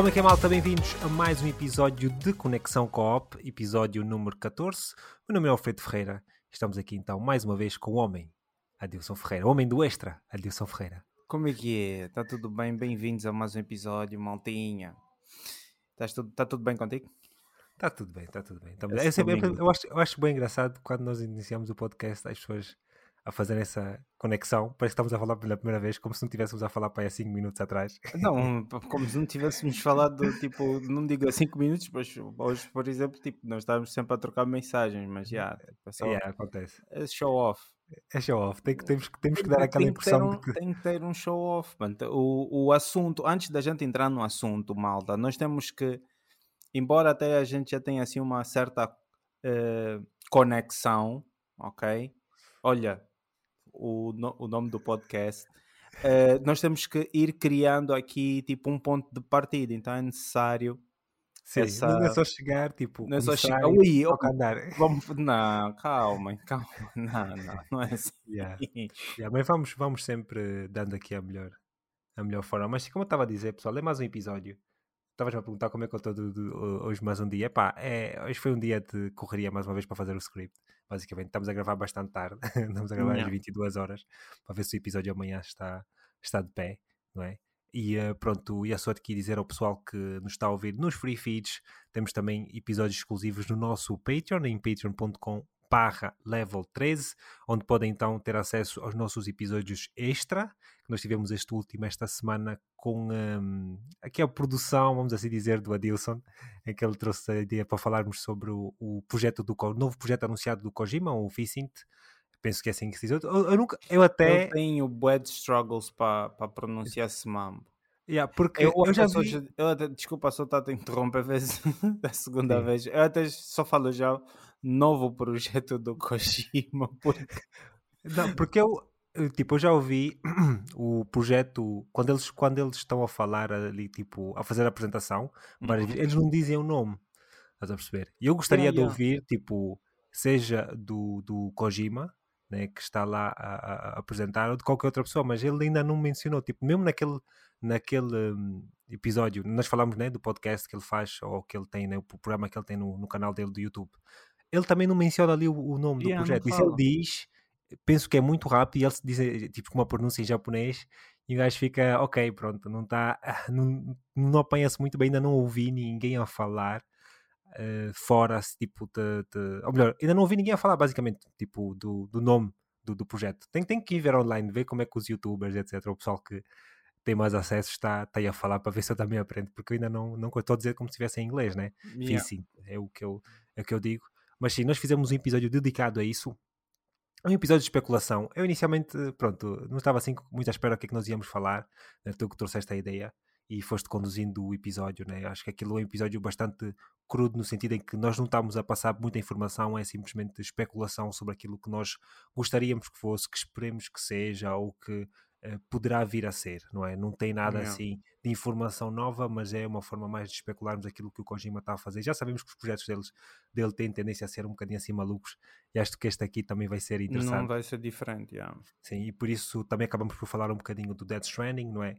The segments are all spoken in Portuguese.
Como é que é, malta? Bem-vindos a mais um episódio de Conexão Co-op, episódio número 14. O meu nome é Alfredo Ferreira. Estamos aqui então mais uma vez com o homem, Adilson Ferreira. O homem do Extra, Adilson Ferreira. Como é que é? Está tudo bem? Bem-vindos a mais um episódio, maltinha. Tá tudo bem contigo? Está tudo bem, está tudo bem. Esse domingo. Eu acho bem engraçado quando nós iniciamos o podcast, as pessoas a fazerem essa conexão. Parece que estamos a falar pela primeira vez, como se não estivéssemos a falar para aí há 5 minutos atrás. Não, como se não tivéssemos falado, tipo, não digo há 5 minutos, mas hoje, por exemplo, tipo, nós estávamos sempre a trocar mensagens, mas já, tipo, é só Acontece. é show off. É show off. Temos que dar aquela impressão de que... Tem que ter um show off, mano. O assunto, antes da gente entrar no assunto, malta, nós temos que, embora até a gente já tenha assim uma certa conexão, ok? Olha, o nome do podcast, nós temos que ir criando aqui tipo um ponto de partida, então é necessário Sim, essa. não é só chegar, tipo, Não é só começar chegar. e Ui, toca andar. não, calma, não é assim. Mas vamos sempre dando aqui a melhor forma. Mas como eu estava a dizer, pessoal, é mais um episódio. Estavas-me a perguntar como é que eu estou hoje mais um dia. Epá, hoje foi um dia de correria mais uma vez para fazer o script. Basicamente, estamos a gravar bastante tarde. Estamos a gravar às 22 horas para ver se o episódio amanhã está de pé, não é? E pronto, e é só aqui dizer ao pessoal que nos está a ouvir nos free feeds, temos também episódios exclusivos no nosso Patreon, em patreon.com/level13, onde podem então ter acesso aos nossos episódios extra, que nós tivemos este último esta semana com aqui a produção, vamos assim dizer, do Adilson, em que ele trouxe a ideia para falarmos sobre o projeto o novo projeto anunciado do Kojima, o V-Sync. Penso que é assim que se diz. Eu Eu até... tenho bad struggles para pronunciar esse mambo. porque eu já vi... Desculpa, só estar a interromper a vez, da segunda Sim. vez. Eu até só falo já novo projeto do Kojima, porque Não, porque eu já ouvi o projeto, quando eles estão a falar ali, tipo, a fazer a apresentação, várias vezes, eles não dizem o nome, estás a perceber? E eu gostaria de Yeah. ouvir, tipo, seja do Kojima, né, que está lá a apresentar, ou de qualquer outra pessoa, mas ele ainda não mencionou, tipo, mesmo naquele episódio, nós falamos, né, do podcast que ele faz, ou que ele tem, né, o programa que ele tem no canal dele do YouTube, ele também não menciona ali o nome do Não projeto, e se ele fala. diz, penso que é muito rápido, e ele se diz, tipo, com uma pronúncia em japonês, e o gajo fica, ok, pronto, não está, não apanha-se muito bem, ainda não ouvi ninguém a falar, fora, tipo, ou melhor, ainda não ouvi ninguém a falar, basicamente, tipo, do nome do projeto. Tem que ir ver online, ver como é que os youtubers, etc., o pessoal que tem mais acesso está aí a falar para ver se eu também aprendo, porque eu ainda não estou a dizer como se estivesse em inglês, né? Yeah. Sim, é o que eu digo. Mas sim, nós fizemos um episódio dedicado a isso. Um episódio de especulação. Eu inicialmente, pronto, não estava assim muito à espera do que é que nós íamos falar, né? Tu que trouxeste a ideia e foste conduzindo o episódio, né? Acho que aquilo é um episódio bastante crudo, no sentido em que nós não estamos a passar muita informação, é simplesmente especulação sobre aquilo que nós gostaríamos que fosse, que esperemos que seja, ou que poderá vir a ser, não é? Não tem nada Yeah. assim de informação nova, mas é uma forma mais de especularmos aquilo que o Kojima está a fazer. Já sabemos que os projetos dele têm tendência a ser um bocadinho assim malucos, e acho que este aqui também vai ser interessante. Não vai ser diferente, yeah. Sim, e por isso também acabamos por falar um bocadinho do Death Stranding, não é?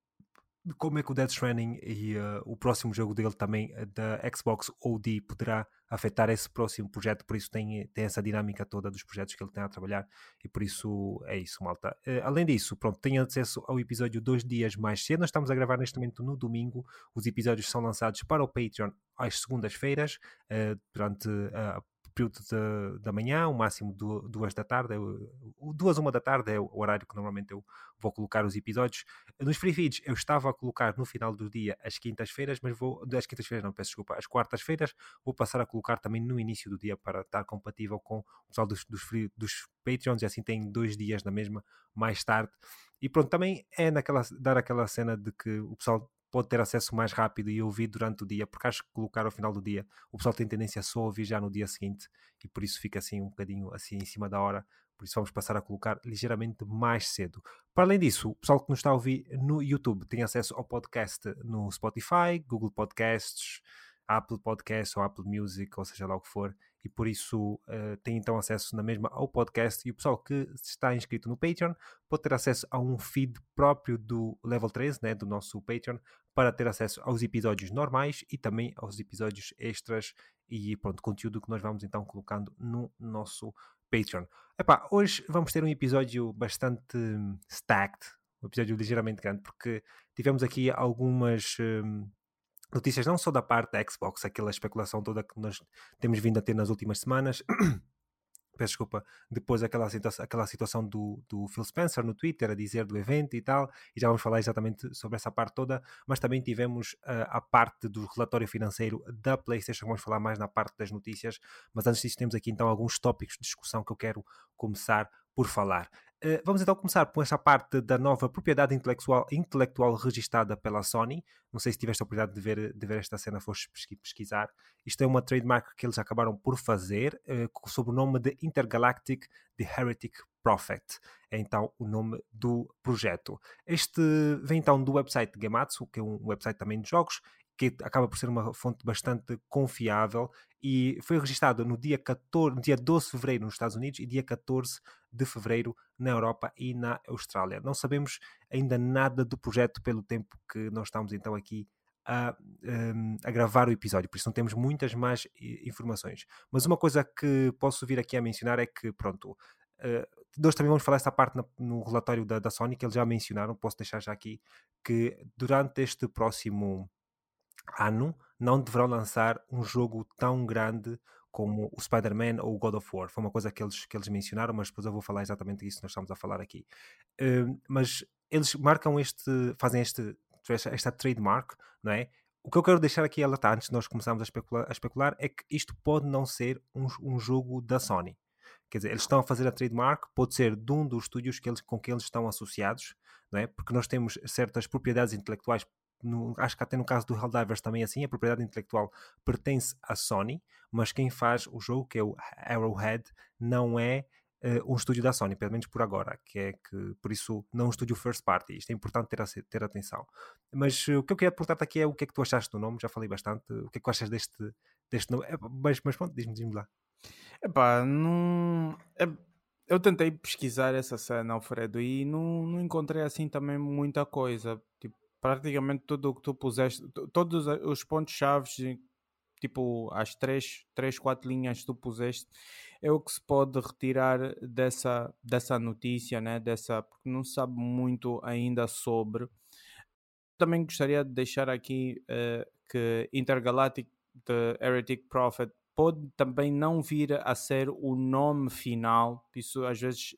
De como é que o Death Stranding e o próximo jogo dele também, da Xbox OD, poderá afetar esse próximo projeto, por isso tem essa dinâmica toda dos projetos que ele tem a trabalhar, e por isso é isso, malta. Além disso, pronto, tem acesso ao episódio 2 dias mais cedo, nós estamos a gravar neste momento no domingo, os episódios são lançados para o Patreon às segundas-feiras, durante a período da manhã, o máximo 2 da tarde, 2 a 1 da tarde é o horário que normalmente eu vou colocar os episódios. Nos free feeds eu estava a colocar no final do dia às quintas-feiras, mas às quintas-feiras não, peço desculpa, às quartas-feiras vou passar a colocar também no início do dia para estar compatível com o pessoal dos Patreons, e assim tem 2 dias na mesma, mais tarde. E pronto, também é dar aquela cena de que o pessoal pode ter acesso mais rápido e ouvir durante o dia, porque acho que colocar ao final do dia, o pessoal tem tendência a só ouvir já no dia seguinte, e por isso fica assim um bocadinho assim em cima da hora, por isso vamos passar a colocar ligeiramente mais cedo. Para além disso, o pessoal que nos está a ouvir no YouTube tem acesso ao podcast no Spotify, Google Podcasts, Apple Podcasts ou Apple Music, ou seja lá o que for, e por isso tem então acesso na mesma ao podcast, e o pessoal que está inscrito no Patreon pode ter acesso a um feed próprio do Level 13, né, do nosso Patreon, para ter acesso aos episódios normais e também aos episódios extras e pronto, conteúdo que nós vamos então colocando no nosso Patreon. Epá, hoje vamos ter um episódio bastante stacked, um episódio ligeiramente grande, porque tivemos aqui algumas notícias não só da parte da Xbox, aquela especulação toda que nós temos vindo a ter nas últimas semanas. Peço desculpa, depois aquela situação do Phil Spencer no Twitter a dizer do evento e tal, e já vamos falar exatamente sobre essa parte toda, mas também tivemos a parte do relatório financeiro da PlayStation, vamos falar mais na parte das notícias, mas antes disso temos aqui então alguns tópicos de discussão que eu quero começar por falar. Vamos então começar por essa parte da nova propriedade intelectual registada pela Sony. Não sei se tiveste a oportunidade de ver esta cena, foste pesquisar. Isto é uma trademark que eles acabaram por fazer sob o nome de Intergalactic The Heretic Prophet. É então o nome do projeto. Este vem então do website Gematsu, que é um website também de jogos, que acaba por ser uma fonte bastante confiável, e foi registado no dia 12 de fevereiro nos Estados Unidos e dia 14 de fevereiro na Europa e na Austrália. Não sabemos ainda nada do projeto pelo tempo que nós estamos então aqui a gravar o episódio, por isso não temos muitas mais informações. Mas uma coisa que posso vir aqui a mencionar é que, pronto, nós também vamos falar essa parte no relatório da Sony, que eles já mencionaram, posso deixar já aqui, que durante este próximo ano não deverão lançar um jogo tão grande como o Spider-Man ou o God of War. Foi uma coisa que eles mencionaram, mas depois eu vou falar exatamente disso que nós estamos a falar aqui. Mas eles fazem esta trademark, não é? O que eu quero deixar aqui alertar antes de nós começarmos a especular é que isto pode não ser um jogo da Sony. Quer dizer, eles estão a fazer a trademark, pode ser de um dos estúdios com que eles estão associados, não é? Porque nós temos certas propriedades intelectuais. Acho que até no caso do Helldivers também é assim, a propriedade intelectual pertence à Sony, mas quem faz o jogo, que é o Arrowhead, não é um estúdio da Sony, pelo menos por agora, por isso não um estúdio first party. Isto é importante ter atenção. Mas o que eu queria perguntar-te aqui é o que é que tu achaste do nome, já falei bastante, o que é que tu achas deste nome? Mas pronto, diz-me lá. Epá, não. Eu tentei pesquisar essa cena, Alfredo, e não encontrei assim também muita coisa. Tipo, praticamente tudo o que tu puseste, todos os pontos-chave, tipo, as três, quatro linhas que tu puseste, é o que se pode retirar dessa notícia, né? Porque não se sabe muito ainda sobre. Também gostaria de deixar aqui que Intergalactic The Heretic Prophet pode também não vir a ser o nome final, isso às vezes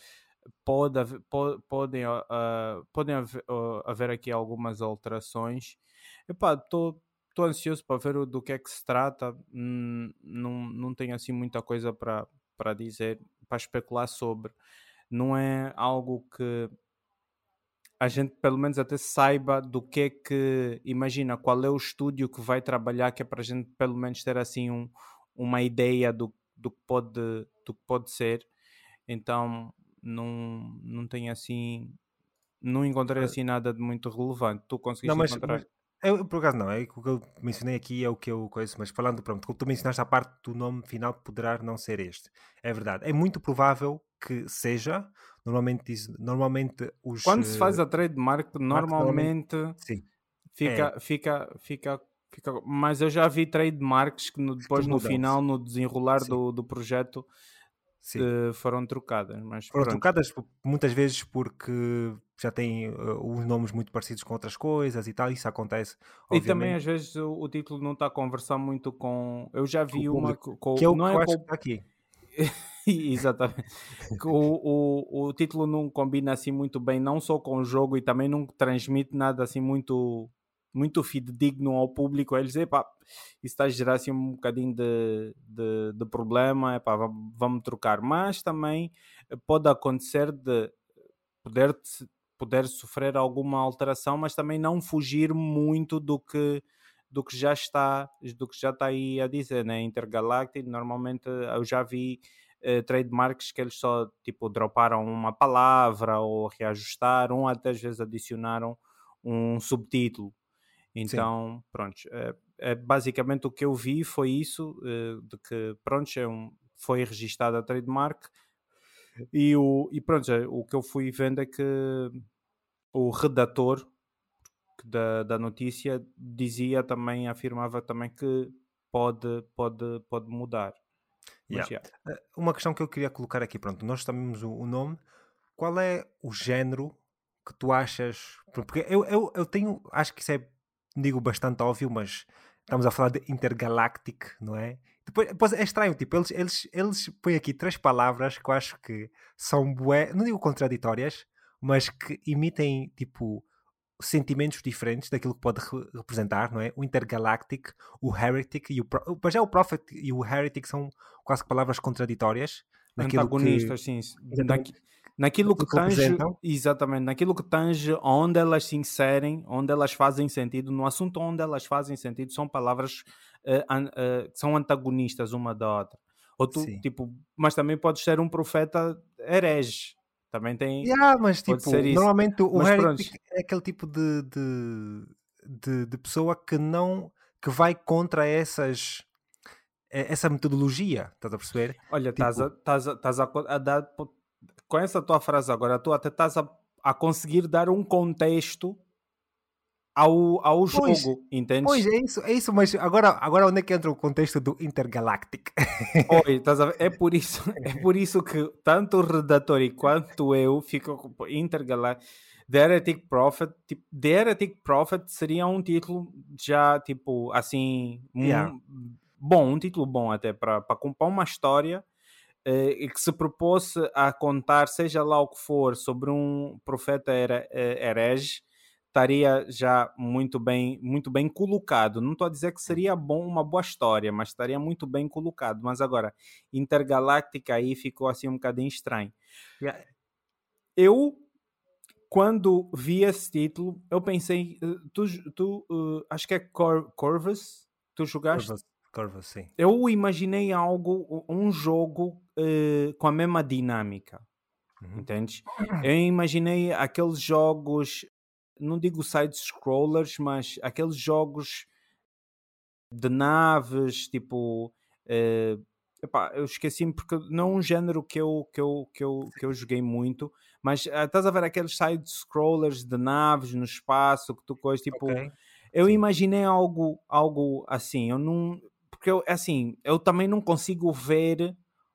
podem haver aqui algumas alterações. Estou ansioso para ver do que é que se trata. Não tenho assim muita coisa para dizer, para especular sobre. Não é algo que a gente pelo menos até saiba do que é que, imagina, qual é o estúdio que vai trabalhar, que é para a gente pelo menos ter assim uma ideia do que pode ser. Então não tenho assim, não encontrei assim nada de muito relevante. Tu Não, conseguiste mas encontrar? eu, por acaso não, é o que eu mencionei aqui é o que eu conheço, mas falando, pronto, como tu mencionaste a parte do nome final poderá não ser este. É verdade. É muito provável que seja. Normalmente os Quando se faz a trademark, marcos normalmente normalmente sim, é fica. Mas eu já vi trademarks que que depois no mudam-se. final, no desenrolar Sim, do projeto, sim. foram trocadas. Mas Foram pronto. trocadas muitas vezes porque já têm os nomes muito parecidos com outras coisas e tal. Isso acontece, E também obviamente, às vezes o título não está a conversar muito com. Eu já com o vi uma público, que é o não que é eu acho que com. está aqui. Exatamente. Que o título não combina assim muito bem, não só com o jogo e também não transmite nada assim muito fidedigno ao público. Eles dizem, pá, isso está a gerar assim um bocadinho de problema, epá, vamos trocar. Mas também pode acontecer de poder, poder sofrer alguma alteração, mas também não fugir muito do que já está aí a dizer, né? Intergalactic, normalmente eu já vi trademarks que eles só tipo droparam uma palavra ou reajustaram, ou até às vezes adicionaram um subtítulo. Sim. Então, pronto, basicamente o que eu vi foi isso, de que, pronto, foi registada a trademark e pronto, o que eu fui vendo é que o redator da notícia dizia também, afirmava também que pode mudar. Mas Yeah. já. Uma questão que eu queria colocar aqui, pronto, nós sabemos o nome, qual é o género que tu achas? Porque eu tenho, acho que isso é, digo, bastante óbvio, mas estamos a falar de Intergalactic, não é? Depois é estranho, tipo, eles põem aqui três palavras que eu acho que são bué, não digo contraditórias, mas que emitem, tipo, sentimentos diferentes daquilo que pode representar, não é? O Intergalactic, o Heretic e já o Prophet e o Heretic são quase que palavras contraditórias naquilo que Antagonistas, sim. exatamente Naquilo que naquilo que tange, representam. exatamente, naquilo que tange onde elas se inserem, onde elas fazem sentido, no assunto onde elas fazem sentido, são palavras que são antagonistas uma da outra. Ou tu, Sim. tipo, mas também podes ser um profeta herege. Também tem, Yeah, mas pode ser tipo, isso. normalmente o Mas pronto, Heretic é aquele tipo de pessoa que não que vai contra essa metodologia, estás a perceber? olha, Tipo, estás a dar, com essa tua frase agora, tu até estás a conseguir dar um contexto ao pois, jogo, pois entendes? é isso, mas agora onde é que entra o contexto do Intergalactic? Oi, estás a ver? É por isso que tanto o redator quanto eu fico com Intergaláctico. The Heretic Prophet, tipo, The Heretic Prophet seria um título já, tipo, assim, Yeah. bom, um título bom até para compor uma história e que se propôs a contar, seja lá o que for, sobre um profeta herege, estaria já muito bem colocado. Não estou a dizer que seria bom, uma boa história, mas estaria muito bem colocado. Mas agora, Intergaláctica aí ficou assim um bocadinho estranho. Yeah. Eu, quando vi esse título, eu pensei, acho que é Corvus, tu jogaste? Curvas, curvas, sim. Eu imaginei algo, um jogo com a mesma dinâmica, Uhum. entendes? Eu imaginei aqueles jogos, não digo side-scrollers, mas aqueles jogos de naves, tipo. eh, epá, eu esqueci-me porque não é um género que eu joguei muito, mas estás a ver aqueles side-scrollers de naves no espaço, que tu coisas, Ok, tipo. Eu sim. imaginei algo assim, eu não. Porque eu, assim, eu também não consigo ver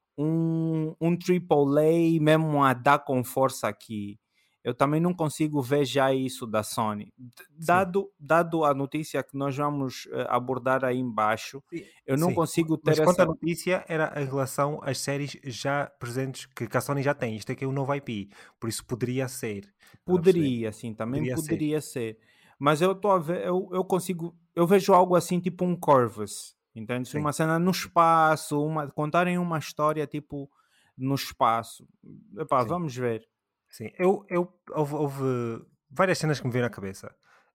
um AAA mesmo a dar com força aqui. Eu também não consigo ver já isso da Sony. Sim. Dado a notícia que nós vamos abordar aí embaixo, Sim, eu não sim. consigo Mas ter quanto à essa. notícia, era em relação às séries já presentes que a Sony já tem. Isto aqui é um novo IP, por isso poderia ser. Estás a perceber? Poderia, assim, também Poderia ser. poderia ser. Mas eu estou a ver, eu consigo. Eu vejo algo assim, tipo um Corvus, entende? Sim. Uma cena no espaço, contarem uma história tipo no espaço. Epá, Sim. vamos ver. Sim. Houve várias cenas que me veio à cabeça.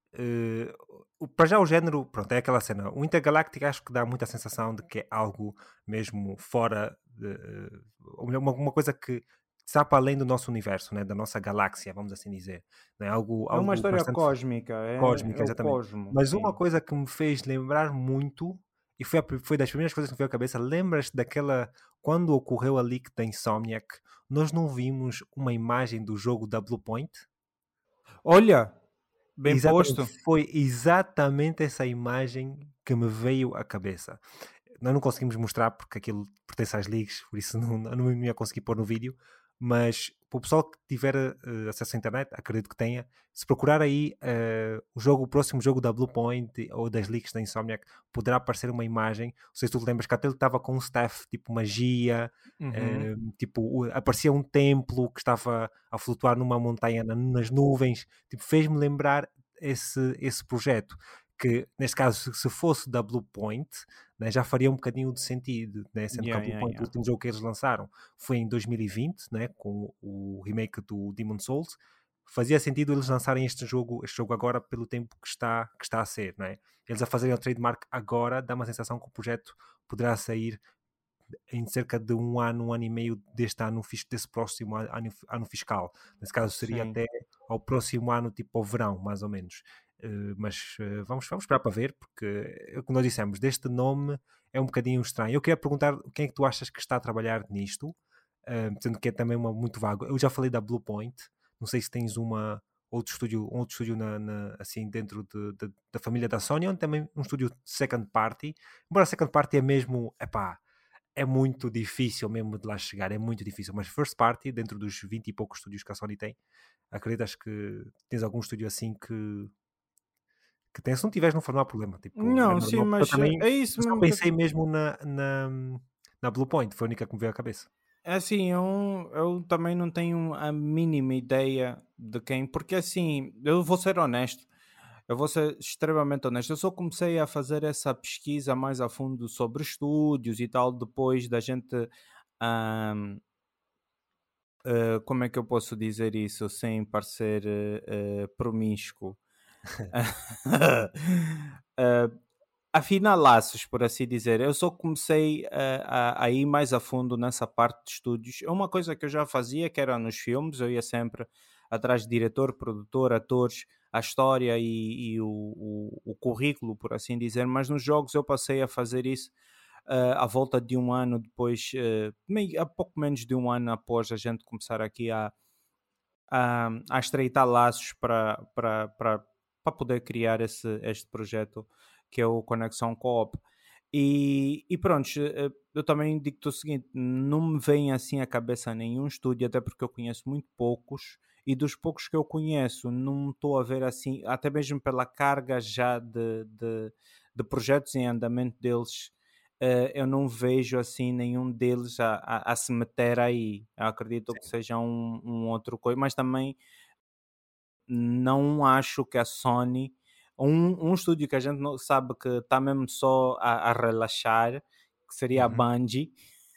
Para já o género, pronto, é aquela cena. O Intergalactic acho que dá muita sensação de que é algo mesmo fora de, ou melhor, uma coisa que está para além do nosso universo, né? Da nossa galáxia, vamos assim dizer. Né? É uma Algo história bastante cósmica, é cósmica, o exatamente. cosmo, Mas uma sim. coisa que me fez lembrar muito, e foi das primeiras coisas que me veio à cabeça, lembras-te daquela, quando ocorreu a leak da Insomniac, nós não vimos uma imagem do jogo da Bluepoint? Olha, bem Exatamente, posto. foi exatamente essa imagem que me veio à cabeça. Nós não conseguimos mostrar porque aquilo pertence às leagues, por isso não ia conseguir pôr no vídeo, mas para o pessoal que tiver acesso à internet, acredito que tenha, se procurar aí o próximo jogo da Bluepoint ou das leagues da Insomniac, poderá aparecer uma imagem, não sei se tu te lembras que até ele estava com um staff tipo magia, Uhum. tipo, aparecia um templo que estava a flutuar numa montanha nas nuvens, tipo, fez-me lembrar esse projeto, que neste caso se fosse da Bluepoint, né, já faria um bocadinho de sentido, né, sendo que a Yeah, yeah, Bluepoint, o yeah. último jogo que eles lançaram foi em 2020, né, com o remake do Demon Souls, fazia sentido eles lançarem este jogo agora pelo tempo que está a ser, né? Eles a fazerem o trademark agora dá uma sensação que o projeto poderá sair em cerca de um ano e meio deste ano, desse próximo ano fiscal. Nesse caso seria Sim. até ao próximo ano, tipo ao verão, mais ou menos. Mas vamos esperar para ver, porque, como nós dissemos, deste nome é um bocadinho estranho. Eu queria perguntar quem é que tu achas que está a trabalhar nisto, sendo que é também muito vago. Eu já falei da Bluepoint, não sei se tens um outro estúdio assim, dentro da família da Sony, ou também um estúdio second party, embora second party é mesmo, epá, é muito difícil mesmo de lá chegar, é muito difícil, mas first party, dentro dos 20 e poucos estúdios que a Sony tem, acreditas que tens algum estúdio assim que tem, se não tiveres não for, não há problema, tipo, é Não, sim, normal, porque eu mas também, é isso eu só mesmo que pensei mesmo na Bluepoint, foi a única que me veio à cabeça. é assim, eu também não tenho a mínima ideia de quem, porque assim, eu vou ser honesto, eu vou ser extremamente honesto. Eu só comecei a fazer essa pesquisa mais a fundo sobre estúdios e tal, depois da gente. ahm, Como é que eu posso dizer isso sem parecer promíscuo? Eh, Afinar laços, por assim dizer. Eu só comecei a ir mais a fundo nessa parte de estúdios. É uma coisa que eu já fazia, que era nos filmes, eu ia sempre atrás de diretor, produtor, atores, a história e o currículo, por assim dizer, mas nos jogos eu passei a fazer isso à volta de um ano depois, a pouco menos de um ano após a gente começar aqui a estreitar laços para poder criar este projeto que é o Conexão Co-op. E pronto, eu também digo-te o seguinte: não me vem assim à cabeça nenhum estúdio, até porque eu conheço muito poucos, e dos poucos que eu conheço, não estou a ver assim, até mesmo pela carga já de projetos em andamento deles. Eu não vejo assim nenhum deles a se meter aí. Eu acredito que Sim. seja um outro coisa, mas também não acho que a Sony, um estúdio que a gente não sabe que está mesmo só a relaxar, que seria a Uhum. Bungie,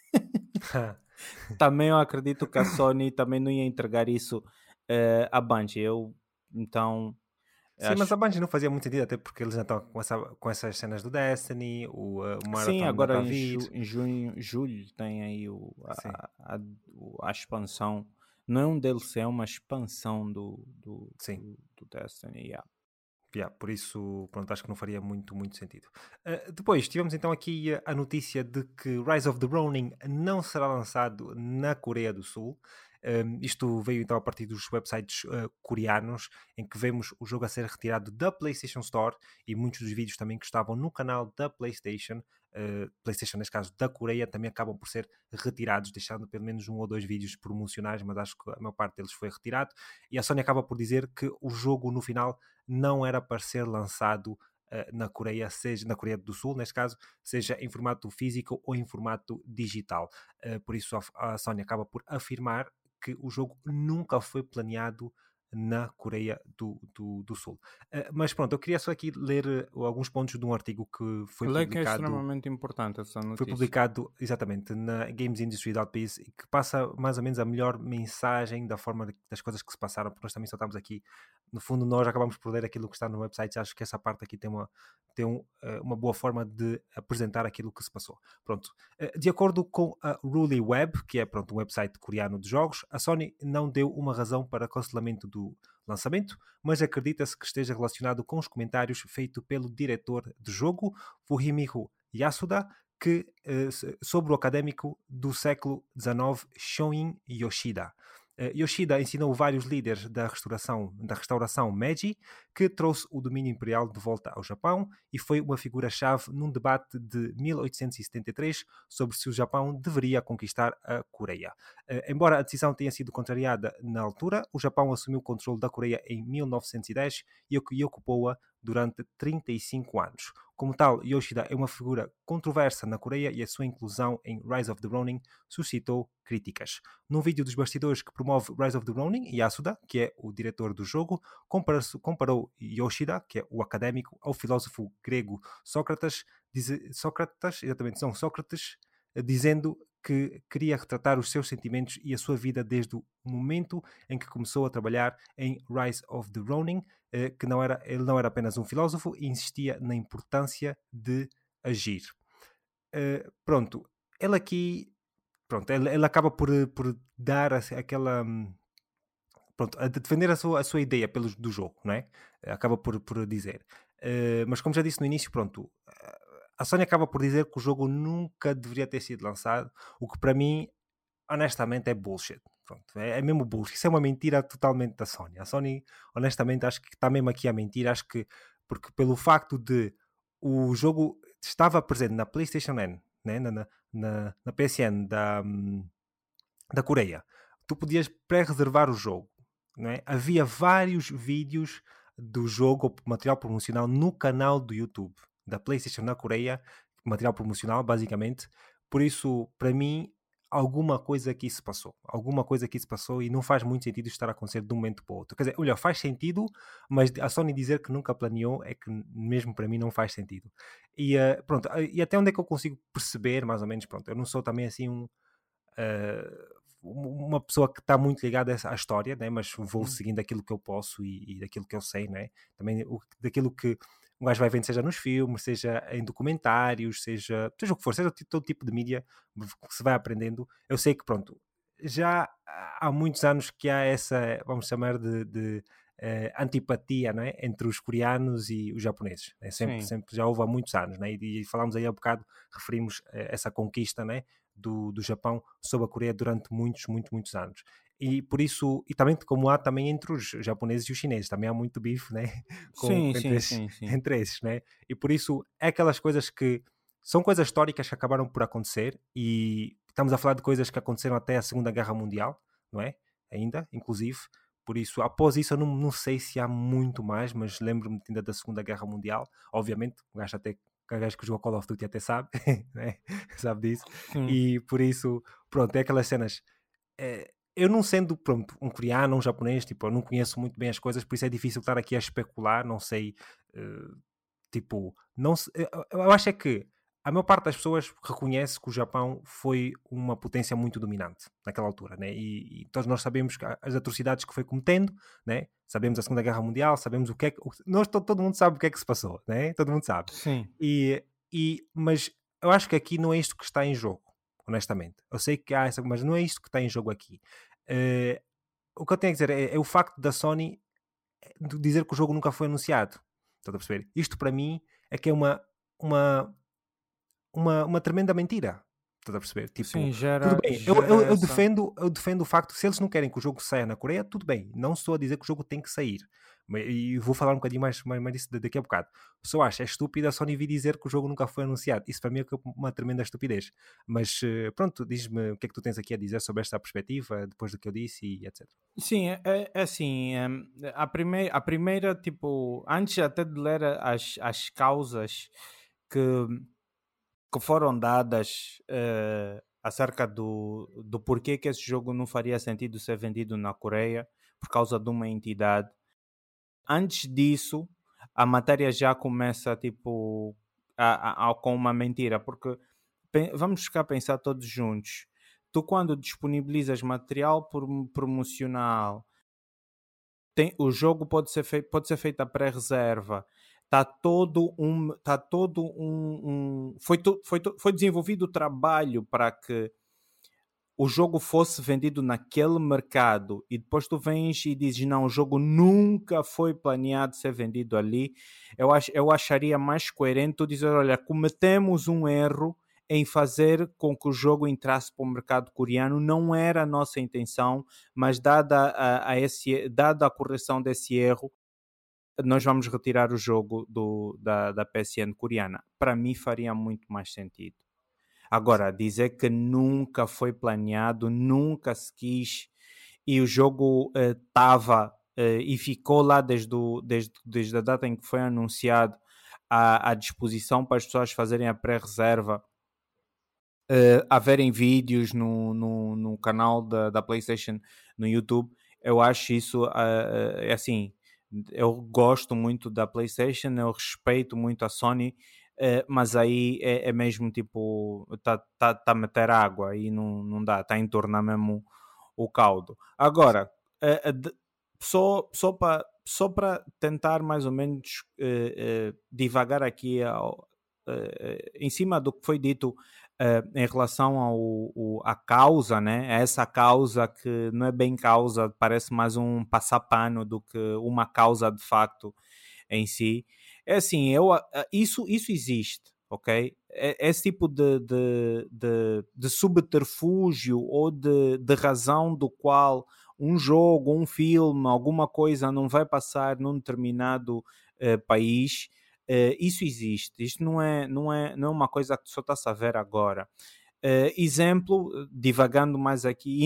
também eu acredito que a Sony também não ia entregar isso à Bungie. Então Sim, mas a acho Bungie não fazia muito sentido, até porque eles já estão com essas cenas do Destiny, o sim, Marathon ainda agora está a vir. em junho, julho tem aí Sim, a expansão. Não é um DLC, é uma expansão sim. do Destiny. Yeah. Yeah, por isso, pronto, acho que não faria muito sentido. Depois, tivemos então aqui a notícia de que Rise of the Ronin não será lançado na Coreia do Sul. Isto veio então a partir dos websites coreanos, em que vemos o jogo a ser retirado da PlayStation Store e muitos dos vídeos também que estavam no canal da PlayStation, PlayStation neste caso da Coreia, também acabam por ser retirados, deixando pelo menos um ou dois vídeos promocionais, mas acho que a maior parte deles foi retirado. E a Sony acaba por dizer que o jogo no final não era para ser lançado na Coreia, seja na Coreia do Sul, neste caso, seja em formato físico ou em formato digital. Por isso a Sony acaba por afirmar que o jogo nunca foi planeado na Coreia do Sul. Mas pronto, eu queria só aqui ler alguns pontos de um artigo que Olha que é extremamente importante essa foi notícia. publicado exatamente na gamesindustry.biz e que passa mais ou menos a melhor mensagem da forma das coisas que se passaram, porque nós também só estamos aqui, no fundo nós acabamos por ler aquilo que está no website, acho que essa parte aqui uma boa forma de apresentar aquilo que se passou. Pronto, de acordo com a Ruli Web, que é pronto, um website coreano de jogos, a Sony não deu uma razão para cancelamento do lançamento, mas acredita-se que esteja relacionado com os comentários feitos pelo diretor de jogo, Fumihiro Yasuda, sobre o académico do século XIX Shoin Yoshida. Yoshida ensinou vários líderes da restauração Meiji, que trouxe o domínio imperial de volta ao Japão e foi uma figura-chave num debate de 1873 sobre se o Japão deveria conquistar a Coreia. Embora a decisão tenha sido contrariada na altura, o Japão assumiu o controle da Coreia em 1910 e ocupou-a durante 35 anos. Como tal, Yoshida é uma figura controversa na Coreia e a sua inclusão em Rise of the Ronin suscitou críticas. Num vídeo dos bastidores que promove Rise of the Ronin, Yasuda, que é o diretor do jogo, comparou Yoshida, que é o académico, ao filósofo grego Sócrates, dizendo que queria retratar os seus sentimentos e a sua vida desde o momento em que começou a trabalhar em Rise of the Ronin, que ele não era apenas um filósofo e insistia na importância de agir. Pronto, ele aqui, pronto, ele acaba por dar aquela pronto, a defender a sua ideia do jogo, não é? Acaba por dizer. Mas como já disse no início, pronto, a Sony acaba por dizer que o jogo nunca deveria ter sido lançado, o que para mim, honestamente, é bullshit. Pronto, é mesmo bullshit. Isso é uma mentira totalmente da Sony. A Sony, honestamente, acho que está mesmo aqui a mentir. Acho que, porque pelo facto de o jogo estava presente na PlayStation N, né, na PSN da Coreia, tu podias pré-reservar o jogo, não é? Havia vários vídeos do jogo, ou material promocional, no canal do YouTube da PlayStation na Coreia, material promocional, basicamente. Por isso, para mim, alguma coisa aqui se passou. Alguma coisa aqui se passou e não faz muito sentido estar a acontecer de um momento para o outro. Quer dizer, olha, faz sentido, mas a Sony dizer que nunca planeou é que mesmo para mim não faz sentido. E pronto, e até onde é que eu consigo perceber, mais ou menos, pronto, eu não sou também assim uma pessoa que está muito ligada à história, né? Mas vou seguindo aquilo que eu posso e daquilo que eu sei, né? Também daquilo que um gajo vai vendo, seja nos filmes, seja em documentários, seja o que for, seja todo tipo de mídia que se vai aprendendo. Eu sei que, pronto, já há muitos anos que há essa, vamos chamar de antipatia, não é? Entre os coreanos e os japoneses. É sempre, Sim. sempre já houve há muitos anos, né? E falámos aí há bocado, referimos essa conquista, né? Do Japão sobre a Coreia durante muitos anos. E por isso, e também como há também entre os japoneses e os chineses, também há muito bife, né? Sim, Entre, sim, sim, sim. entre esses, né? E por isso é aquelas coisas que são coisas históricas que acabaram por acontecer e estamos a falar de coisas que aconteceram até a Segunda Guerra Mundial, não é? Ainda, inclusive. Por isso, após isso, eu não sei se há muito mais, mas lembro-me ainda da Segunda Guerra Mundial. Obviamente, o gajo que jogou Call of Duty até sabe, né? Sabe disso. Sim. E por isso, pronto, é aquelas cenas. Eu não sendo, pronto, um coreano, um japonês, tipo, eu não conheço muito bem as coisas, por isso é difícil estar aqui a especular, não sei, tipo, não se, eu acho é que a maior parte das pessoas reconhece que o Japão foi uma potência muito dominante naquela altura, né? E todos nós sabemos que as atrocidades que foi cometendo, né? Sabemos a Segunda Guerra Mundial, sabemos o que é que... todo mundo sabe o que é que se passou, né? Todo mundo sabe. Sim. Mas eu acho que aqui não é isto que está em jogo, honestamente. Eu sei que há essa, mas não é isto que está em jogo aqui. Eh, o que eu tenho a dizer é o facto da Sony de dizer que o jogo nunca foi anunciado. Estás a perceber? Isto para mim é que é uma, uma tremenda mentira. Estás a perceber? Tipo, Sim, tudo gera, bem, gera essa. eu defendo o facto que se eles não querem que o jogo saia na Coreia, tudo bem. Não estou a dizer que o jogo tem que sair. E vou falar um bocadinho mais disso daqui a bocado. Só acho, é estúpido a Sony vir dizer que o jogo nunca foi anunciado. Isso para mim é uma tremenda estupidez. Mas pronto, diz-me o que é que tu tens aqui a dizer sobre esta perspectiva, depois do que eu disse e etc. Sim, é assim, a primeira, tipo, antes até de ler as causas que, que foram dadas acerca do porquê que esse jogo não faria sentido ser vendido na Coreia por causa de uma entidade. Antes disso, a matéria já começa, tipo, com uma mentira, porque vamos ficar a pensar todos juntos. Tu, quando disponibilizas material promocional, o jogo pode ser feito a pré-reserva. Foi desenvolvido o trabalho para que o jogo fosse vendido naquele mercado e depois tu vens e dizes não, o jogo nunca foi planeado ser vendido ali. Eu acharia mais coerente tu dizer, olha, cometemos um erro em fazer com que o jogo entrasse para o mercado coreano, não era a nossa intenção, mas dada a correção desse erro, nós vamos retirar o jogo da PSN coreana. Para mim faria muito mais sentido. Agora, dizer que nunca foi planeado, nunca se quis e o jogo estava e ficou lá desde a data em que foi anunciado à disposição para as pessoas fazerem a pré-reserva, haverem vídeos no canal da PlayStation no YouTube, eu acho isso é assim. Eu gosto muito da PlayStation, eu respeito muito a Sony, mas aí é mesmo tipo, tá a meter água e não dá, está a entornar mesmo o caldo. Agora, só para tentar mais ou menos divagar aqui em cima do que foi dito em relação à causa, né? A essa causa que não é bem causa, parece mais um passapano do que uma causa de facto em si. É assim, isso existe, ok? Esse tipo de subterfúgio ou de razão do qual um jogo, um filme, alguma coisa não vai passar num determinado país, isso existe. Isto não é uma coisa que só está-se a ver agora. Exemplo, divagando mais aqui,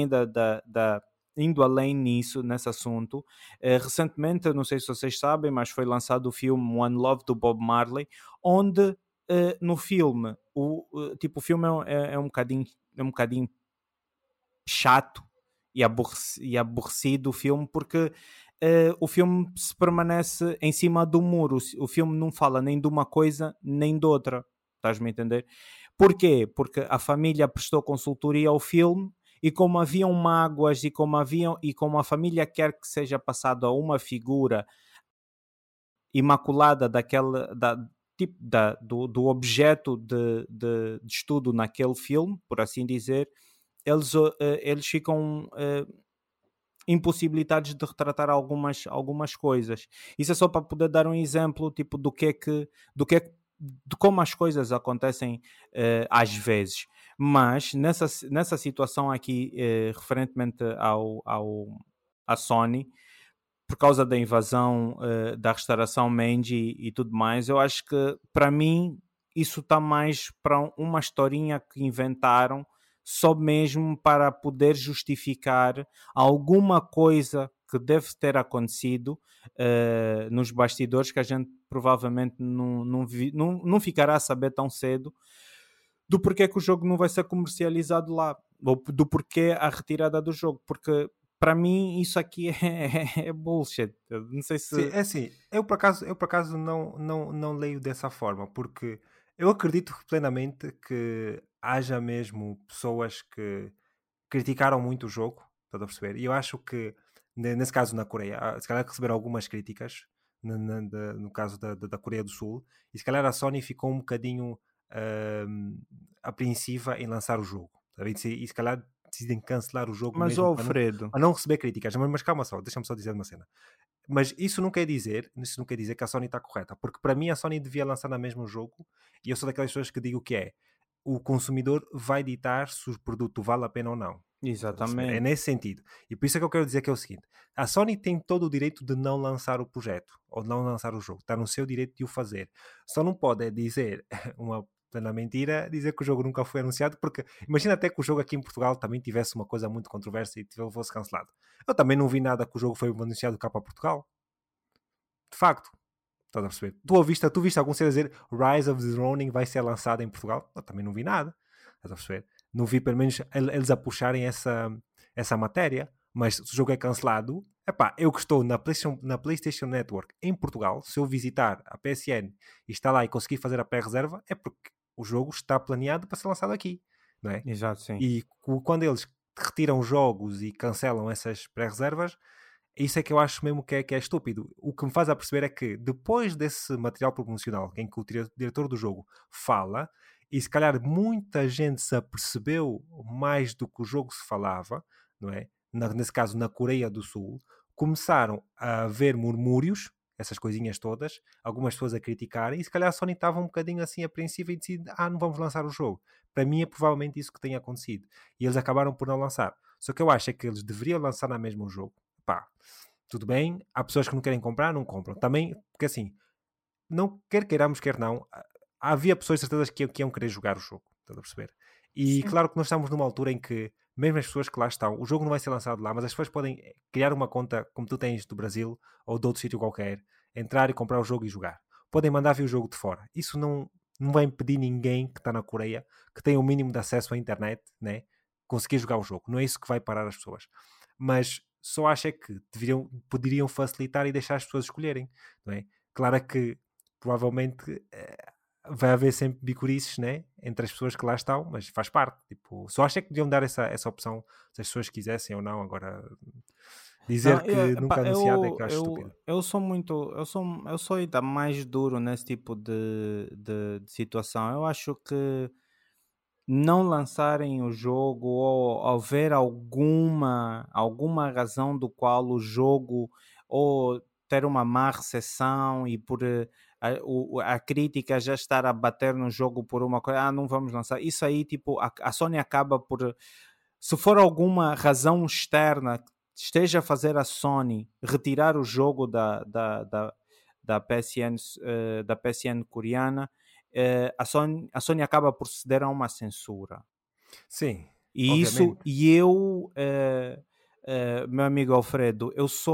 indo além nisso, nesse assunto, recentemente, eu não sei se vocês sabem, mas foi lançado o filme One Love do Bob Marley, onde no filme, o filme é um bocadinho chato e aborrecido o filme, porque o filme se permanece em cima do muro. O filme não fala nem de uma coisa nem de outra. Estás-me a entender? Porquê? Porque a família prestou consultoria ao filme e como haviam mágoas e como a família quer que seja passado a uma figura imaculada tipo, do objeto de estudo naquele filme, por assim dizer, eles ficam impossibilitados de retratar algumas coisas. Isso é só para poder dar um exemplo tipo de como as coisas acontecem às vezes. Mas nessa situação aqui, referentemente à Sony, por causa da invasão da restauração Menji e tudo mais, eu acho que para mim isso está mais para uma historinha que inventaram só mesmo para poder justificar alguma coisa que deve ter acontecido nos bastidores que a gente provavelmente não ficará a saber tão cedo do porquê que o jogo não vai ser comercializado lá, ou do porquê a retirada do jogo, porque para mim isso aqui é bullshit. Eu não sei Sim, se. é assim, eu por acaso não leio dessa forma, porque eu acredito plenamente que haja mesmo pessoas que criticaram muito o jogo, estás a perceber? E eu acho que, nesse caso na Coreia, se calhar receberam algumas críticas, no caso da Coreia do Sul, e se calhar a Sony ficou um bocadinho ahm, apreensiva em lançar o jogo, tá bem? E se calhar decidem cancelar o jogo Mas, ô mesmo Alfredo, para não receber críticas. Mas calma só, deixa-me só dizer uma cena. Mas isso não quer dizer que a Sony está correta, porque para mim a Sony devia lançar no mesmo jogo, e eu sou daquelas pessoas que digo que o consumidor vai ditar se o produto vale a pena ou não. Estás a perceber? É exatamente. nesse sentido. E por isso é que eu quero dizer que é o seguinte: a Sony tem todo o direito de não lançar o projeto ou de não lançar o jogo. Está no seu direito de o fazer. Só não pode é dizer uma plena mentira, dizer que o jogo nunca foi anunciado, porque imagina até que o jogo aqui em Portugal também tivesse uma coisa muito controversa e fosse cancelado. Eu também não vi nada que o jogo foi anunciado cá para Portugal. De facto. Estás a perceber? Tu viste algum ser a dizer Rise of the Ronin vai ser lançado em Portugal? Eu também não vi nada. Estás a perceber? Não vi pelo menos eles a puxarem essa matéria. Mas se o jogo é cancelado, epá, eu que estou na PlayStation Network em Portugal, se eu visitar a PSN e estar lá e conseguir fazer a pré-reserva, é porque o jogo está planeado para ser lançado aqui. Não é? Exato, sim. E quando eles retiram jogos e cancelam essas pré-reservas, isso é que eu acho mesmo que é estúpido. O que me faz a perceber é que depois desse material promocional em que o diretor do jogo fala, e se calhar muita gente se apercebeu mais do que o jogo se falava, não é? Nesse caso na Coreia do Sul, começaram a haver murmúrios, essas coisinhas todas, algumas pessoas a criticarem, e se calhar a Sony estava um bocadinho assim apreensiva e decide, não vamos lançar o jogo. Para mim é provavelmente isso que tem acontecido. E eles acabaram por não lançar. Só que eu acho é que eles deveriam lançar na mesma o jogo. Pá, tudo bem, há pessoas que não querem comprar, não compram. Também, porque assim, não quer queiramos, quer não, havia pessoas certezas que iam querer jogar o jogo, estás a perceber? E Sim. claro que nós estamos numa altura em que, mesmo as pessoas que lá estão, o jogo não vai ser lançado lá, mas as pessoas podem criar uma conta como tu tens do Brasil ou de outro sítio qualquer, entrar e comprar o jogo e jogar. Podem mandar vir o jogo de fora. Isso não vai impedir ninguém que está na Coreia, que tem o mínimo de acesso à internet, né, conseguir jogar o jogo. Não é isso que vai parar as pessoas. Mas só acho é que poderiam facilitar e deixar as pessoas escolherem, não é? Claro que provavelmente vai haver sempre bicurices, né, entre as pessoas que lá estão, mas faz parte. Tipo, só acho é que deviam dar essa opção se as pessoas quisessem ou não. Agora, Não, dizer que nunca epá, anunciado é que eu acho estúpido. eu sou ainda mais duro nesse tipo de situação. Eu acho que não lançarem o jogo ou haver alguma razão do qual o jogo ou ter uma má recepção e por a crítica já estar a bater no jogo por uma coisa, não vamos lançar. Isso aí, tipo, a Sony acaba por, se for alguma razão externa que esteja a fazer a Sony retirar o jogo da PSN, da PSN coreana, a Sony acaba por ceder a uma censura. Sim, E isso, obviamente. e eu, meu amigo Alfredo,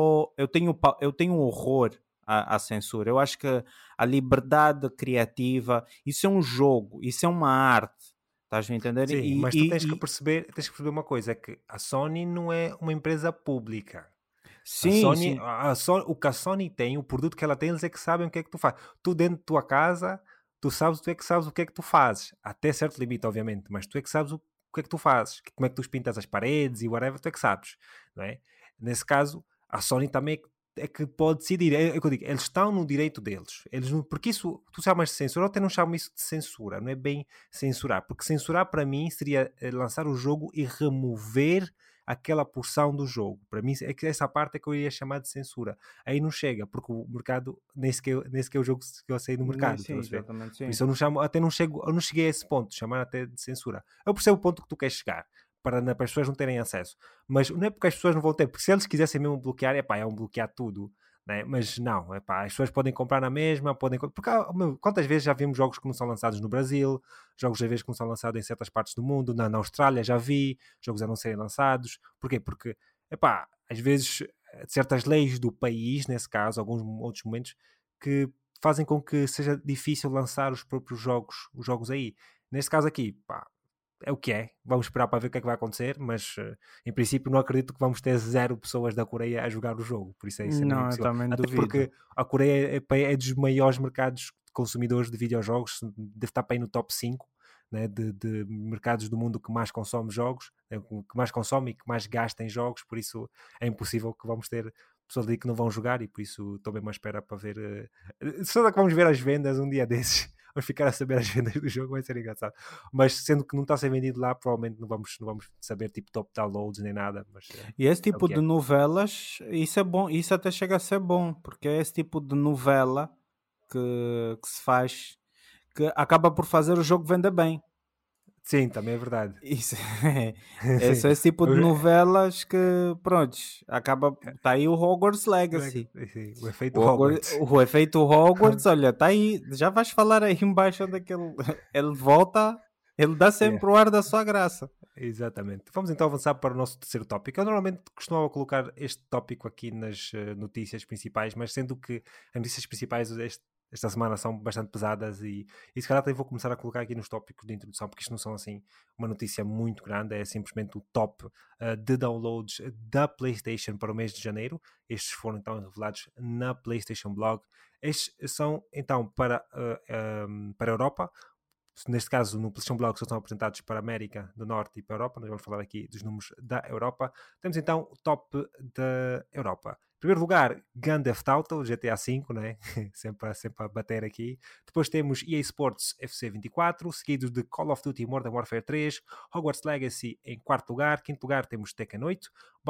eu tenho um horror à censura. Eu acho que a liberdade criativa, isso é um jogo, isso é uma arte, estás a entender? Sim, mas tu tens que perceber uma coisa, é que a Sony não é uma empresa pública. A Sim, Sony, sim, o que a Sony tem, o produto que ela tem, eles é que sabem o que é que tu fazes. Tu dentro da tua casa, tu é que sabes o que é que tu fazes. Até certo limite, obviamente, mas tu é que sabes o que é que tu fazes. Como é que tu pintas as paredes e whatever, tu é que sabes. Não é? Nesse caso, a Sony também é que pode decidir. É o que eu digo, eles estão no direito deles. Porque isso, tu chamas de censura, eu até não chamo isso de censura. Não é bem censurar. Porque censurar para mim seria lançar o jogo e remover aquela porção do jogo. Para mim, é que essa parte é que eu iria chamar de censura. Aí não chega, porque o mercado, nem sequer é o jogo que eu saí do mercado, sim, estás a ver? exatamente, Por sim. isso eu não chamo, até não chego, eu não cheguei a esse ponto, de chamar até de censura. Eu percebo o ponto que tu queres chegar, para as pessoas não terem acesso. Mas não é porque as pessoas não vão ter, porque se eles quisessem mesmo bloquear, é um bloquear tudo. Né? Mas não, as pessoas podem comprar na mesma, porque quantas vezes já vimos jogos que não são lançados no Brasil, jogos às vezes que não são lançados em certas partes do mundo, na Austrália já vi, jogos a não serem lançados. Porquê? Porque, às vezes, certas leis do país, nesse caso, alguns outros momentos, que fazem com que seja difícil lançar os próprios jogos, os jogos aí. Neste caso aqui, é o que é. Vamos esperar para ver o que é que vai acontecer, mas em princípio não acredito que vamos ter 0 pessoas da Coreia a jogar o jogo, por isso é mesmo Não, eu impossível. também Até duvido. porque a Coreia é dos maiores mercados de consumidores de videojogos, deve estar para aí no top 5, né, de mercados do mundo que mais consome jogos, que mais consome e que mais gasta em jogos, por isso é impossível que vamos ter pessoas ali que não vão jogar e por isso estou mesmo à espera para ver. Só que vamos ver as vendas um dia desses. Vamos ficar a saber as vendas do jogo, vai ser engraçado. Mas sendo que não está a ser vendido lá, provavelmente não vamos saber tipo top downloads nem nada. Mas E esse é o tipo que de é. novelas, isso é bom, isso até chega a ser bom, porque é esse tipo de novela que se faz, que acaba por fazer o jogo vender bem. Sim, também é verdade. Isso Sim. esse tipo de Eu- novelas que, pronto, acaba, tá aí o Hogwarts Legacy. sim, o efeito O, Hogwarts. o efeito Hogwarts, olha, tá aí, já vais falar aí embaixo onde é que ele volta, ele dá Yeah. sempre o ar da sua graça. Exatamente. Vamos então avançar para o nosso terceiro tópico. Eu normalmente costumava colocar este tópico aqui nas notícias principais, mas sendo que as notícias principais esta semana são bastante pesadas e se calhar até vou começar a colocar aqui nos tópicos de introdução, porque isto não são assim uma notícia muito grande, é simplesmente o top de downloads da PlayStation para o mês de janeiro. Estes foram então revelados na PlayStation Blog. Estes são então para a Europa. Neste caso, no PlayStation Blog, só são apresentados para a América do Norte e para a Europa. Nós vamos falar aqui dos números da Europa. Temos então o top da Europa. Em primeiro lugar, Grand Theft Auto, GTA V, né? sempre a bater aqui. Depois temos EA Sports FC 24, seguidos de Call of Duty Modern Warfare 3, Hogwarts Legacy em quarto lugar. Quinto lugar temos Tekken 8,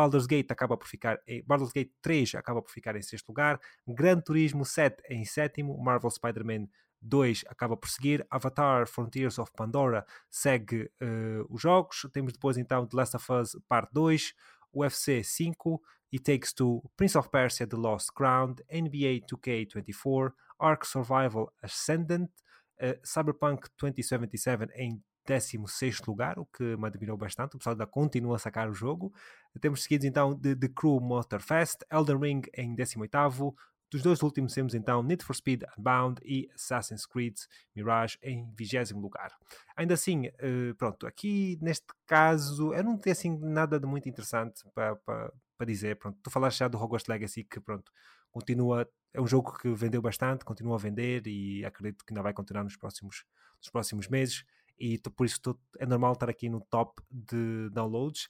Baldur's Gate 3 acaba por ficar em sexto lugar, Gran Turismo 7 em sétimo, Marvel Spider-Man 2 acaba por seguir, Avatar Frontiers of Pandora segue os jogos, temos depois então The Last of Us Part 2, UFC 5, It Takes Two, Prince of Persia The Lost Crown, NBA 2K24, Ark Survival Ascendant, Cyberpunk 2077 em 16º lugar, o que me admirou bastante, o pessoal ainda continua a sacar o jogo. Temos seguidos então de The Crew Motorfest, Elden Ring em 18º, dos dois últimos temos então Need for Speed Unbound e Assassin's Creed Mirage em 20º lugar. Ainda assim, pronto, aqui neste caso eu não tenho assim nada de muito interessante para dizer. Pronto, tu falaste já do Hogwarts Legacy que pronto, continua, é um jogo que vendeu bastante, continua a vender e acredito que ainda vai continuar nos próximos meses e por isso é normal estar aqui no top de downloads.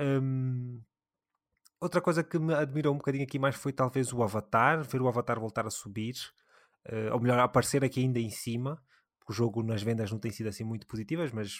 Outra coisa que me admirou um bocadinho aqui mais foi talvez o Avatar, ver o Avatar voltar a subir, ou melhor, a aparecer aqui ainda em cima, porque o jogo nas vendas não tem sido assim muito positivas, mas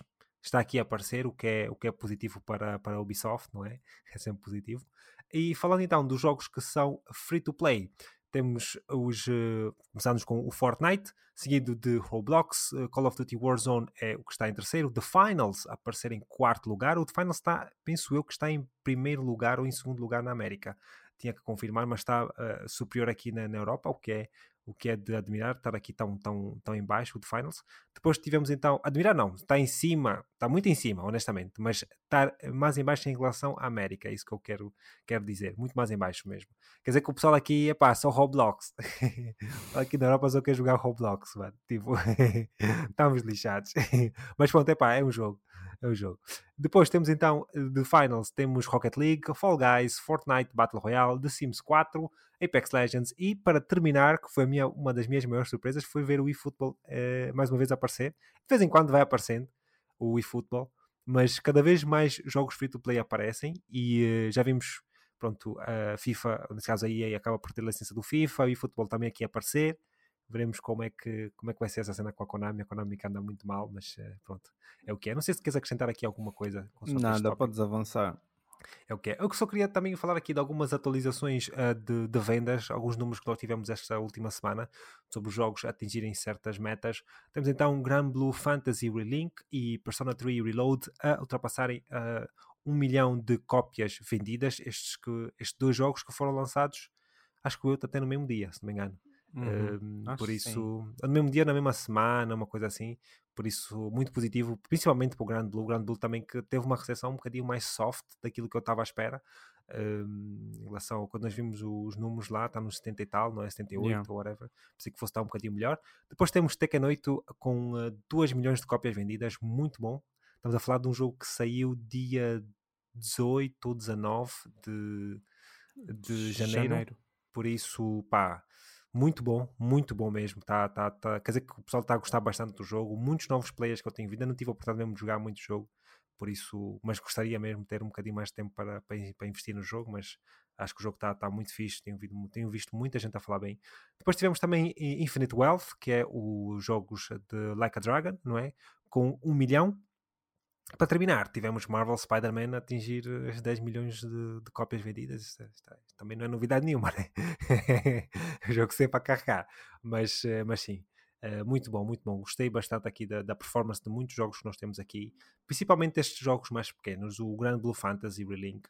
está aqui a aparecer, o que é positivo para a Ubisoft, não é? É sempre positivo. E falando então dos jogos que são free to play, temos começamos com o Fortnite, seguido de Roblox, Call of Duty Warzone é o que está em terceiro, The Finals a aparecer em quarto lugar, o The Finals está, penso eu, que está em primeiro lugar ou em segundo lugar na América. Tinha que confirmar, mas está superior aqui na Europa, o que é de admirar, estar aqui tão em baixo, o de Finals. Depois tivemos então, admirar não, está em cima, está muito em cima, honestamente, mas estar mais em baixo em relação à América, é isso que eu quero dizer, muito mais em baixo mesmo. Quer dizer que o pessoal aqui, epá, só Roblox. Aqui na Europa só quer jogar Roblox, mano. Tipo, estamos lixados. Mas pronto, epá, é um jogo. É um jogo. Depois temos então, de Finals, temos Rocket League, Fall Guys, Fortnite Battle Royale, The Sims 4, Apex Legends e para terminar, que foi uma das minhas maiores surpresas, foi ver o eFootball mais uma vez aparecer. De vez em quando vai aparecendo o eFootball, mas cada vez mais jogos free-to-play aparecem e já vimos, pronto, a FIFA, nesse caso a EA acaba por ter a licença do FIFA, o eFootball também aqui a aparecer. Veremos como é que vai ser essa cena com a Konami que anda muito mal, mas pronto, é o que é. Não sei se queres acrescentar aqui alguma coisa consoante este Nada, tópico. podes avançar. É o que é. Eu só queria também falar aqui de algumas atualizações de vendas, alguns números que nós tivemos esta última semana sobre os jogos atingirem certas metas. Temos então Granblue Fantasy Relink e Persona 3 Reload a ultrapassarem 1 milhão de cópias vendidas. Estes dois jogos que foram lançados, acho que eu até no mesmo dia, se não me engano. Acho Por que sim. isso, no mesmo dia, na mesma semana, uma coisa assim. Por isso, muito positivo, principalmente para o Grand Blue. O Grand Blue também que teve uma recepção um bocadinho mais soft daquilo que eu estava à espera. Em relação a quando nós vimos os números lá, está nos 70 e tal, não é? 78 Yeah. ou whatever. Pensei que fosse estar um bocadinho melhor. Depois temos Tekken 8 com 2 milhões de cópias vendidas, muito bom. Estamos a falar de um jogo que saiu dia 18 ou 19 de janeiro. Janeiro. Por isso, pá, muito bom mesmo. Quer dizer que o pessoal está a gostar bastante do jogo. Muitos novos players que eu tenho vindo. Eu não tive a oportunidade mesmo de jogar muito jogo, por isso, mas gostaria mesmo de ter um bocadinho mais de tempo para investir no jogo. Mas acho que o jogo está muito fixe. Tenho visto muita gente a falar bem. Depois tivemos também Infinite Wealth, que é os jogos de Like a Dragon, não é? Com 1 milhão. Para terminar, tivemos Marvel Spider-Man a atingir as 10 milhões de cópias vendidas. Isto também não é novidade nenhuma, né? O jogo sempre a carregar. Mas sim, muito bom, muito bom. Gostei bastante aqui da performance de muitos jogos que nós temos aqui, principalmente estes jogos mais pequenos, o Grand Blue Fantasy Relink,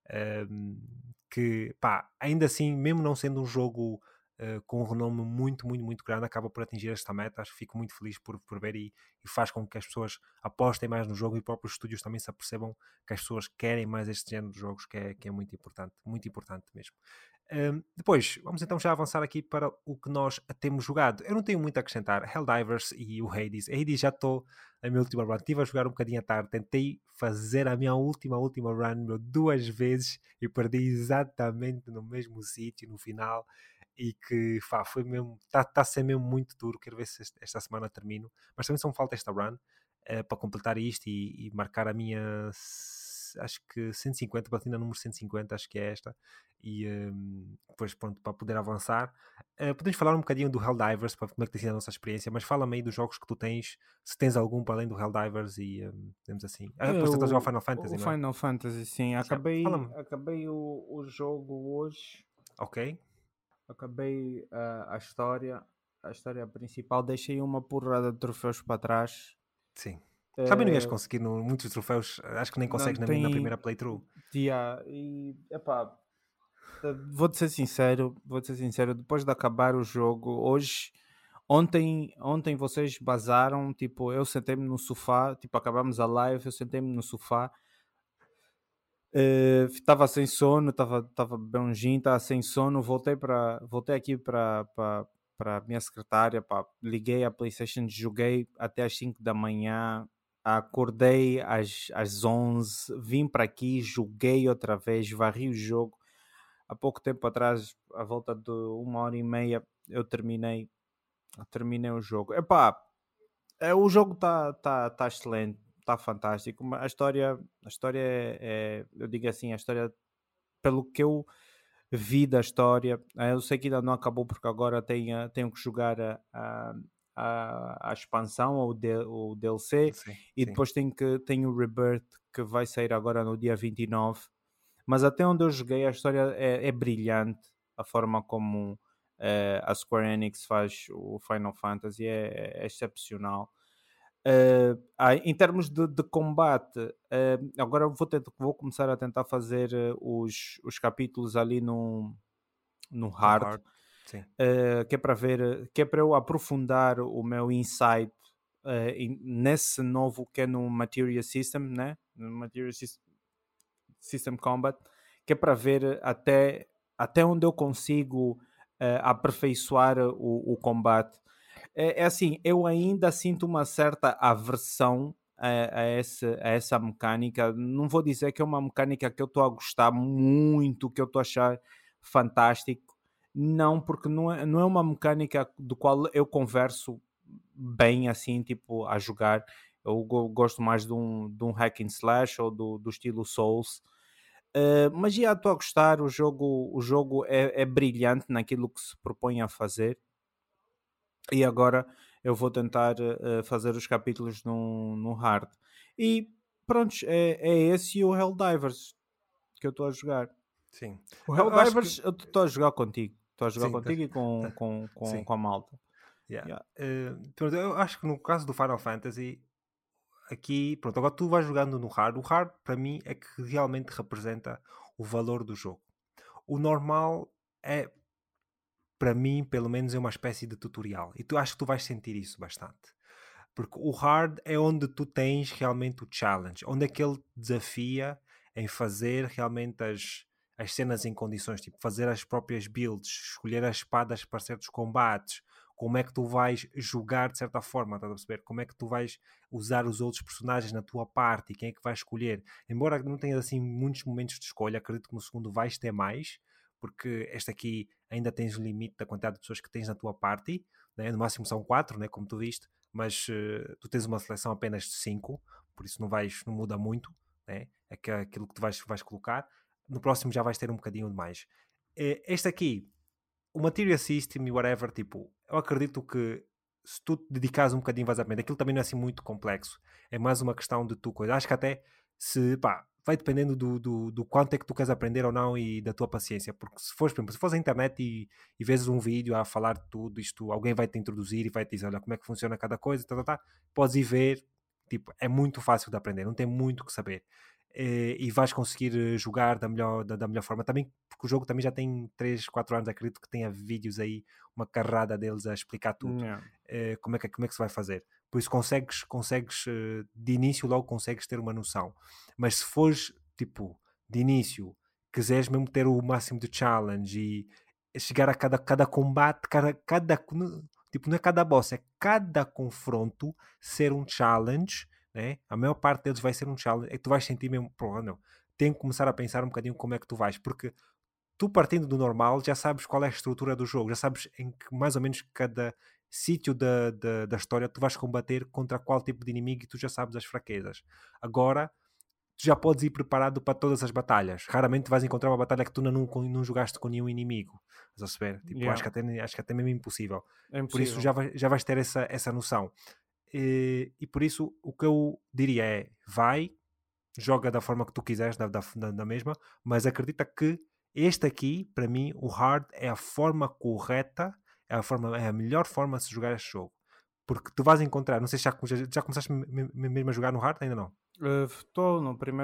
que, pá, ainda assim, mesmo não sendo um jogo com um renome muito grande, acaba por atingir esta meta. Acho que fico muito feliz por ver e faz com que as pessoas apostem mais no jogo e os próprios estúdios também se apercebam que as pessoas querem mais este género de jogos, que é muito importante mesmo. Depois, vamos então já avançar aqui para o que nós temos jogado. Eu não tenho muito a acrescentar. Helldivers e o Hades. Hades já estou na minha última run. Estive a jogar um bocadinho à tarde. Tentei fazer a minha última run 2 vezes e perdi exatamente no mesmo sítio no final. E que foi mesmo, está a ser mesmo muito duro. Quero ver se esta semana termino, mas também só me falta esta run para completar isto e marcar a minha, acho que 150, platina número 150, acho que é esta, e depois pronto, para poder avançar. Podemos falar um bocadinho do Helldivers, para como é que tem sido a nossa experiência, mas fala-me aí dos jogos que tu tens, se tens algum para além do Helldivers e temos assim, depois tentas jogar o Final Fantasy, O não é? Final Fantasy, sim. Já, Acabei, fala-me. acabei o jogo hoje. Ok, Acabei a história principal. Deixei uma porrada de troféus para trás. sim. Também não ias Eh, conseguir muitos troféus, acho que nem não consegues na tem. primeira playthrough. E epá, vou-te ser sincero, depois de acabar o jogo, ontem vocês bazaram, tipo, eu sentei-me no sofá, tipo, acabamos a live, eu sentei-me no sofá, estava sem sono, estava bem um gin, estava sem sono, voltei aqui para a minha secretária, pá, liguei a PlayStation, joguei até às 5 da manhã, acordei às 11, vim para aqui, joguei outra vez, varri o jogo. Há pouco tempo atrás, à volta de 1 hora e meia, eu terminei o jogo. Epá, o jogo tá excelente, está fantástico. A história eu digo assim, a história, pelo que eu vi da história, eu sei que ainda não acabou porque agora tenho que jogar a expansão ou o DLC, Sim, e sim. depois tem o Rebirth que vai sair agora no dia 29. Mas até onde eu joguei, a história é brilhante. A forma como a Square Enix faz o Final Fantasy é excepcional. Em termos de combate, agora vou começar a tentar fazer os capítulos ali no No hard, hard, sim. que é para ver, que é para eu aprofundar o meu insight nesse novo que é no Materia System, né? No Materia System Combat, que é para ver até onde eu consigo aperfeiçoar o combate. É assim, eu ainda sinto uma certa aversão a essa mecânica. Não vou dizer que é uma mecânica que eu estou a gostar muito, que eu estou a achar fantástico. Não, porque não é uma mecânica do qual eu converso bem assim, tipo, a jogar. Eu gosto mais de um hack and slash ou do estilo Souls. Mas já estou a gostar, o jogo é brilhante naquilo que se propõe a fazer, e agora eu vou tentar fazer os capítulos no hard. E pronto, é esse e o Helldivers que eu estou a jogar. Sim. O Eu acho que Helldivers eu estou a jogar contigo. Estou a jogar sim, contigo e com, tá- com, com, sim. com a malta. Yeah. Yeah. Pronto, eu acho que no caso do Final Fantasy, aqui, pronto, agora tu vais jogando no hard. O hard, para mim, é que realmente representa o valor do jogo. O normal é, para mim, pelo menos, é uma espécie de tutorial. E tu acho que tu vais sentir isso bastante. Porque o hard é onde tu tens realmente o challenge, onde é que ele desafia em fazer realmente as cenas em condições, tipo fazer as próprias builds, escolher as espadas para certos combates, como é que tu vais jogar de certa forma, estás a perceber? Como é que tu vais usar os outros personagens na tua parte e quem é que vais escolher. Embora não tenhas assim muitos momentos de escolha, acredito que no segundo vais ter mais, porque este aqui ainda tens o limite da quantidade de pessoas que tens na tua party, né? No máximo são 4, né? Como tu viste, mas tu tens uma seleção apenas de 5, por isso não muda muito, né? É que aquilo que tu vais colocar. No próximo já vais ter um bocadinho de mais. Este aqui, o Material System e whatever, tipo, eu acredito que se tu te dedicares um bocadinho vais aprender. Aquilo também não é assim muito complexo. É mais uma questão de tu coisa. Acho que até se, pá, vai dependendo do quanto é que tu queres aprender ou não e da tua paciência. Porque se fores, por exemplo, se fores à internet e vês um vídeo a falar de tudo isto, alguém vai te introduzir e vai te dizer, olha, como é que funciona cada coisa, podes ir ver, tipo, é muito fácil de aprender, não tem muito o que saber. E vais conseguir jogar da melhor forma. Também, porque o jogo também já tem 3 4 anos, acredito que tenha vídeos aí, uma carrada deles a explicar tudo. Yeah. Como é que se vai fazer. Por isso consegues de início logo consegues ter uma noção. Mas se fores, tipo, de início, quiseres mesmo ter o máximo de challenge e chegar a cada combate, tipo, não é cada boss, é cada confronto ser um challenge, né? A maior parte deles vai ser um challenge, é que tu vais sentir mesmo, pô, não, tem que começar a pensar um bocadinho como é que tu vais, porque tu partindo do normal já sabes qual é a estrutura do jogo, já sabes em que mais ou menos cada sítio da história tu vais combater contra qual tipo de inimigo e tu já sabes as fraquezas. Agora, tu já podes ir preparado para todas as batalhas. Raramente vais encontrar uma batalha que tu não jogaste com nenhum inimigo. Estás a perceber? Tipo, Yeah. acho que até mesmo impossível. É Por isso impossível. já vais ter essa noção. E por isso o que eu diria é, joga da forma que tu quiseres, da mesma, mas acredita que este aqui, para mim, o hard é a forma correta, é a melhor forma de se jogar este jogo. Porque tu vais encontrar, não sei se já começaste mesmo a jogar no hard, ainda não. Estou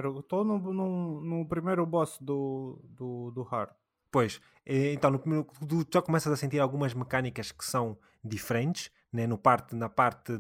no primeiro boss do hard. Pois, então no primeiro, tu já começas a sentir algumas mecânicas que são diferentes, né? Na parte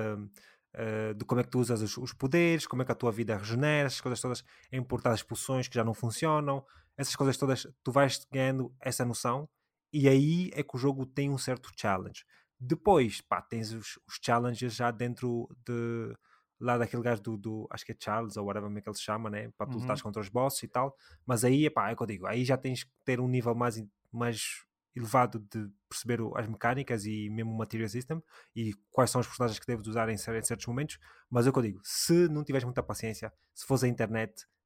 de como é que tu usas os poderes, como é que a tua vida regenera, essas coisas todas, é importante as poções que já não funcionam, essas coisas todas, tu vais ganhando essa noção e aí é que o jogo tem um certo challenge. Depois, pá, tens os challenges já dentro de lá daquele gajo acho que é Charles ou whatever como é que ele se chama, né? Para tu lutares Uhum. contra os bosses e tal, mas aí, epá, é o que eu digo, aí já tens que ter um nível mais elevado de perceber as mecânicas e mesmo o material system e quais são os personagens que deves usar em certos momentos, mas é o que eu digo, se não tiveres muita paciência, se fores à internet,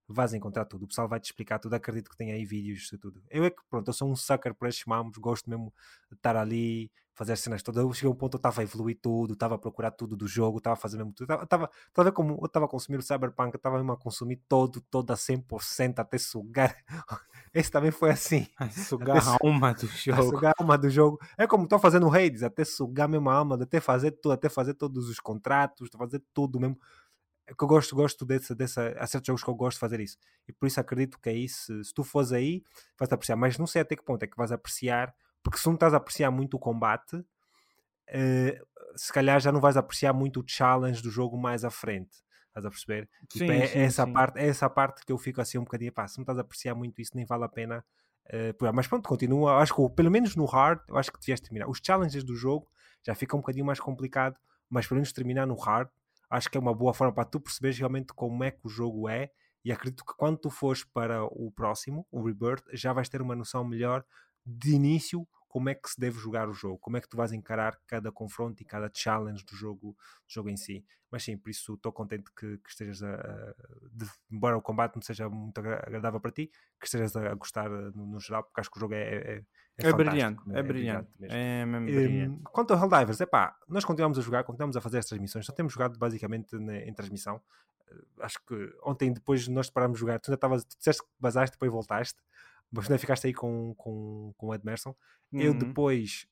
vais encontrar tudo, o pessoal vai-te explicar tudo, acredito que tem aí vídeos de tudo. Eu é que, pronto, eu sou um sucker por estes mamos, gosto mesmo de estar ali, fazer as cenas todas. Eu cheguei a um ponto, eu estava a evoluir tudo, estava a procurar tudo do jogo, estava a fazer mesmo tudo, estava a ver como eu estava a consumir o Cyberpunk, eu estava mesmo a consumir todo a 100%, até sugar. Esse também foi assim, até Sugar a alma do a jogo. sugar a alma do jogo. É como estou fazendo o Hades, até sugar mesmo a alma, até fazer tudo, até fazer todos os contratos, fazer tudo mesmo. É que eu gosto há certos jogos que eu gosto de fazer isso. E por isso acredito que aí, se tu fores aí, vais apreciar. Mas não sei até que ponto é que vais apreciar, porque se não estás a apreciar muito o combate, eh, se calhar já não vais apreciar muito o challenge do jogo mais à frente. Estás a perceber? Tipo, Sim, sim, sim. é essa parte que eu fico assim um bocadinho, pá, se não estás a apreciar muito isso, nem vale a pena. Mas pronto, continua. Acho que pelo menos no hard, eu acho que devias terminar. Os challenges do jogo já fica um bocadinho mais complicado, mas pelo menos terminar no hard, acho que é uma boa forma para tu perceberes realmente como é que o jogo é. E acredito que quando tu fores para o próximo, o Rebirth, já vais ter uma noção melhor de início como é que se deve jogar o jogo, como é que tu vais encarar cada confronto e cada challenge do jogo em si. Mas sim, por isso estou contente que estejas embora o combate não seja muito agradável para ti, que estejas a gostar no geral, porque acho que o jogo é É brilhante, fantástico, é é brilhante brilhante. mesmo. É mesmo brilhante. Quanto ao Helldivers, nós continuamos a jogar, continuamos a fazer as transmissões, só temos jogado basicamente em transmissão. Acho que ontem, depois de nós pararmos de jogar, tu disseste que basaste, depois voltaste, mas ainda ficaste aí com o Edmerson. Eu Uhum. depois,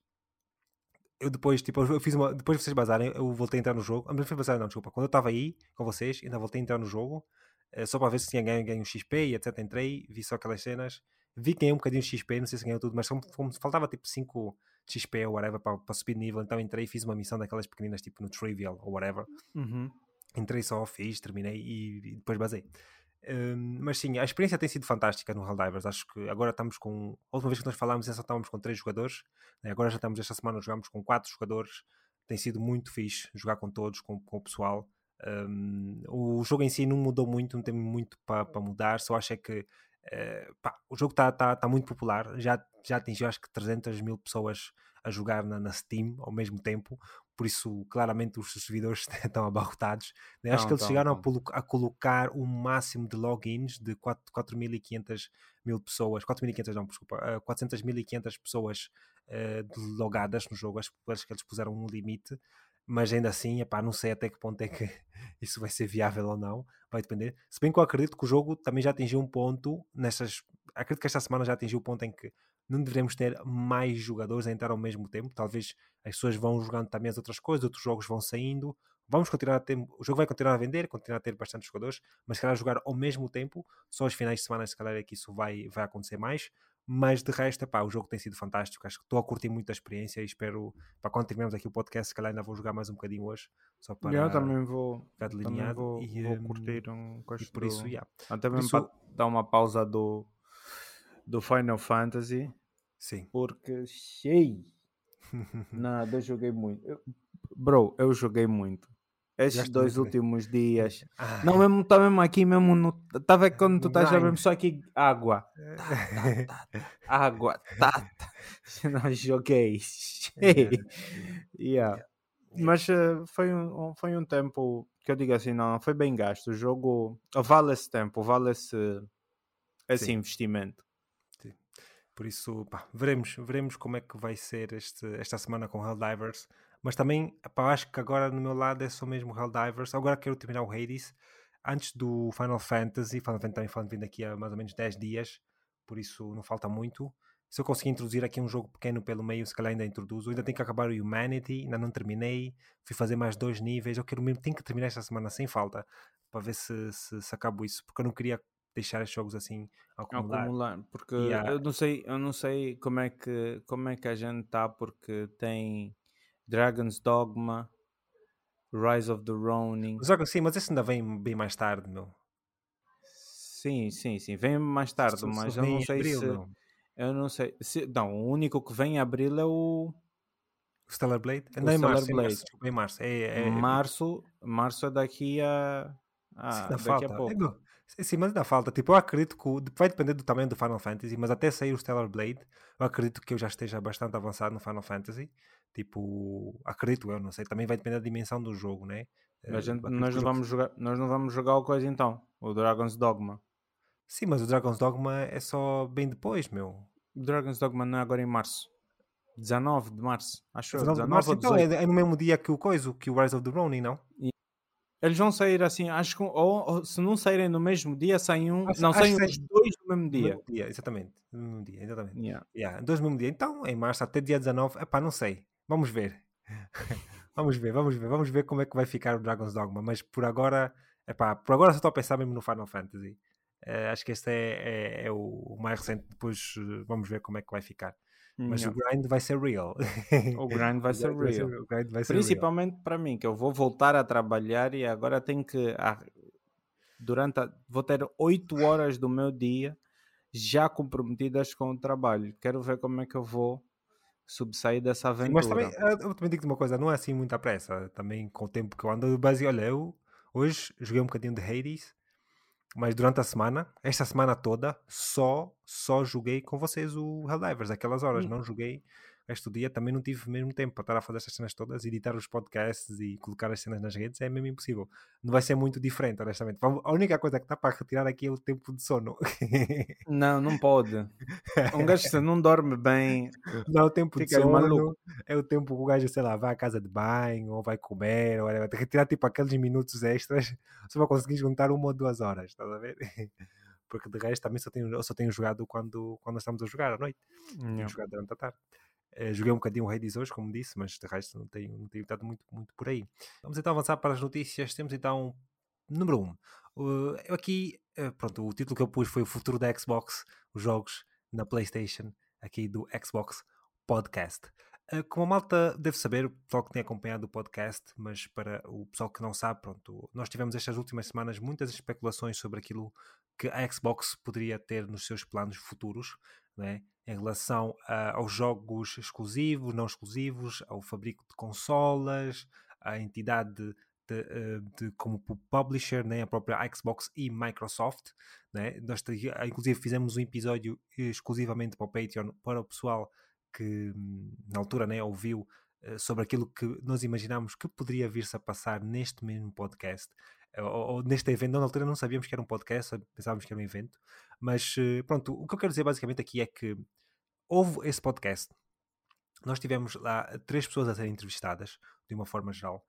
tipo, eu fiz depois de vocês bazarem, eu voltei a entrar no jogo. Mas não foi bazar, não, desculpa. Quando eu estava aí com vocês, ainda voltei a entrar no jogo, só para ver se tinha ganho um XP e etc. Entrei, vi só aquelas cenas, vi que ganhei um bocadinho de XP, não sei se ganhou tudo, mas como faltava tipo 5 XP ou whatever para subir de nível, então entrei e fiz uma missão daquelas pequeninas, tipo no Trivial ou whatever. Uhum. Entrei só, fiz, terminei e depois basei. Mas sim, a experiência tem sido fantástica no Helldivers. Acho que agora estamos com. A última vez que nós falámos, só estávamos com 3 jogadores, né? Agora já estamos, esta semana jogamos com 4 jogadores. Tem sido muito fixe jogar com todos, com o pessoal. O jogo em si não mudou muito, não tem muito para mudar. Só acho é que o jogo está muito popular. Já atingiu acho que 300 mil pessoas a jogar na Steam ao mesmo tempo. Por isso, claramente, os servidores estão abarrotados. Acho que eles chegaram Então. a colocar um máximo de logins de 4.500 mil pessoas, 4.500 não, desculpa, 400.500 pessoas logadas no jogo. Acho que eles puseram um limite, mas ainda assim, não sei até que ponto é que isso vai ser viável ou não, vai depender. Se bem que eu acredito que o jogo também já atingiu um ponto, acredito que esta semana já atingiu o ponto em que não devemos ter mais jogadores a entrar ao mesmo tempo. Talvez as pessoas vão jogando também as outras coisas, outros jogos vão saindo. Vamos continuar a ter, o jogo vai continuar a vender, continuar a ter bastantes jogadores, mas se calhar jogar ao mesmo tempo, só aos finais de semana, se calhar é que isso vai acontecer mais. Mas de resto, o jogo tem sido fantástico. Acho que estou a curtir muito a experiência e espero, para quando terminarmos aqui o podcast, se calhar ainda vou jogar mais um bocadinho hoje, só Eu para também vou, ficar delineado. vou curtir E coisa por isso, do. yeah. Até Por mesmo para isso, dar uma pausa do Final Fantasy, sim. porque cheio. Nada, eu joguei muito. Bro, eu joguei muito. Estes Jogaste 2 muito, né? últimos dias. Não, Ai, mesmo, tá mesmo aqui, mesmo no. Tá vendo quando tu no estás já grind. mesmo só aqui água. Água, Não joguei. Yeah, Yeah. yeah, yeah. Mas foi um tempo que eu digo assim, não, foi bem gasto. O jogo vale esse tempo, vale esse Sim, investimento. sim. Por isso, veremos como é que vai ser esta semana com Helldivers. Mas também, acho que agora no meu lado é só mesmo Helldivers. Agora quero terminar o Hades antes do Final Fantasy. Final Fantasy também falando vindo aqui há mais ou menos 10 dias, por isso não falta muito. Se eu conseguir introduzir aqui um jogo pequeno pelo meio, se calhar ainda introduzo. Ainda tenho que acabar o Humanity, ainda não terminei. Fui fazer mais 2 níveis. Eu quero mesmo, tenho que terminar esta semana sem falta para ver se acabo isso, porque eu não queria deixar os jogos assim a acumular. Acumular, porque E eu não sei como é que a gente está, porque tem Dragon's Dogma, Rise of the Ronin. Joga sim, mas esse ainda vem bem mais tarde, meu. Sim, sim, sim, vem mais tarde, Só mas vem em abril, meu. eu não sei se não, o único que vem em abril é O Stellar Blade? o Não, Stellar em março, Blade. desculpa, em março. Março é daqui Sim, ainda daqui a falta. pouco. Sim, mas ainda falta. Tipo, eu acredito que vai depender do tamanho do Final Fantasy, mas até sair o Stellar Blade, eu acredito que eu já esteja bastante avançado no Final Fantasy. Tipo, acredito eu, não sei. Também vai depender da dimensão do jogo, né? Mas Acredito que o jogo. nós não vamos jogar o coisa então, o Dragon's Dogma. Sim, mas o Dragon's Dogma é só bem depois, meu. Dragon's Dogma não é agora em março. 19 de março, acho eu. 19 de 19 março, ou então é, 18. é no mesmo dia que o Coiso, que o Rise of the Ronin, não? E eles vão sair assim, acho que ou se não saírem no mesmo dia, saem um. Não, Acho saem que os dois no mesmo no dia. mesmo dia, exatamente. No mesmo dia, exatamente. Yeah. Yeah, dois no mesmo dia. Então, em março, até dia 19, epá, não sei. Vamos ver. Vamos ver como é que vai ficar o Dragon's Dogma. Mas por agora, epá, por agora só estou a pensar mesmo no Final Fantasy. Acho que este é o mais recente. Depois vamos ver como é que vai ficar. Mas o Yeah. grind vai ser real. O grind vai ser real. O grind vai ser real. Principalmente para mim, que eu vou voltar a trabalhar e agora tenho que. Vou ter 8 horas do meu dia já comprometidas com o trabalho. Quero ver como é que eu vou subsair dessa Sim, mas também, aventura. eu também digo-te uma coisa, não é assim muita pressa. Também com o tempo que eu ando, basicamente, olha, eu hoje joguei um bocadinho de Hades, mas durante a semana, esta semana toda, só joguei com vocês o Helldivers, aquelas horas, Hum, não joguei este dia, também não tive mesmo tempo para estar a fazer estas cenas todas, editar os podcasts e colocar as cenas nas redes, é mesmo impossível. Não vai ser muito diferente, honestamente. A única coisa que dá para retirar aqui é o tempo de sono. Não, não pode. Um gajo que não dorme bem, Não, o tempo de ficas maluco. sono é o tempo que o gajo, sei lá, vai à casa de banho ou vai comer, ou whatever. Tem que retirar tipo aqueles minutos extras só para conseguir juntar 1 ou 2 horas, estás a ver? Porque de resto também eu só tenho jogado quando estamos a jogar à noite. Não tenho Yeah. jogado durante a tarde. Joguei um bocadinho o Hades hoje, como disse, mas de resto não tenho estado muito por aí. Vamos então avançar para as notícias. Temos então, número 1. Eu aqui, pronto, o título que eu pus foi o futuro da Xbox, os jogos na PlayStation, aqui do Xbox Podcast. Como a malta deve saber, o pessoal que tem acompanhado o podcast, mas para o pessoal que não sabe, pronto, nós tivemos estas últimas semanas muitas especulações sobre aquilo que a Xbox poderia ter nos seus planos futuros, né? Em relação aos jogos exclusivos, não exclusivos, ao fabrico de consolas, à entidade de como publisher, né? A própria Xbox e Microsoft. Né? Nós inclusive fizemos um episódio exclusivamente para o Patreon, para o pessoal que na altura, né, ouviu sobre aquilo que nós imaginámos que poderia vir-se a passar neste mesmo podcast, ou neste evento. Na altura não sabíamos que era um podcast, pensávamos que era um evento, mas pronto, o que eu quero dizer basicamente aqui é que houve esse podcast, nós tivemos lá 3 pessoas a serem entrevistadas, de uma forma geral.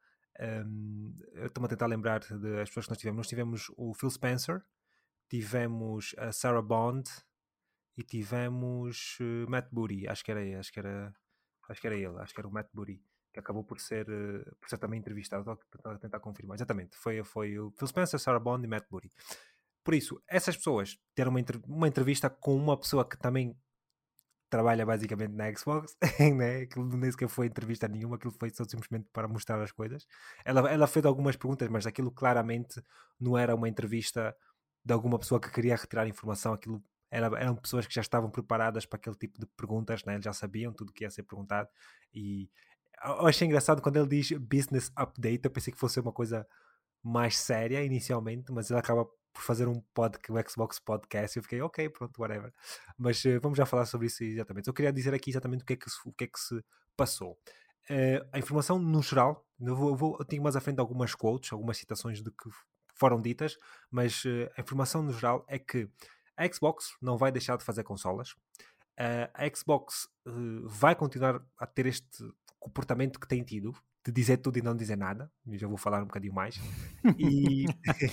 Eu estou-me a tentar lembrar das pessoas que nós tivemos. Nós tivemos o Phil Spencer, tivemos a Sarah Bond e tivemos Matt Booty. Acho que era o Matt Booty, que acabou por ser também entrevistado. Estou a tentar confirmar. Exatamente, foi o Phil Spencer, Sarah Bond e Matt Booty. Por isso, essas pessoas teram uma entrevista com uma pessoa que também trabalha basicamente na Xbox, né? Aquilo nem sequer foi entrevista nenhuma, aquilo foi só simplesmente para mostrar as coisas. Ela fez algumas perguntas, mas aquilo claramente não era uma entrevista de alguma pessoa que queria retirar informação, aquilo eram pessoas que já estavam preparadas para aquele tipo de perguntas, né? Eles já sabiam tudo o que ia ser perguntado. E eu achei engraçado quando ele diz business update, eu pensei que fosse uma coisa mais séria inicialmente, mas ele acaba por fazer um o Xbox Podcast e eu fiquei, ok, pronto, whatever. Mas vamos já falar sobre isso exatamente. Eu queria dizer aqui exatamente o que é que se passou. A informação no geral, eu tenho mais à frente algumas quotes, algumas citações de que foram ditas, mas a informação no geral é que a Xbox não vai deixar de fazer consolas. A Xbox vai continuar a ter este comportamento que tem tido, de dizer tudo e não dizer nada. Eu já vou falar um bocadinho mais. E,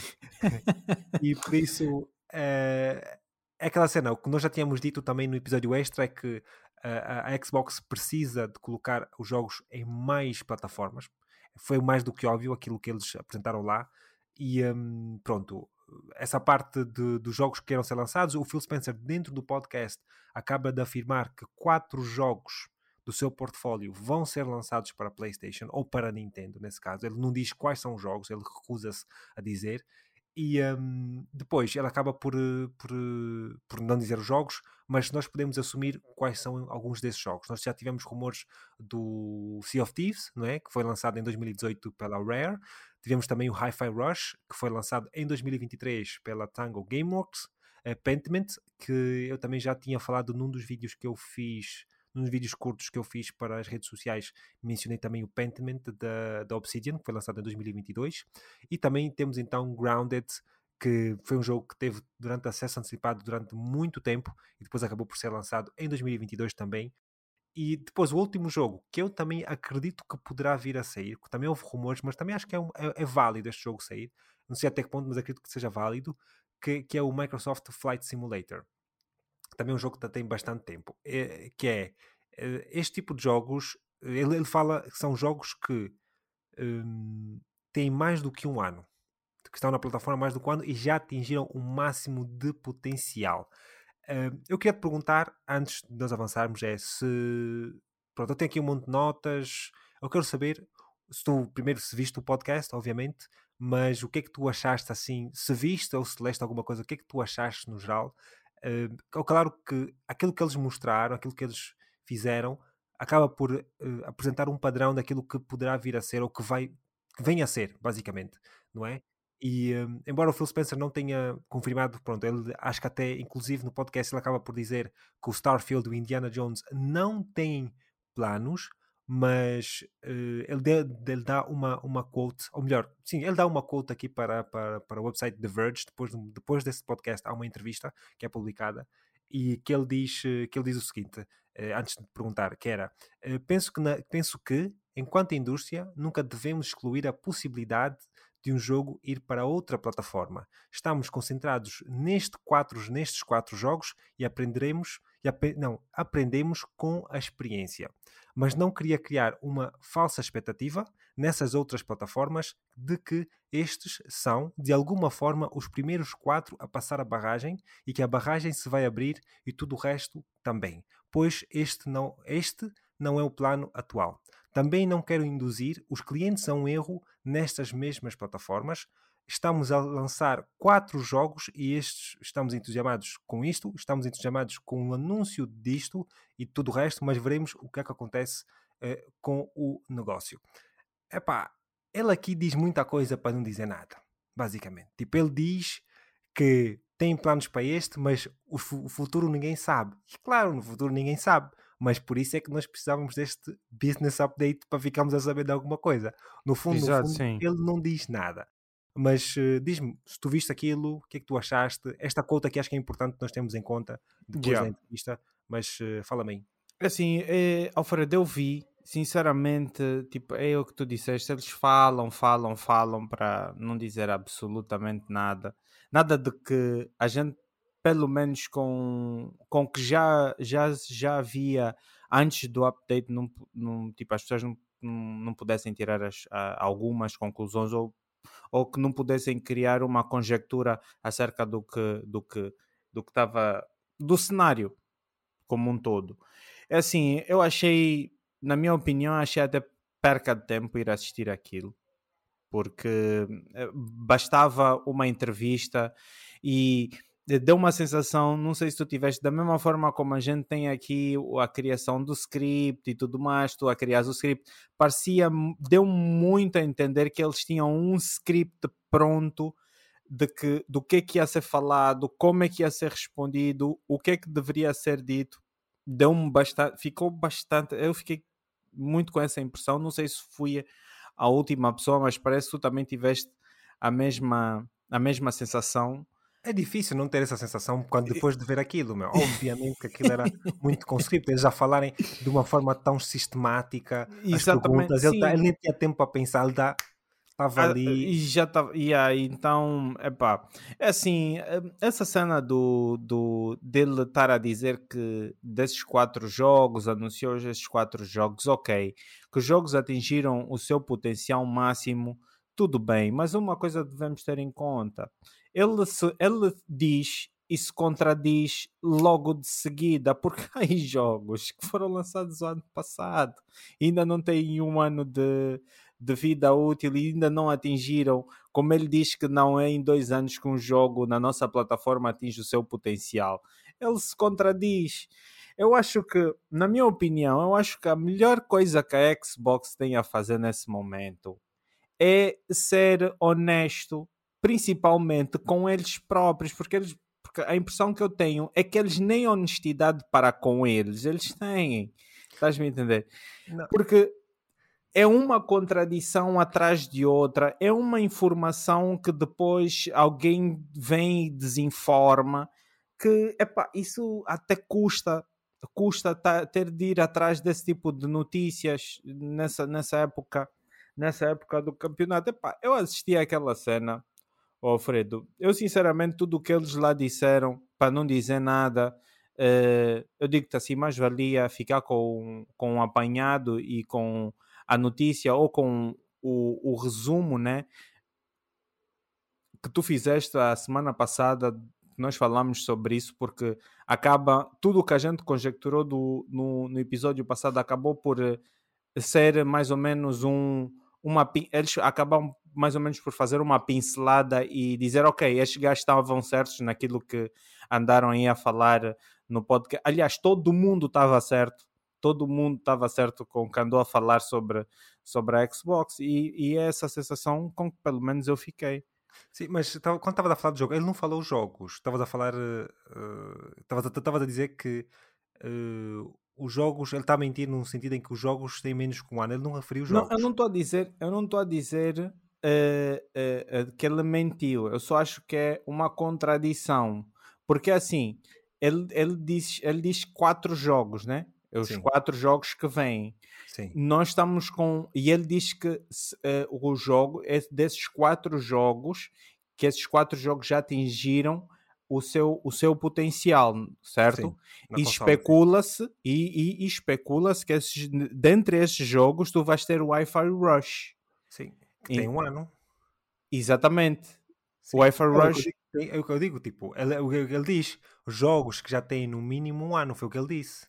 e por isso é aquela cena, o que nós já tínhamos dito também no episódio extra é que a Xbox precisa de colocar os jogos em mais plataformas. Foi mais do que óbvio aquilo que eles apresentaram lá. E pronto, essa parte dos jogos que queiram ser lançados, o Phil Spencer dentro do podcast acaba de afirmar que 4 jogos do seu portfólio vão ser lançados para a PlayStation ou para a Nintendo, nesse caso. Ele não diz quais são os jogos, ele recusa-se a dizer. E depois ele acaba por não dizer os jogos, mas nós podemos assumir quais são alguns desses jogos. Nós já tivemos rumores do Sea of Thieves, não é? Que foi lançado em 2018 pela Rare. Tivemos também o Hi-Fi Rush, que foi lançado em 2023 pela Tango Gameworks. Pentiment, que eu também já tinha falado num dos vídeos que eu fiz, nos vídeos curtos que eu fiz para as redes sociais, mencionei também o Pentiment da Obsidian, que foi lançado em 2022. E também temos então Grounded, que foi um jogo que teve durante acesso antecipado durante muito tempo e depois acabou por ser lançado em 2022 também. E depois o último jogo, que eu também acredito que poderá vir a sair, que também houve rumores, mas também acho que é válido este jogo sair. Não sei até que ponto, mas acredito que seja válido, que é o Microsoft Flight Simulator. Também é um jogo que tem bastante tempo. Este tipo de jogos, ele fala que são jogos que têm mais do que um ano, que estão na plataforma há mais do que um ano e já atingiram o máximo de potencial. Eu queria te perguntar, antes de nós avançarmos, se... Pronto, eu tenho aqui um monte de notas. Eu quero saber, se tu, primeiro, se viste o podcast, obviamente, mas o que é que tu achaste, assim, se viste ou se leste alguma coisa, o que é que tu achaste no geral? Claro que aquilo que eles mostraram, aquilo que eles fizeram, acaba por apresentar um padrão daquilo que poderá vir a ser ou que vem a ser, basicamente, não é? E embora o Phil Spencer não tenha confirmado, pronto, ele acho que até inclusive no podcast ele acaba por dizer que o Starfield e o Indiana Jones não têm planos, mas ele dá uma quote, ou melhor, sim, ele dá uma quote aqui para o website The Verge. Depois desse podcast há uma entrevista que é publicada e que ele diz o seguinte, antes de perguntar, que era penso que enquanto indústria nunca devemos excluir a possibilidade de um jogo ir para outra plataforma. Estamos concentrados nestes quatro jogos e aprendemos com a experiência. Mas não queria criar uma falsa expectativa nessas outras plataformas de que estes são, de alguma forma, os primeiros quatro a passar a barragem e que a barragem se vai abrir e tudo o resto também, pois este não é o plano atual. Também não quero induzir os clientes a um erro nestas mesmas plataformas. Estamos a lançar 4 jogos e estamos entusiasmados com isto, estamos entusiasmados com o anúncio disto e tudo o resto, mas veremos o que é que acontece com o negócio. Epá, ele aqui diz muita coisa para não dizer nada, basicamente. Tipo, ele diz que tem planos para este, mas o futuro ninguém sabe. E claro, no futuro ninguém sabe, mas por isso é que nós precisávamos deste business update para ficarmos a saber de alguma coisa. No fundo, Exato, sim. ele não diz nada. Mas diz-me, se tu viste aquilo, o que é que tu achaste? Esta conta aqui acho que é importante nós termos em conta depois da Yeah. entrevista, mas fala-me aí. Assim, Alfredo, eu vi, sinceramente, tipo, é o que tu disseste, eles falam para não dizer absolutamente nada. Nada de que a gente, pelo menos com o que já havia antes do update, tipo, as pessoas não pudessem tirar algumas conclusões ou que não pudessem criar uma conjectura acerca do que estava, do cenário como um todo. É assim, eu achei, na minha opinião, achei até perca de tempo ir assistir aquilo, porque bastava uma entrevista e deu uma sensação, não sei se tu tiveste, da mesma forma como a gente tem aqui a criação do script e tudo mais, tu a crias o script, deu muito a entender que eles tinham um script pronto do que é que ia ser falado, como é que ia ser respondido, o que é que deveria ser dito. Deu-me bastante, ficou bastante, eu fiquei muito com essa impressão, não sei se fui a última pessoa, mas parece que tu também tiveste a mesma sensação. É difícil não ter essa sensação quando depois de ver aquilo, meu. Obviamente que aquilo era muito conscripto, eles já falarem de uma forma tão sistemática as Exatamente, perguntas, ele sim. nem tinha tempo para pensar, ele estava ali. E já estava. E aí, então, epá, é assim, essa cena dele estar a dizer que desses 4 jogos, anunciou esses 4 jogos, ok, que os jogos atingiram o seu potencial máximo, tudo bem, mas uma coisa devemos ter em conta: ele diz e se contradiz logo de seguida, porque há aí jogos que foram lançados o ano passado e ainda não têm um ano de vida útil e ainda não atingiram, como ele diz que não é em 2 anos que um jogo na nossa plataforma atinge o seu potencial. Ele se contradiz. Eu acho que, na minha opinião, eu acho que a melhor coisa que a Xbox tem a fazer nesse momento é ser honesto, principalmente com eles próprios, porque a impressão que eu tenho é que eles nem honestidade para com eles têm. Estás-me a entender? Não, Porque é uma contradição atrás de outra, é uma informação que depois alguém vem e desinforma, que epá, isso até ter de ir atrás desse tipo de notícias nessa época do campeonato. Epá, eu assisti àquela cena, oh, Alfredo, eu sinceramente tudo o que eles lá disseram, para não dizer nada, eu digo-te assim, mais valia ficar com um apanhado e com a notícia ou com o resumo, né, que tu fizeste a semana passada. Nós falámos sobre isso porque acaba, tudo o que a gente conjecturou no episódio passado acabou por ser mais ou menos eles acabam mais ou menos por fazer uma pincelada e dizer, ok, estes gajos estavam certos naquilo que andaram aí a falar no podcast. Aliás, todo mundo estava certo com o que andou a falar sobre a Xbox, e é essa sensação com que pelo menos eu fiquei. Sim, mas quando estavas a falar de jogo, ele não falou jogos. Estavas a falar. Estavas a dizer que os jogos. Ele está a mentir num sentido em que os jogos têm menos que um ano. Ele não referiu Não, jogos. eu não estou a dizer que ele mentiu. Eu só acho que é uma contradição. Porque assim, ele diz 4 jogos, né? É os Sim, 4 jogos que vêm. sim, Nós estamos com. E ele diz que o jogo é desses 4 jogos, que esses 4 jogos já atingiram o seu potencial, sim. certo? Na E consola, sim. especula-se que dentre esses jogos tu vais ter o Wi-Fi Rush. Sim, que tem E- um ano. exatamente. O Sim. Wi-Fi É o que eu Rush, digo, é o que eu digo, tipo, ele diz jogos que já têm no mínimo um ano, foi o que ele disse.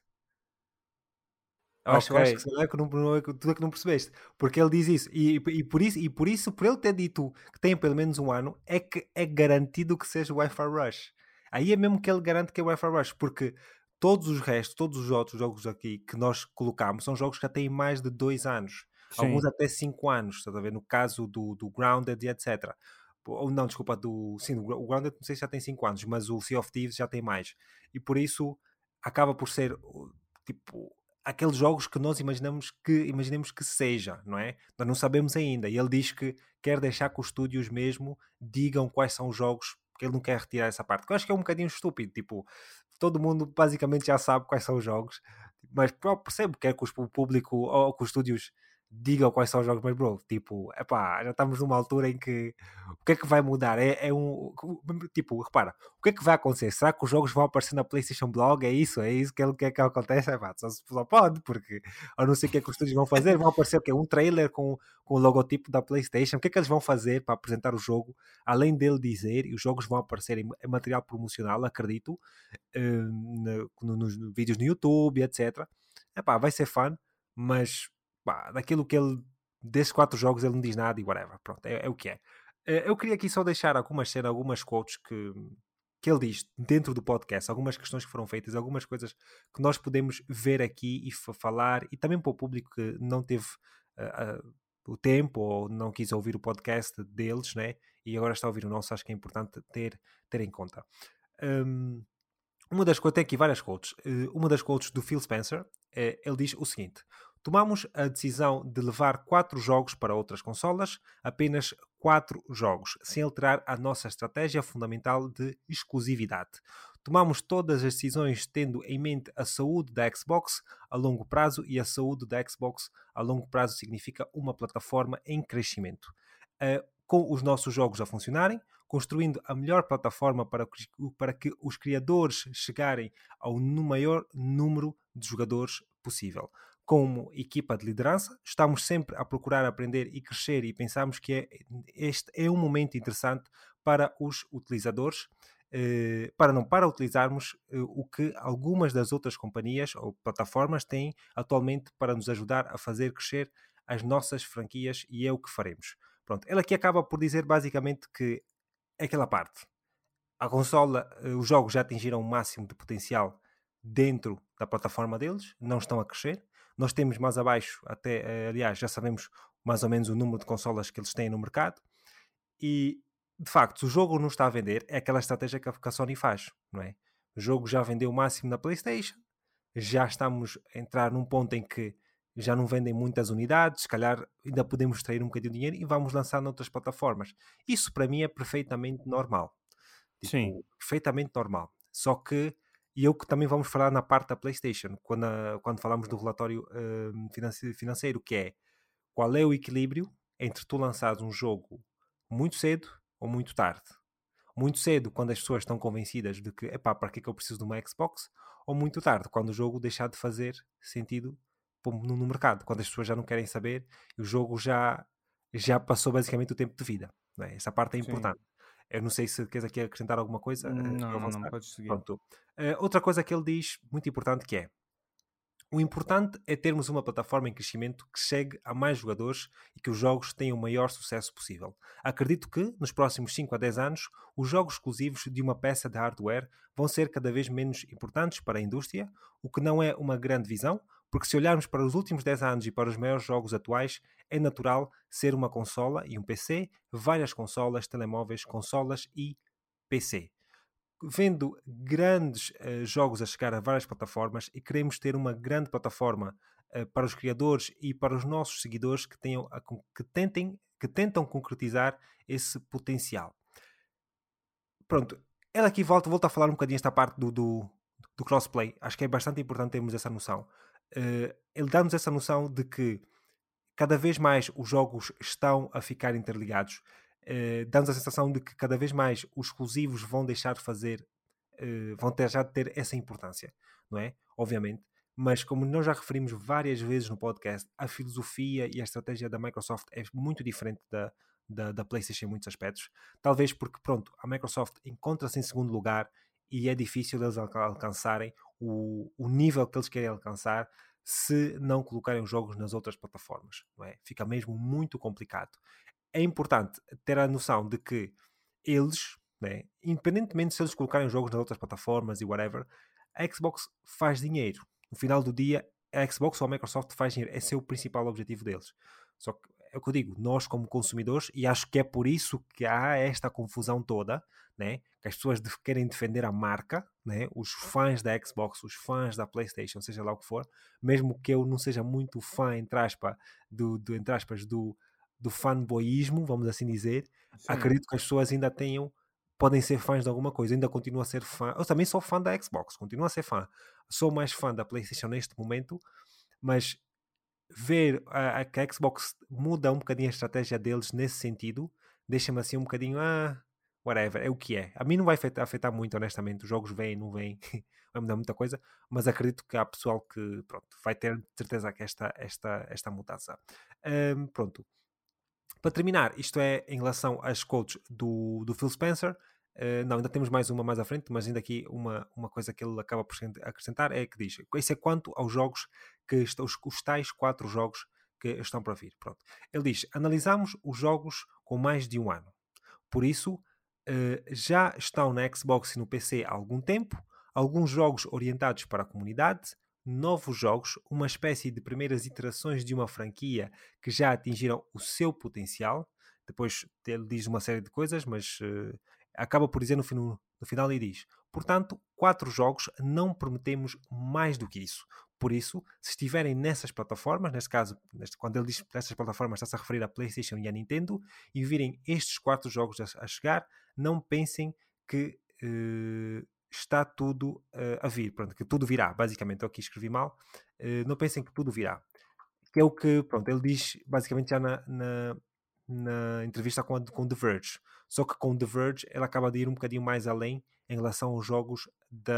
ok. Eu acho que se calhar é que tu é que não percebeste. Porque ele diz isso. Por ele ter dito que tem pelo menos um ano, é que é garantido que seja o Wi-Fi Rush. Aí é mesmo que ele garante que é o Wi-Fi Rush. Porque todos os restos, todos os outros jogos aqui que nós colocamos são jogos que já têm mais de 2 anos. Alguns Sim, até 5 anos. Estás a ver? No caso do Grounded e etc. Ou não, desculpa, sim, o Grounded não sei se já tem 5 anos, mas o Sea of Thieves já tem mais. E por isso acaba por ser tipo aqueles jogos que nós imaginemos que seja, não é? Nós não sabemos ainda. E ele diz que quer deixar que os estúdios mesmo digam quais são os jogos, porque ele não quer retirar essa parte. Que eu acho que é um bocadinho estúpido, tipo, todo mundo basicamente já sabe quais são os jogos, mas eu percebo que é que o público ou que os estúdios digam quais são os jogos, mas bro, tipo, epá, já estamos numa altura em que o que é que vai mudar? Tipo, repara, o que é que vai acontecer? Será que os jogos vão aparecer na PlayStation Blog? É isso? É isso que ele quer que acontece? É, pá, só pode, porque eu não sei o que é que os estúdios vão fazer. Vão aparecer o quê? Um trailer com o logotipo da PlayStation. O que é que eles vão fazer para apresentar o jogo? Além dele dizer, e os jogos vão aparecer em material promocional, acredito, nos vídeos no YouTube, etc. Epá, vai ser fun, mas pá, daquilo que ele, desses 4 jogos, ele não diz nada e whatever. Pronto, é o que é. Eu queria aqui só deixar algumas cenas, algumas quotes que ele diz dentro do podcast, algumas questões que foram feitas, algumas coisas que nós podemos ver aqui e falar, e também para o público que não teve o tempo ou não quis ouvir o podcast deles, né? E agora está a ouvir o nosso, acho que é importante ter em conta. Um, uma das quotes, tem aqui várias quotes. Uma das quotes do Phil Spencer, ele diz o seguinte: tomamos a decisão de levar 4 jogos para outras consolas, apenas 4 jogos, sem alterar a nossa estratégia fundamental de exclusividade. Tomamos todas as decisões tendo em mente a saúde da Xbox a longo prazo, e a saúde da Xbox a longo prazo significa uma plataforma em crescimento. Com os nossos jogos a funcionarem, construindo a melhor plataforma para que os criadores chegarem ao maior número de jogadores possível. Como equipa de liderança, estamos sempre a procurar aprender e crescer, e pensamos que este é um momento interessante para os utilizadores, para utilizarmos o que algumas das outras companhias ou plataformas têm atualmente para nos ajudar a fazer crescer as nossas franquias, e é o que faremos. Pronto, ele aqui acaba por dizer basicamente que é aquela parte. A consola, os jogos já atingiram o máximo de potencial dentro da plataforma deles, não estão a crescer. Nós temos mais abaixo, até, aliás, já sabemos mais ou menos o número de consolas que eles têm no mercado. E, de facto, o jogo não está a vender, é aquela estratégia que a Sony faz, não é? O jogo já vendeu o máximo na PlayStation, já estamos a entrar num ponto em que já não vendem muitas unidades, se calhar ainda podemos extrair um bocadinho de dinheiro e vamos lançar noutras plataformas. Isso para mim é perfeitamente normal. Sim, Tipo, perfeitamente normal. Só que, e eu que também vamos falar na parte da PlayStation, quando falamos do relatório financeiro, que é qual é o equilíbrio entre tu lançares um jogo muito cedo ou muito tarde. Muito cedo, quando as pessoas estão convencidas de que, epá, para que é que eu preciso de uma Xbox? Ou muito tarde, quando o jogo deixar de fazer sentido no mercado, quando as pessoas já não querem saber e o jogo já passou basicamente o tempo de vida. Não é? Essa parte é sim. importante. Eu não sei se queres aqui acrescentar alguma coisa, Não, para eu não, não, avançar. podes seguir. Pronto. Outra coisa que ele diz, muito importante, que é o importante é termos uma plataforma em crescimento que chegue a mais jogadores e que os jogos tenham o maior sucesso possível. Acredito que, nos próximos 5 a 10 anos, os jogos exclusivos de uma peça de hardware vão ser cada vez menos importantes para a indústria, o que não é uma grande visão, porque se olharmos para os últimos 10 anos e para os maiores jogos atuais, é natural ser uma consola e um PC, várias consolas, telemóveis, consolas e PC, vendo grandes jogos a chegar a várias plataformas e queremos ter uma grande plataforma para os criadores e para os nossos seguidores que, que tentam concretizar esse potencial. Pronto, ela aqui volta a falar um bocadinho esta parte do crossplay. Acho que é bastante importante termos essa noção. Ele dá-nos essa noção de que cada vez mais os jogos estão a ficar interligados. Dá-nos a sensação de que cada vez mais os exclusivos vão deixar de fazer, vão ter, já de ter essa importância, não é? Obviamente. Mas como nós já referimos várias vezes no podcast, a filosofia e a estratégia da Microsoft é muito diferente da PlayStation em muitos aspectos. Talvez porque, pronto, a Microsoft encontra-se em segundo lugar e é difícil eles alcançarem o nível que eles querem alcançar se não colocarem os jogos nas outras plataformas, não é? Fica mesmo muito complicado. É importante ter a noção de que eles, né, independentemente se eles colocarem os jogos nas outras plataformas e whatever, a Xbox faz dinheiro. No final do dia, a Xbox ou a Microsoft faz dinheiro. Esse é o principal objetivo deles. Só que é o que eu digo, nós como consumidores, e acho que é por isso que há esta confusão toda, né? Que as pessoas querem defender a marca, né? Os fãs da Xbox, os fãs da PlayStation, seja lá o que for, mesmo que eu não seja muito fã, entre aspas, do fanboyismo, vamos assim dizer, Sim, acredito que as pessoas ainda tenham, podem ser fãs de alguma coisa, ainda continuo a ser fã. Eu também sou fã da Xbox, continuo a ser fã. Sou mais fã da PlayStation neste momento, mas ver que a Xbox muda um bocadinho a estratégia deles nesse sentido, deixa-me assim um bocadinho, whatever, é o que é. A mim não vai afetar muito, honestamente. Os jogos vêm, não vêm, vai mudar muita coisa, mas acredito que há pessoal que, pronto, vai ter certeza que esta mudança. Pronto. Para terminar, isto é em relação às quotes do Phil Spencer. Não, ainda temos mais uma mais à frente, mas ainda aqui uma coisa que ele acaba por acrescentar é que diz: isso é quanto aos jogos que estão, os tais 4 jogos que estão para vir. Pronto. Ele diz: analisamos os jogos com mais de um ano. Por isso, já estão na Xbox e no PC há algum tempo, alguns jogos orientados para a comunidade, novos jogos, uma espécie de primeiras iterações de uma franquia que já atingiram o seu potencial. Depois ele diz uma série de coisas, mas acaba por dizer no final e diz: portanto, 4 jogos, não prometemos mais do que isso. Por isso, se estiverem nessas plataformas, neste caso, quando ele diz essas plataformas, está-se a referir à PlayStation e à Nintendo, e virem estes 4 jogos a chegar, não pensem que está tudo a vir. Pronto, que tudo virá, basicamente. Eu aqui escrevi mal. Não pensem que tudo virá. Que é o que, pronto, ele diz basicamente já na entrevista com The Verge. Só que com The Verge ele acaba de ir um bocadinho mais além em relação aos jogos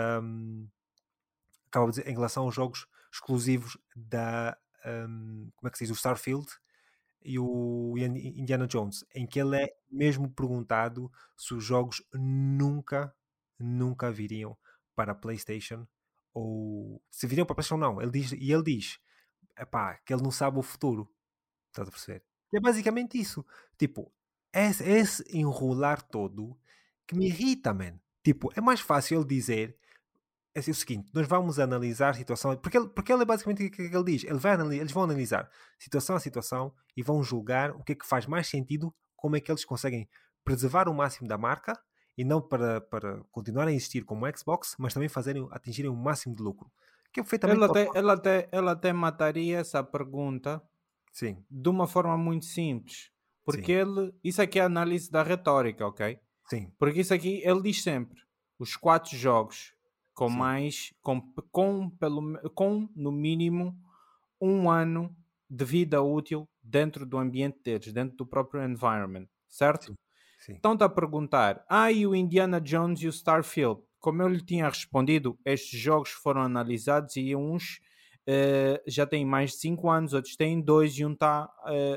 acaba de dizer, em relação aos jogos exclusivos como é que se diz, o Starfield e o Indiana Jones, em que ele é mesmo perguntado se os jogos nunca viriam para a PlayStation, ou se viriam para a PlayStation não, ele diz epá, que ele não sabe o futuro, estás a perceber? E é basicamente isso, tipo, esse enrolar todo que me irrita, man. Tipo, é mais fácil ele dizer é assim, o seguinte, nós vamos analisar a situação, porque ele é basicamente o que ele diz, eles vão analisar situação a situação e vão julgar o que é que faz mais sentido, como é que eles conseguem preservar o máximo da marca e não para continuar a existir como Xbox, mas também atingirem o máximo de lucro. que é perfeitamente normal. Ela até mataria essa pergunta Sim, de uma forma muito simples. Porque sim, isso aqui é a análise da retórica, ok? sim, Porque isso aqui, ele diz sempre, os 4 jogos com sim, mais, com no mínimo um ano de vida útil dentro do ambiente deles, dentro do próprio environment, certo? sim, sim, Estão-te a perguntar, e o Indiana Jones e o Starfield? Como eu lhe tinha respondido, estes jogos foram analisados e uns já têm mais de 5 anos, outros têm 2 e um está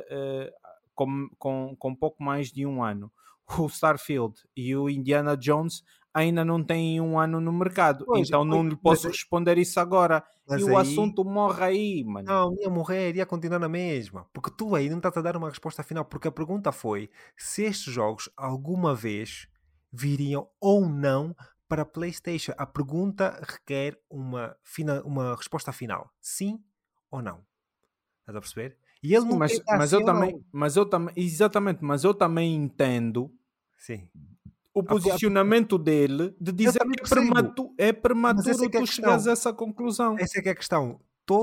com pouco mais de um ano. O Starfield e o Indiana Jones ainda não têm um ano no mercado, pois, então pois, não lhe posso responder isso agora. E mas o aí assunto morre aí, mano. não, ia morrer, ia continuar na mesma. Porque tu aí não estás a dar uma resposta final. Porque a pergunta foi se estes jogos alguma vez viriam ou não para a PlayStation. A pergunta requer uma resposta final. Sim ou não. Estás a perceber? E ele Sim, não quer dar mas sim ou não. eu também, exatamente, mas eu também entendo Sim. o posicionamento dele de Eu dizer também que percebo. é Mas essa é prematuro que é a tu chegares questão. a essa conclusão. Essa é que é a questão.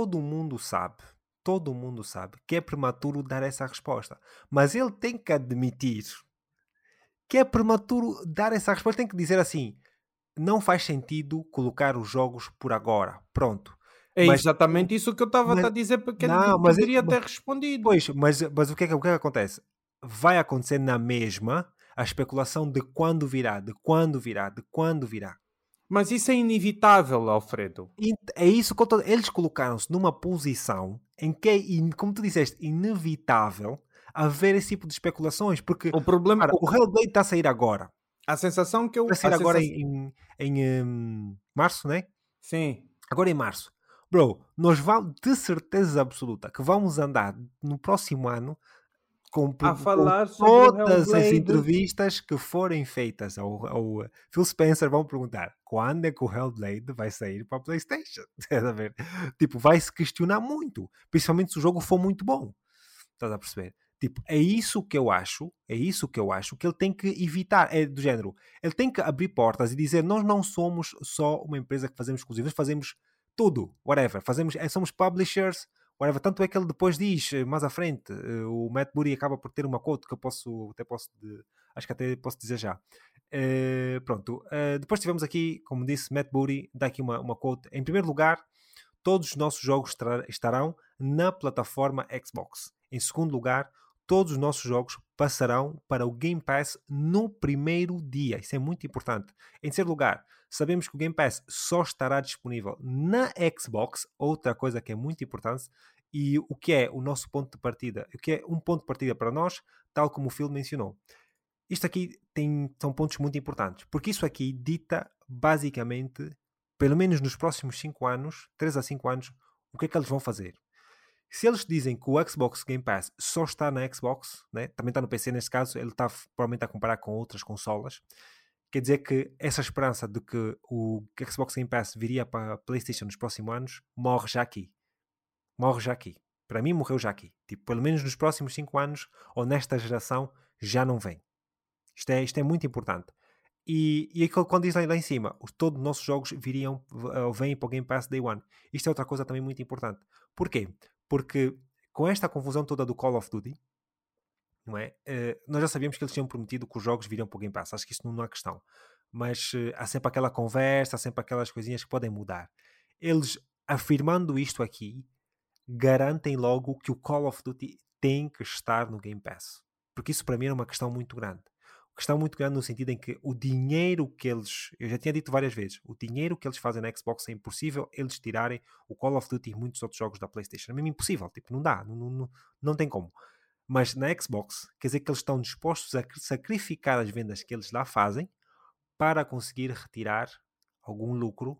Todo mundo sabe que é prematuro dar essa resposta. Mas ele tem que admitir que é prematuro dar essa resposta. Tem que dizer assim: não faz sentido colocar os jogos por agora. Pronto. É Mas, exatamente isso que eu estava mas a dizer porque ele não, poderia ter respondido. pois, mas o que é que acontece? Vai acontecer na mesma a especulação de quando virá, de quando virá, de quando virá. Mas isso é inevitável, Alfredo. E é isso que eles colocaram-se numa posição em que é, como tu disseste, inevitável haver esse tipo de especulações, porque O problema, repara, o Hellblade está a sair agora. a sensação que Vai eu, a sair agora sensação, em março, né? sim, Agora em março. Bro, nós vamos, de certeza absoluta, que vamos andar no próximo ano a com falar sobre o todas as Hellblade. entrevistas que forem feitas ao Phil Spencer, vão perguntar quando é que o Hellblade vai sair para a PlayStation. Estás a ver? Tipo, vai-se questionar muito, principalmente se o jogo for muito bom. Estás a perceber? Tipo, é isso que eu acho que ele tem que evitar. É do género, ele tem que abrir portas e dizer: nós não somos só uma empresa que fazemos exclusivos, fazemos tudo, whatever. Somos publishers, whatever. Tanto é que ele depois diz, mais à frente, o Matt Booty acaba por ter uma quote que eu acho que até posso dizer já. Pronto, depois tivemos aqui, como disse, Matt Booty dá aqui uma quote. Em primeiro lugar, todos os nossos jogos estarão na plataforma Xbox. Em segundo lugar, todos os nossos jogos passarão para o Game Pass no primeiro dia. Isso é muito importante. Em terceiro lugar, sabemos que o Game Pass só estará disponível na Xbox, outra coisa que é muito importante, e o que é o nosso ponto de partida, o que é um ponto de partida para nós, tal como o Phil mencionou. Isto aqui são pontos muito importantes, porque isso aqui dita basicamente, pelo menos nos próximos 5 anos, 3 a 5 anos, o que é que eles vão fazer. Se eles dizem que o Xbox Game Pass só está na Xbox, né? Também está no PC neste caso, ele está provavelmente a comparar com outras consolas, quer dizer que essa esperança de que o Xbox Game Pass viria para a PlayStation nos próximos anos morre já aqui. Morre já aqui. Para mim morreu já aqui. Tipo, pelo menos nos próximos 5 anos ou nesta geração já não vem. Isto é muito importante. E aquilo quando diz lá em cima, todos os nossos jogos vêm para o Game Pass Day One. Isto é outra coisa também muito importante. Porquê? Porque com esta confusão toda do Call of Duty, não é? Nós já sabíamos que eles tinham prometido que os jogos viriam para o Game Pass. Acho que isso não há questão. Mas há sempre aquela conversa, há sempre aquelas coisinhas que podem mudar. Eles, afirmando isto aqui, garantem logo que o Call of Duty tem que estar no Game Pass. Porque isso para mim é uma questão muito grande. Uma questão muito grande no sentido em que o dinheiro que eles... Eu já tinha dito várias vezes. O dinheiro que eles fazem na Xbox é impossível eles tirarem o Call of Duty e muitos outros jogos da PlayStation. É mesmo impossível. Tipo, não dá. Não tem como. Mas na Xbox, quer dizer que eles estão dispostos a sacrificar as vendas que eles lá fazem para conseguir retirar algum lucro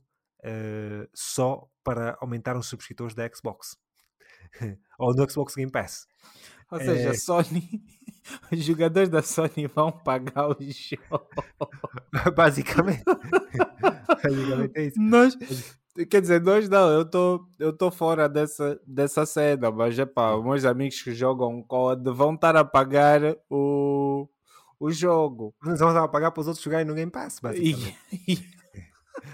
só para aumentar os subscritores da Xbox. Ou do Xbox Game Pass. Ou seja, a Sony, os jogadores da Sony vão pagar o jogo. Basicamente. Basicamente é isso. Nós, quer dizer, nós não, eu tô fora dessa cena, mas é pá, Sim. meus amigos que jogam COD vão estar a pagar o jogo. Eles vão pagar para os outros jogarem no Game Pass, E, basicamente. e,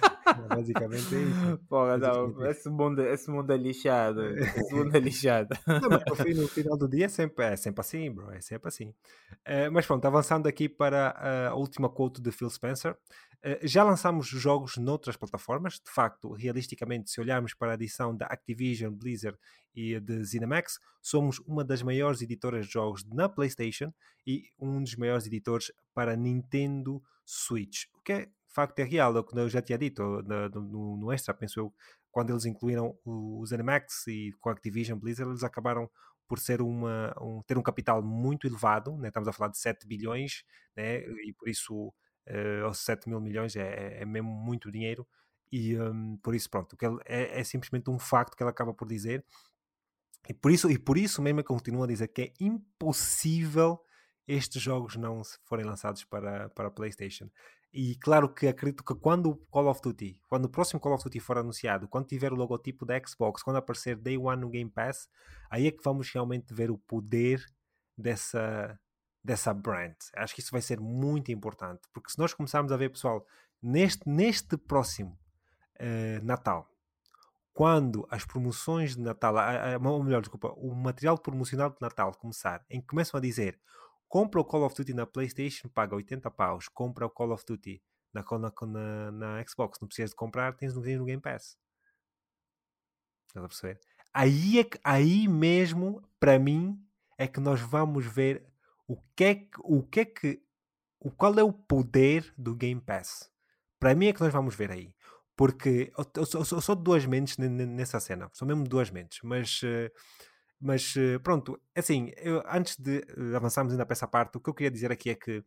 Basicamente é isso. Porra, Basicamente não, é isso. esse mundo é lixado. Esse mundo é lixado. Não, mas no final do dia é sempre assim, bro. É sempre assim. Mas pronto, avançando aqui para a última quote de Phil Spencer. Já lançamos jogos noutras plataformas. De facto, realisticamente, se olharmos para a adição da Activision, Blizzard e de ZeniMax, somos uma das maiores editoras de jogos na PlayStation e um dos maiores editores para Nintendo Switch. O que é, de facto, é real. É o que eu já tinha dito no Extra, penso eu, quando eles incluíram os Animax e com a Activision Blizzard, eles acabaram por ser ter um capital muito elevado, né? Estamos a falar de 7 bilhões, né? E por isso aos 7 mil milhões é mesmo muito dinheiro, e por isso, pronto, o que é simplesmente um facto que ele acaba por dizer, e por isso mesmo eu continuo a dizer que é impossível estes jogos não forem lançados para a PlayStation. E claro que acredito que quando o próximo Call of Duty for anunciado, quando tiver o logotipo da Xbox, quando aparecer Day One no Game Pass, aí é que vamos realmente ver o poder dessa brand. Acho que isso vai ser muito importante, porque se nós começarmos a ver, pessoal, neste próximo Natal, quando as promoções de Natal, ou melhor, desculpa, o material promocional de Natal começar, em que começam a dizer: compra o Call of Duty na PlayStation, paga 80 paus, compra o Call of Duty na Xbox, não precisas de comprar, tens no Game Pass. Estás a perceber? Aí mesmo, para mim, é que nós vamos ver qual é o poder do Game Pass. Para mim é que nós vamos ver aí. Porque eu sou de duas mentes nessa cena. Sou mesmo de duas mentes. Mas pronto, assim, antes de avançarmos ainda para essa parte, o que eu queria dizer aqui é que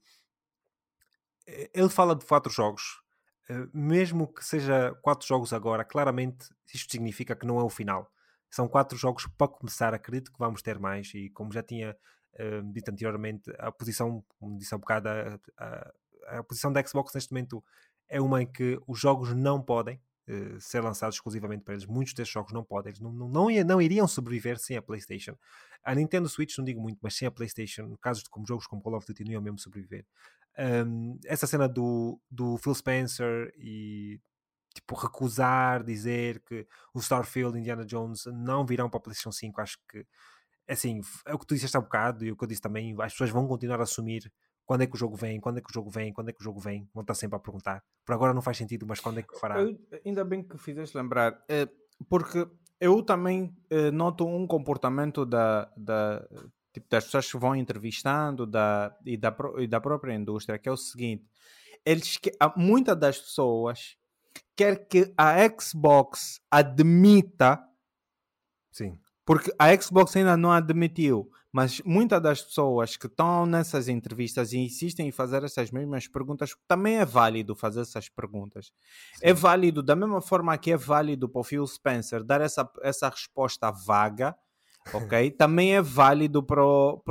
ele fala de 4 jogos. Mesmo que seja 4 jogos agora, claramente isto significa que não é o final. São 4 jogos para começar. Acredito que vamos ter mais. E como já tinha dito anteriormente, a posição, como disse há bocado, a posição da Xbox neste momento é uma em que os jogos não podem ser lançados exclusivamente para eles. Muitos desses jogos não podem. Eles não iriam sobreviver sem a PlayStation. A Nintendo Switch não digo muito, mas sem a PlayStation, no caso de jogos como Call of Duty, não iam mesmo sobreviver. Essa cena do Phil Spencer e tipo recusar dizer que o Starfield e Indiana Jones não virão para a PlayStation 5, acho que assim, é o que tu disseste há um bocado e o que eu disse também, as pessoas vão continuar a assumir quando é que o jogo vem, quando é que o jogo vem, quando é que o jogo vem, vão estar sempre a perguntar. Por agora não faz sentido, mas quando é que fará? Ainda bem que fizeste lembrar, porque eu também noto um comportamento tipo, das pessoas que vão entrevistando e da própria indústria, que é o seguinte: muitas das pessoas quer que a Xbox admita, Sim. porque a Xbox ainda não admitiu, mas muitas das pessoas que estão nessas entrevistas e insistem em fazer essas mesmas perguntas, também é válido fazer essas perguntas. Sim. É válido, da mesma forma que é válido para o Phil Spencer dar essa resposta vaga, ok? Também é válido para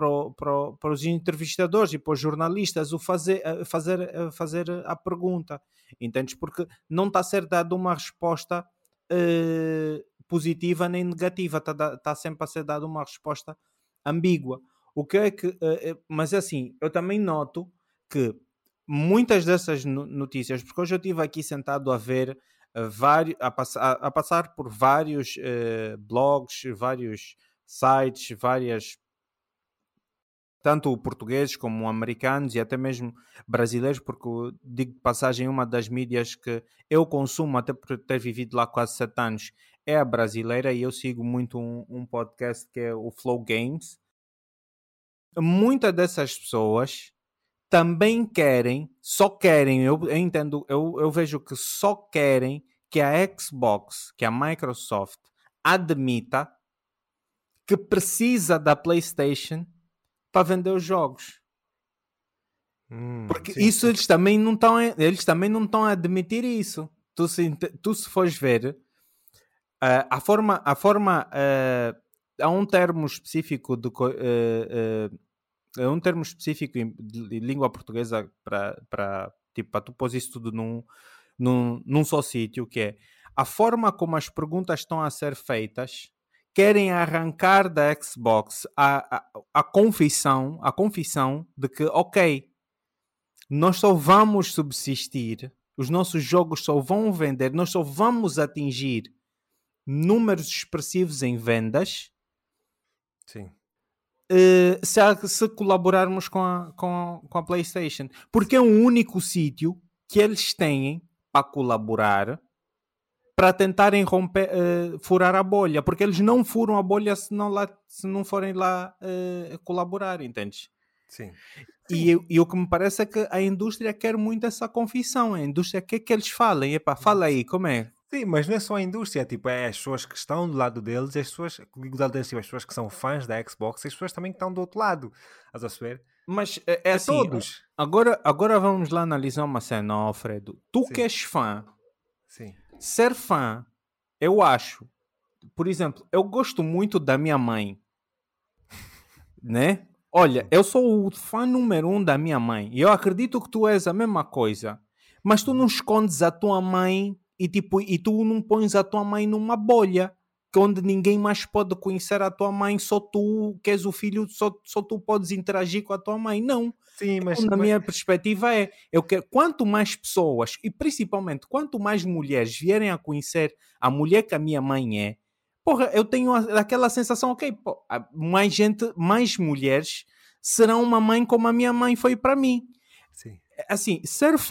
os entrevistadores e para os jornalistas fazer a pergunta, entendes? Porque não está a ser dada uma resposta positiva nem negativa, está sempre a ser dada uma resposta ambígua. O que é que, mas assim, eu também noto que muitas dessas notícias, porque hoje eu estive aqui sentado a ver a passar por vários blogs, vários sites, tanto portugueses como americanos e até mesmo brasileiros, porque digo de passagem, uma das mídias que eu consumo, até por ter vivido lá quase 7 anos, é a brasileira, e eu sigo muito um podcast que é o Flow Games. Muitas dessas pessoas também só querem, eu entendo, eu vejo que só querem que a Xbox, que a Microsoft admita que precisa da PlayStation para vender os jogos. Porque Sim. isso eles também não estão a admitir isso. Tu se fores ver, a forma há um termo específico um termo específico de língua portuguesa para tu pôs isso tudo num só sítio, que é a forma como as perguntas estão a ser feitas, querem arrancar da Xbox a confissão de que, ok, nós só vamos subsistir os nossos jogos só vão vender, nós só vamos atingir números expressivos em vendas Sim. se colaborarmos com a PlayStation. Porque é o único sítio que eles têm para colaborar para tentarem furar a bolha. Porque eles não furam a bolha se não forem lá colaborar, entendes? Sim. E o que me parece é que a indústria quer muito essa confissão. A indústria quer que eles falem. Epá, fala aí, como é? Sim, mas não é só a indústria, tipo, é as pessoas que estão do lado deles, as pessoas, do lado deles, tipo, as pessoas que são fãs da Xbox, e as pessoas também que estão do outro lado. Estás a perceber? Mas é É assim, todos. agora vamos lá analisar uma cena, Alfredo. Tu que Sim, és fã, sim, ser fã, eu acho, por exemplo, eu gosto muito da minha mãe, né? Olha, sim. eu sou o fã número 1 da minha mãe e eu acredito que tu és a mesma coisa, mas tu não Uhum. escondes a tua mãe e tu não pões a tua mãe numa bolha que onde ninguém mais pode conhecer a tua mãe, só tu que és o filho, só tu podes interagir com a tua mãe. Não. Sim, Na minha perspectiva eu quero quanto mais pessoas e principalmente quanto mais mulheres vierem a conhecer a mulher que a minha mãe é, porra, eu tenho aquela sensação, ok, pô, mais gente, mais mulheres serão uma mãe como a minha mãe foi para mim. sim. Assim,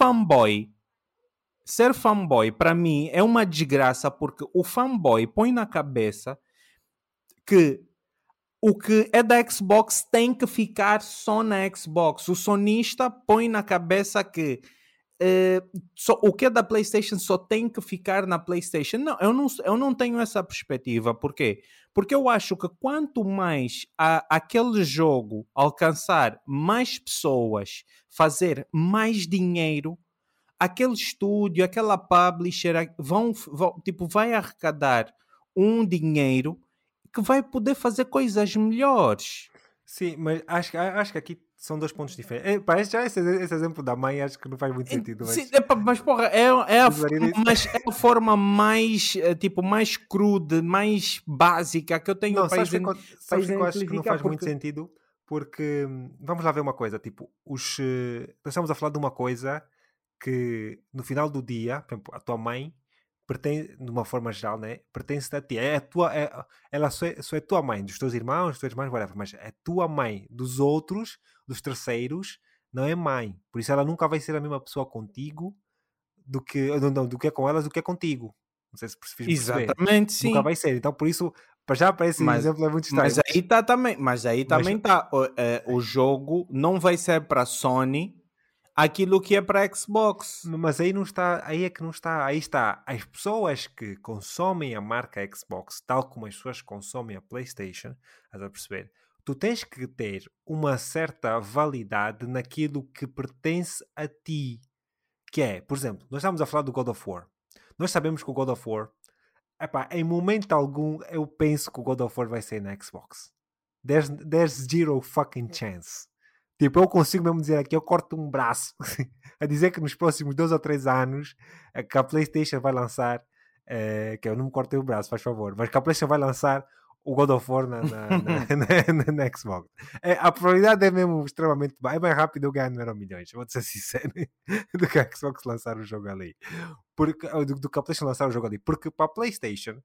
ser fanboy para mim é uma desgraça porque o fanboy põe na cabeça que o que é da Xbox tem que ficar só na Xbox. O sonista põe na cabeça que o que é da PlayStation só tem que ficar na PlayStation. Não, eu não tenho essa perspectiva. Por quê? Porque eu acho que quanto mais aquele jogo alcançar mais pessoas, fazer mais dinheiro, aquele estúdio, aquela publisher tipo, vai arrecadar um dinheiro que vai poder fazer coisas melhores. Sim, mas acho que aqui são dois pontos diferentes. É, parece já esse exemplo da mãe, acho que não faz muito sentido, Sim, mas epá, mas porra, é a usaria forma isso. é a forma mais, tipo, mais crude, mais básica que eu tenho Não, para sabes que eu acho que não exemplificar, faz muito porque sentido? Porque vamos lá ver uma coisa, tipo, nós estamos a falar de uma coisa que no final do dia, por exemplo, a tua mãe pertence, de uma forma geral, né? Pertence a ti. É a tua, ela só é tua mãe, dos teus irmãos, dos teus irmãos, whatever, mas é tua mãe, dos outros, dos terceiros, não é mãe. Por isso ela nunca vai ser a mesma pessoa contigo do que é com elas, do que é contigo. Não sei se fiz-me perceber. exatamente, Nunca sim. vai ser. Então, por isso, para esse Mas exemplo é muito estranho. mas aí está também, Mas o jogo não vai ser para Sony aquilo que é para Xbox. Mas aí não está, aí é que não está, aí está as pessoas que consomem a marca Xbox, tal como as pessoas consomem a PlayStation, estás a perceber? Tu tens que ter uma certa validade naquilo que pertence a ti. Que é, por exemplo, nós estamos a falar do God of War. Nós sabemos que o God of War, epá, em momento algum, eu penso que o God of War vai sair na Xbox. There's zero fucking chance. Tipo, eu consigo mesmo dizer aqui, eu corto um braço a dizer que nos próximos 2 ou 3 anos que a PlayStation vai lançar, que eu não me cortei o braço, faz favor, mas que a PlayStation vai lançar o God of War na Xbox. A probabilidade é mesmo extremamente baixa. É mais rápido eu ganhar no Euromilhões, vou-te ser sincero, do que a Xbox lançar o jogo ali. Do que a PlayStation lançar o jogo ali. Porque para a PlayStation,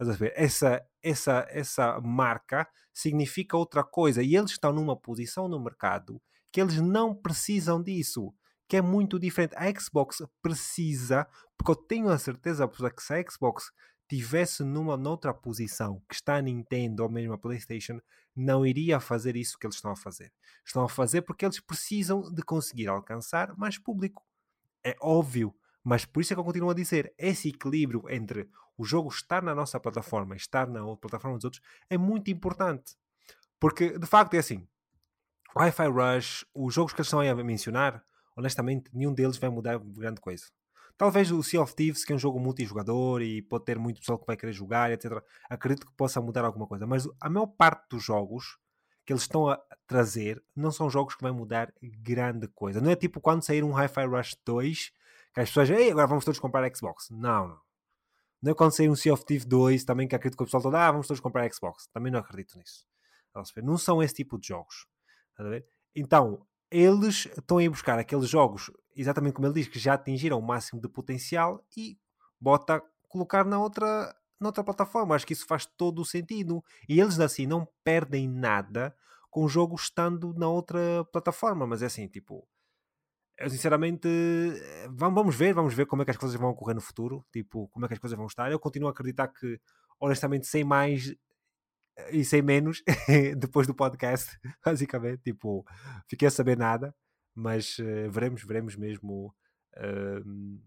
essa marca significa outra coisa. E eles estão numa posição no mercado que eles não precisam disso. Que é muito diferente. A Xbox precisa, porque eu tenho a certeza que se a Xbox tivesse noutra posição que está a Nintendo ou mesmo a PlayStation, não iria fazer isso que eles estão a fazer. Estão a fazer porque eles precisam de conseguir alcançar mais público. É óbvio, mas por isso é que eu continuo a dizer, esse equilíbrio entre o jogo estar na nossa plataforma e estar na outra plataforma dos outros é muito importante. Porque, de facto, é assim, Wi-Fi Rush, os jogos que eles estão aí a mencionar, honestamente, nenhum deles vai mudar grande coisa. Talvez o Sea of Thieves, que é um jogo multijogador e pode ter muito pessoal que vai querer jogar, etc. Acredito que possa mudar alguma coisa. Mas a maior parte dos jogos que eles estão a trazer não são jogos que vai mudar grande coisa. Não é tipo quando sair um Hi-Fi Rush 2 que as pessoas ei, agora vamos todos comprar Xbox. Não, não. Não é quando sair um Sea of Thieves 2 também que acredito que o pessoal todo, vamos todos comprar Xbox. Também não acredito nisso. Não são esse tipo de jogos. Então, eles estão a ir buscar aqueles jogos, exatamente como ele diz, que já atingiram o máximo de potencial e bota colocar na outra plataforma. Acho que isso faz todo o sentido. E eles assim não perdem nada com o jogo estando na outra plataforma. Mas é assim, tipo, eu sinceramente vamos ver como é que as coisas vão ocorrer no futuro, tipo, como é que as coisas vão estar. Eu continuo a acreditar que, honestamente, sem mais e sem menos, depois do podcast, basicamente, tipo, fiquei a saber nada, mas veremos mesmo. Uh,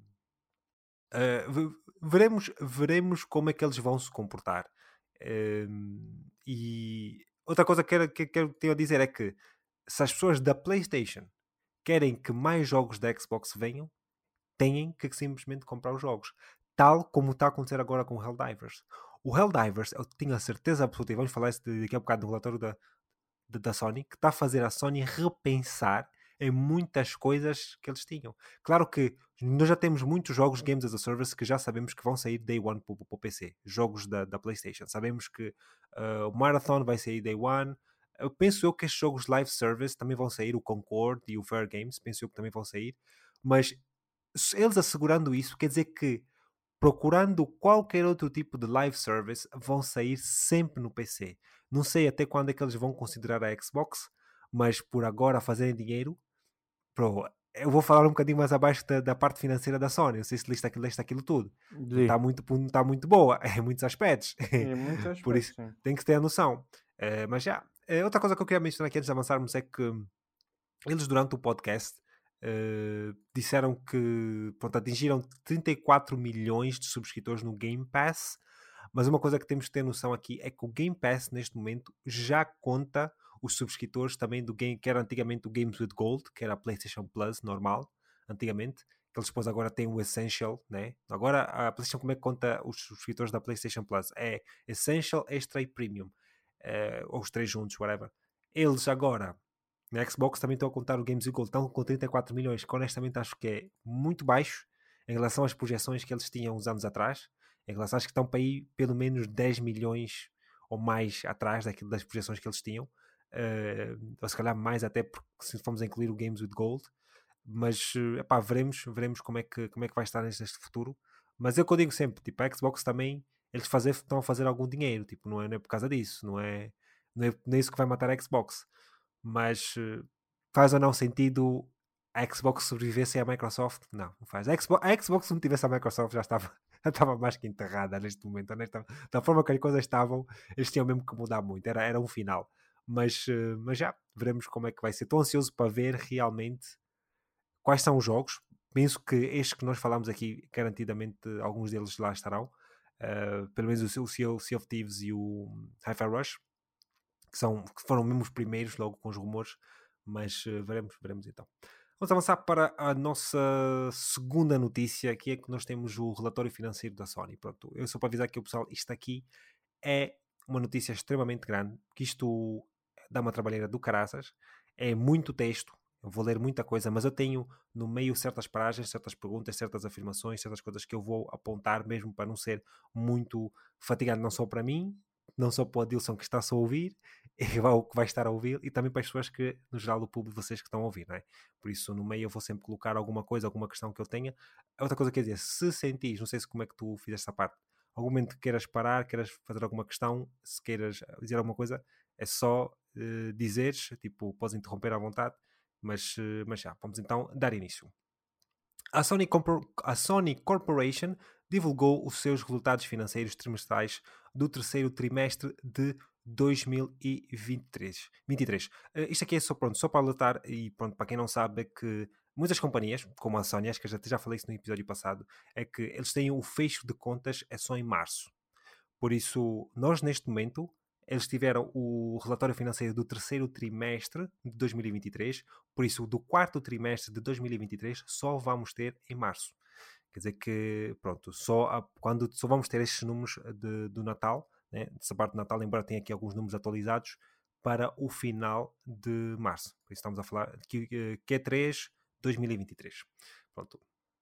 veremos como é que eles vão se comportar. E outra coisa que tenho a dizer é que se as pessoas da PlayStation querem que mais jogos da Xbox venham, têm que simplesmente comprar os jogos. Tal como está a acontecer agora com o Helldivers. O Helldivers, eu tenho a certeza absoluta, e vamos falar isso daqui a bocado no relatório da Sony, que está a fazer a Sony repensar em muitas coisas que eles tinham. Claro que nós já temos muitos jogos Games as a Service que já sabemos que vão sair Day One para o PC. Jogos da PlayStation. Sabemos que o Marathon vai sair Day One. Eu penso eu que estes jogos Live Service também vão sair, o Concord e o Fair Games, penso eu que também vão sair. Mas eles assegurando isso, quer dizer que procurando qualquer outro tipo de live service, vão sair sempre no PC. Não sei até quando é que eles vão considerar a Xbox, mas por agora fazerem dinheiro, bro, eu vou falar um bocadinho mais abaixo da parte financeira da Sony. Não sei se lista aquilo tudo. Sim. Não está muito boa em muitos aspectos. Em muitos Por isso, aspectos, sim. tem que ter a noção. Mas já, outra coisa que eu queria mencionar aqui antes de avançarmos é que eles durante o podcast disseram que pronto, atingiram 34 milhões de subscritores no Game Pass, mas uma coisa que temos que ter noção aqui é que o Game Pass neste momento já conta os subscritores também do game, que era antigamente o Games with Gold, que era a PlayStation Plus normal, antigamente, que eles depois agora têm o Essential, né? Agora a PlayStation como é que conta os subscritores da PlayStation Plus? É Essential, Extra e Premium, ou os três juntos, whatever. Eles agora na Xbox também estão a contar o Games with Gold, estão com 34 milhões, que honestamente acho que é muito baixo em relação às projeções que eles tinham uns anos atrás. Em relação, acho que estão para aí pelo menos 10 milhões ou mais atrás daquilo das projeções que eles tinham. Ou se calhar mais até porque se formos a incluir o Games with Gold. Mas epá, veremos como é que vai estar neste futuro. Mas é o que eu digo sempre, tipo, a Xbox também estão a fazer algum dinheiro, tipo, não é por causa disso, não é isso que vai matar a Xbox. Mas faz ou não sentido a Xbox sobreviver sem a Microsoft? Não, não faz. A Xbox se não tivesse a Microsoft já estava, já estava mais que enterrada neste momento. Da forma que as coisas estavam, eles tinham mesmo que mudar muito. Era um final. Mas já, veremos como é que vai ser. Estou ansioso para ver realmente quais são os jogos. Penso que estes que nós falamos aqui, garantidamente alguns deles lá estarão. Pelo menos o Sea of Thieves e o Hi-Fi Rush, que foram mesmo os primeiros, logo com os rumores, mas veremos então. Vamos avançar para a nossa segunda notícia, que é que nós temos o relatório financeiro da Sony. Pronto, eu só para avisar que o pessoal, isto aqui é uma notícia extremamente grande, que isto dá uma trabalheira do caraças, é muito texto, eu vou ler muita coisa, mas eu tenho no meio certas paragens, certas perguntas, certas afirmações, certas coisas que eu vou apontar mesmo para não ser muito fatigado, não só para mim, não só para o Adilson que está a ouvir, e que vai estar a ouvir, e também para as pessoas que, no geral, do público, vocês que estão a ouvir, não é? Por isso, no meio eu vou sempre colocar alguma coisa, alguma questão que eu tenha. Outra coisa quer dizer, se sentis, não sei se como é que tu fizeste essa parte, algum momento que queiras parar, queiras fazer alguma questão, se queiras dizer alguma coisa, é só dizeres, tipo, podes interromper à vontade, mas já, vamos então dar início. A Sony Corporation divulgou os seus resultados financeiros trimestrais do terceiro trimestre de 2023. 23. Isto aqui é só para alertar e pronto, para quem não sabe é que muitas companhias, como a Sony, acho que eu já falei isso no episódio passado, é que eles têm o fecho de contas é só em março. Por isso, nós neste momento, eles tiveram o relatório financeiro do terceiro trimestre de 2023, por isso, do quarto trimestre de 2023, só vamos ter em março. Quer dizer que, pronto, quando só vamos ter estes números do Natal, né, dessa parte do Natal, embora tenha aqui alguns números atualizados, para o final de março. Por isso estamos a falar Q3 2023. Pronto.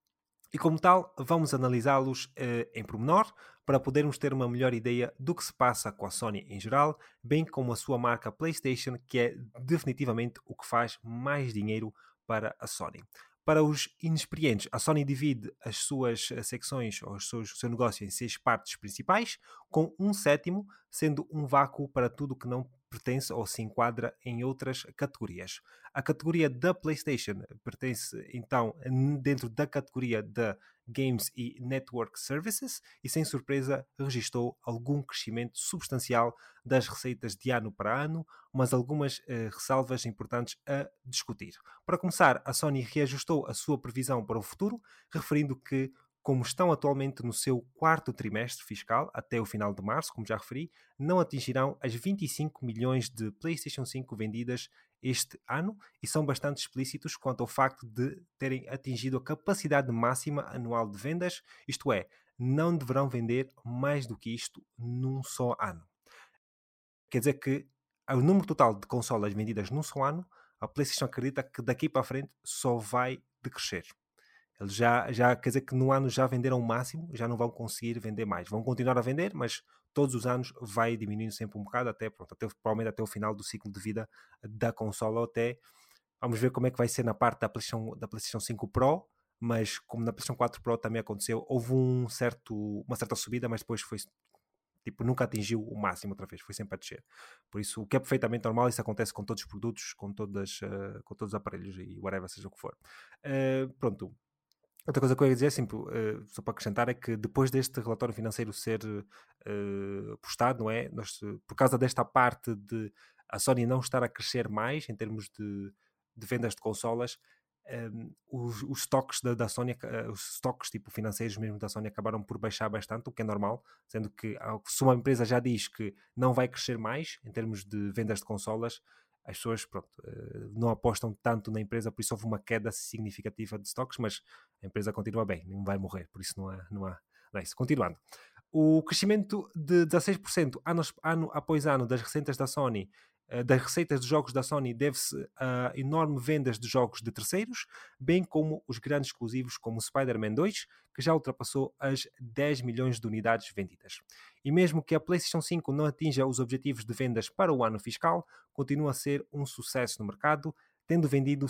E como tal, vamos analisá-los em pormenor para podermos ter uma melhor ideia do que se passa com a Sony em geral, bem como a sua marca PlayStation, que é definitivamente o que faz mais dinheiro para a Sony. Para os inexperientes, a Sony divide as suas secções ou o seu negócio em 6 partes principais, com um sétimo sendo um vácuo para tudo que não pertence ou se enquadra em outras categorias. A categoria da PlayStation pertence então dentro da categoria da Games e Network Services e, sem surpresa, registrou algum crescimento substancial das receitas de ano para ano, mas algumas ressalvas importantes a discutir. Para começar, a Sony reajustou a sua previsão para o futuro, referindo que, como estão atualmente no seu quarto trimestre fiscal, até o final de março, como já referi, não atingirão as 25 milhões de PlayStation 5 vendidas este ano e são bastante explícitos quanto ao facto de terem atingido a capacidade máxima anual de vendas, isto é, não deverão vender mais do que isto num só ano. Quer dizer que o número total de consolas vendidas num só ano, a PlayStation acredita que daqui para a frente só vai decrescer. Eles já quer dizer que no ano já venderam o máximo, já não vão conseguir vender mais. Vão continuar a vender, mas todos os anos vai diminuindo sempre um bocado, provavelmente até o final do ciclo de vida da consola, ou até vamos ver como é que vai ser na parte da PlayStation 5 Pro, mas como na PlayStation 4 Pro também aconteceu, houve uma certa subida, mas depois foi tipo, nunca atingiu o máximo outra vez, foi sempre a descer. Por isso, o que é perfeitamente normal, isso acontece com todos os produtos, com todos os aparelhos e whatever, seja o que for. Pronto. Outra coisa que eu ia dizer, assim, só para acrescentar, é que depois deste relatório financeiro ser postado, não é? Por causa desta parte de a Sony não estar a crescer mais em termos de vendas de consolas, os estoques da Sony, os estoques tipo financeiros mesmo da Sony acabaram por baixar bastante, o que é normal, sendo que se uma empresa já diz que não vai crescer mais em termos de vendas de consolas, as pessoas não apostam tanto na empresa, por isso houve uma queda significativa de estoques, mas a empresa continua bem, não vai morrer, por isso não é isso. Continuando. O crescimento de 16% ano após ano das receitas de jogos da Sony deve-se a enormes vendas de jogos de terceiros, bem como os grandes exclusivos como o Spider-Man 2, que já ultrapassou as 10 milhões de unidades vendidas. E mesmo que a PlayStation 5 não atinja os objetivos de vendas para o ano fiscal, continua a ser um sucesso no mercado, tendo vendido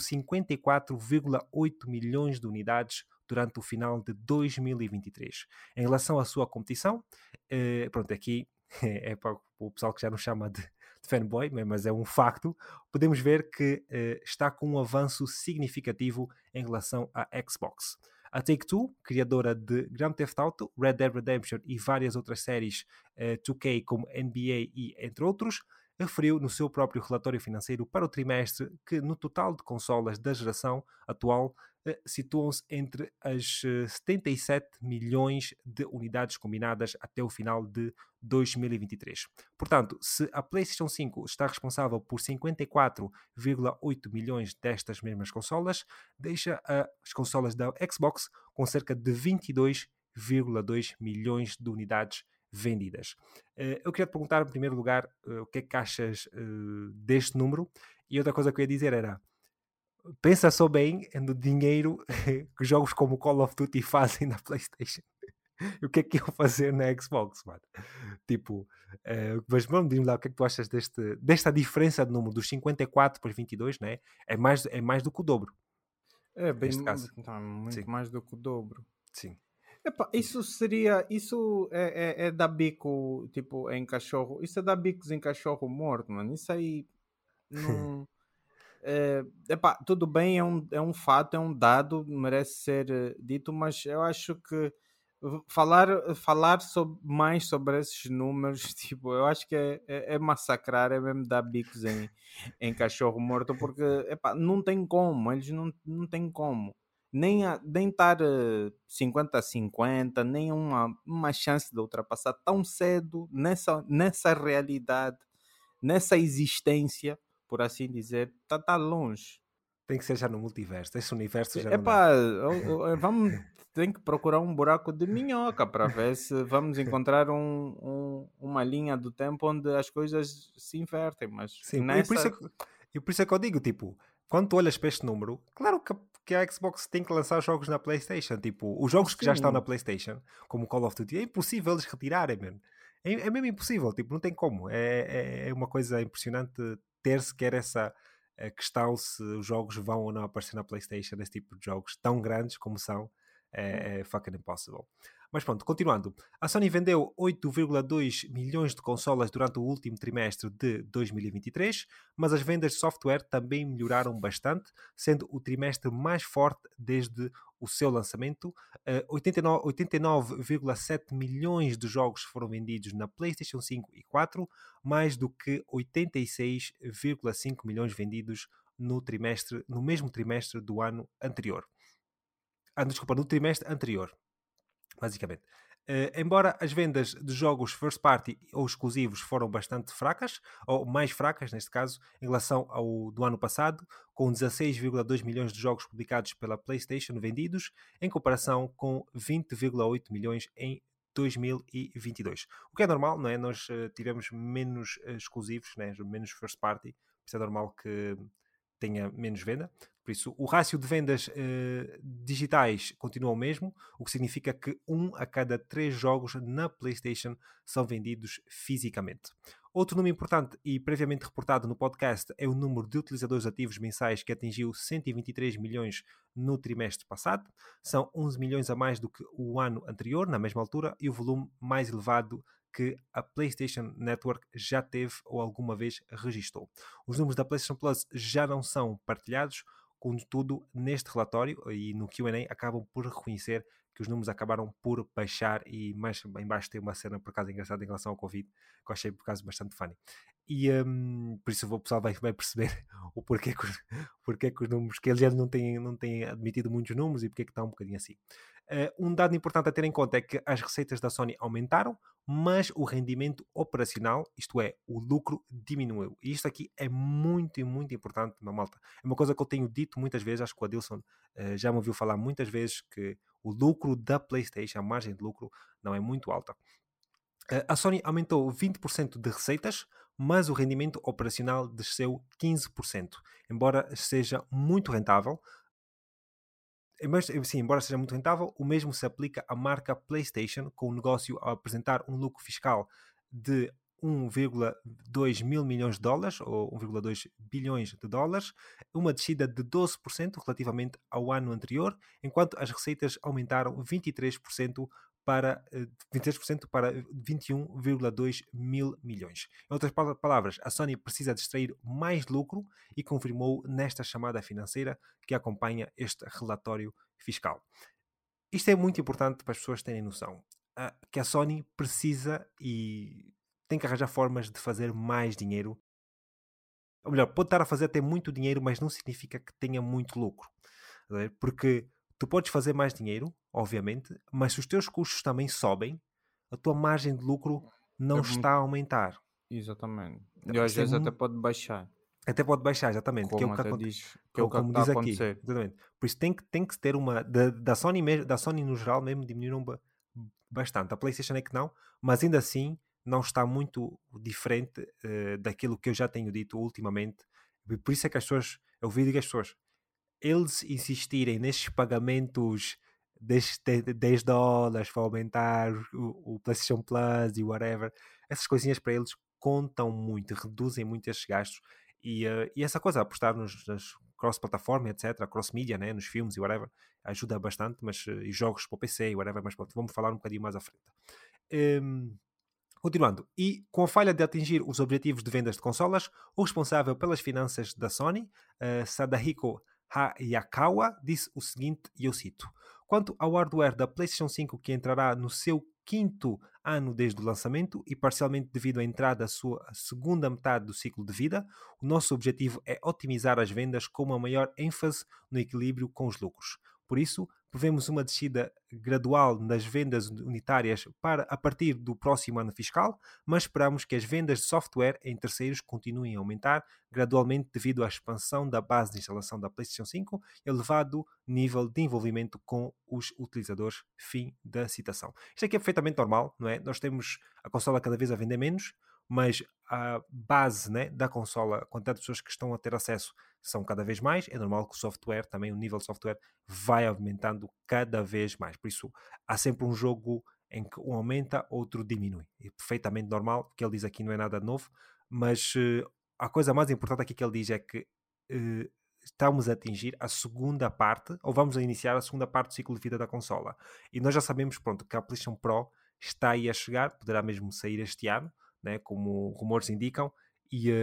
54,8 milhões de unidades durante o final de 2023. Em relação à sua competição, pronto, aqui é para o pessoal que já nos chama de fanboy, mas é um facto, podemos ver que está com um avanço significativo em relação à Xbox. A Take-Two, criadora de Grand Theft Auto, Red Dead Redemption e várias outras séries 2K como NBA e entre outros, referiu no seu próprio relatório financeiro para o trimestre que no total de consolas da geração atual situam-se entre as 77 milhões de unidades combinadas até o final de 2023. Portanto, se a PlayStation 5 está responsável por 54,8 milhões destas mesmas consolas, deixa as consolas da Xbox com cerca de 22,2 milhões de unidades vendidas. Eu queria te perguntar, em primeiro lugar, o que é que achas deste número? E outra coisa que eu ia dizer era, pensa só bem no dinheiro que jogos como Call of Duty fazem na PlayStation. O que é que iam fazer na Xbox, mano? Tipo, mas vamos dizer lá o que é que tu achas desta diferença de número dos 54 para os 22, né? É mais do que o dobro, É bem, neste caso. não, muito Sim, mais do que o dobro. sim. Epá, isso é dar bico, tipo, em cachorro, isso é dar bicos em cachorro morto, mano, isso aí não, epá, tudo bem, é um fato, é um dado, merece ser dito, mas eu acho que falar mais sobre esses números, tipo, eu acho que é massacrar, é mesmo dar bicos em cachorro morto, porque, epá, não tem como, eles não têm como. Nem estar 50-50, nem uma chance de ultrapassar tão cedo nessa realidade, nessa existência, por assim dizer, tá longe. Tem que ser já no multiverso. Esse universo já não dá. Epá, tem que procurar um buraco de minhoca para ver se vamos encontrar uma linha do tempo onde as coisas se invertem, mas Sim, nessa. e por isso é que eu digo, tipo, quando tu olhas para este número, claro que que a Xbox tem que lançar jogos na PlayStation. Tipo, os jogos que já estão na Sim, PlayStation, como Call of Duty, é impossível eles retirarem, mano. É mesmo impossível, tipo, não tem como. É uma coisa impressionante ter sequer essa questão se os jogos vão ou não aparecer na PlayStation, esse tipo de jogos tão grandes como são, é fucking impossible. Mas pronto, continuando. A Sony vendeu 8,2 milhões de consolas durante o último trimestre de 2023, mas as vendas de software também melhoraram bastante, sendo o trimestre mais forte desde o seu lançamento. 89,7 milhões de jogos foram vendidos na PlayStation 5 e 4, mais do que 86,5 milhões vendidos no mesmo trimestre do ano anterior. Desculpa, no trimestre anterior, basicamente. Embora as vendas de jogos first party ou exclusivos foram bastante fracas, ou mais fracas neste caso, em relação ao do ano passado, com 16,2 milhões de jogos publicados pela PlayStation vendidos, em comparação com 20,8 milhões em 2022. O que é normal, não é? Nós tivemos menos exclusivos, né? Menos first party, por isso é normal que tenha menos venda. Por isso, o rácio de vendas digitais continua o mesmo, o que significa que 1 a cada 3 jogos na PlayStation são vendidos fisicamente. Outro número importante e previamente reportado no podcast é o número de utilizadores ativos mensais que atingiu 123 milhões no trimestre passado. São 11 milhões a mais do que o ano anterior, na mesma altura, e o volume mais elevado que a PlayStation Network já teve ou alguma vez registou. Os números da PlayStation Plus já não são partilhados, contudo, neste relatório e no Q&A acabam por reconhecer que os números acabaram por baixar e mais em baixo tem uma cena por acaso engraçada em relação ao Covid, que eu achei por acaso bastante funny. E por isso o pessoal vai perceber o porquê que os números, que eles não têm admitido muitos números e porque que está um bocadinho assim. Um dado importante a ter em conta é que as receitas da Sony aumentaram, mas o rendimento operacional, isto é, o lucro, diminuiu. E isto aqui é muito e muito importante, meu malta. É uma coisa que eu tenho dito muitas vezes, acho que o Adilson já me ouviu falar muitas vezes que o lucro da PlayStation, a margem de lucro, não é muito alta. A Sony aumentou 20% de receitas, mas o rendimento operacional desceu 15%. Embora seja muito rentável, mas, sim, embora seja muito rentável, o mesmo se aplica à marca PlayStation, com o negócio a apresentar um lucro fiscal de 1,2 mil milhões de dólares, ou 1,2 bilhões de dólares, uma descida de 12% relativamente ao ano anterior, enquanto as receitas aumentaram 23% para 23% para 21,2 mil milhões. Em outras palavras, a Sony precisa de extrair mais lucro e confirmou nesta chamada financeira que acompanha este relatório fiscal. Isto é muito importante para as pessoas terem noção, que a Sony precisa e tem que arranjar formas de fazer mais dinheiro. Ou melhor, pode estar a fazer até muito dinheiro, mas não significa que tenha muito lucro. Porque tu podes fazer mais dinheiro, obviamente, mas se os teus custos também sobem, a tua margem de lucro não é está muito. a aumentar. Exatamente. Então, E às isto é vezes até pode baixar, até pode baixar, exatamente, que é o como que até acontece. diz, que é o que Como está a diz aqui, acontecer. exatamente. Por isso tem que ter uma. Da Sony, mesmo, da Sony no geral mesmo diminuíram bastante. A PlayStation é que não, mas ainda assim não está muito diferente daquilo que eu já tenho dito ultimamente. Por isso é que as pessoas. Eu vi que as pessoas. Eles insistirem nestes pagamentos de 10 dólares para aumentar o PlayStation Plus e whatever, essas coisinhas para eles contam muito, reduzem muito estes gastos e essa coisa, apostar nas cross-plataforma, etc., cross-media, né, nos filmes e whatever, ajuda bastante, mas e jogos para o PC e whatever, mas pronto, vamos falar um bocadinho mais à frente. Um, Continuando, e com a falha de atingir os objetivos de vendas de consolas, o responsável pelas finanças da Sony, Sadahiko Hayakawa, disse o seguinte, e eu cito: quanto ao hardware da PlayStation 5 que entrará no seu quinto ano desde o lançamento e parcialmente devido à entrada da sua segunda metade do ciclo de vida, o nosso objetivo é otimizar as vendas com uma maior ênfase no equilíbrio com os lucros. Por isso, prevemos uma descida gradual nas vendas unitárias a partir do próximo ano fiscal, mas esperamos que as vendas de software em terceiros continuem a aumentar gradualmente devido à expansão da base de instalação da PlayStation 5 e elevado nível de envolvimento com os utilizadores. Fim da citação. Isto aqui é perfeitamente normal, não é? Nós temos a consola cada vez a vender menos, mas a base, né, da consola, a quantidade de pessoas que estão a ter acesso são cada vez mais. É normal que o software, também o nível de software, vai aumentando cada vez mais. Por isso, há sempre um jogo em que um aumenta, outro diminui. É perfeitamente normal, o que ele diz aqui não é nada novo, mas a coisa mais importante aqui que ele diz é que eh, estamos a atingir a segunda parte, ou vamos a iniciar a segunda parte do ciclo de vida da consola. E nós já sabemos, pronto, que a PlayStation Pro está aí a chegar, poderá mesmo sair este ano, né, como rumores indicam, e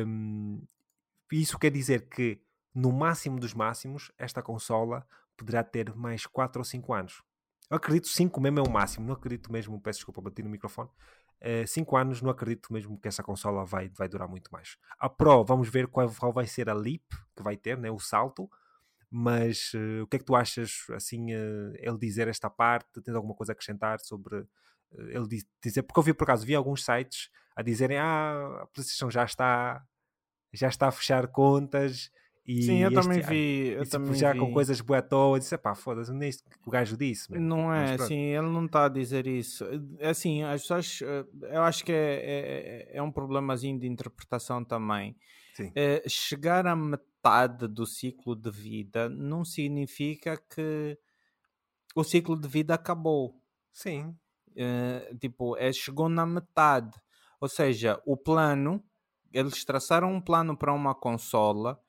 isso quer dizer que, no máximo dos máximos, esta consola poderá ter mais 4 ou 5 anos. Eu acredito 5 mesmo é o máximo, não acredito mesmo, peço desculpa, bati no microfone, 5 anos não acredito mesmo que essa consola vai durar muito mais. A Pro, vamos ver qual vai ser a leap que vai ter, né, o salto, mas o que é que tu achas, assim, ele dizer esta parte? Tens alguma coisa a acrescentar sobre ele dizer? Porque eu vi, por acaso, vi alguns sites a dizerem a PlayStation já está a fechar contas Sim, e este eu e tipo, também já com vi. coisas bué à toa, eu disse, pá, foda-se, nem isso que o gajo disse, mano. Não Mas é pronto, assim, ele não está a dizer isso. É assim, as pessoas, eu acho que é um problemazinho de interpretação também. sim, Chegar à metade do ciclo de vida não significa que o ciclo de vida acabou. sim, Tipo, chegou na metade. Ou seja, o plano, eles traçaram um plano para uma consola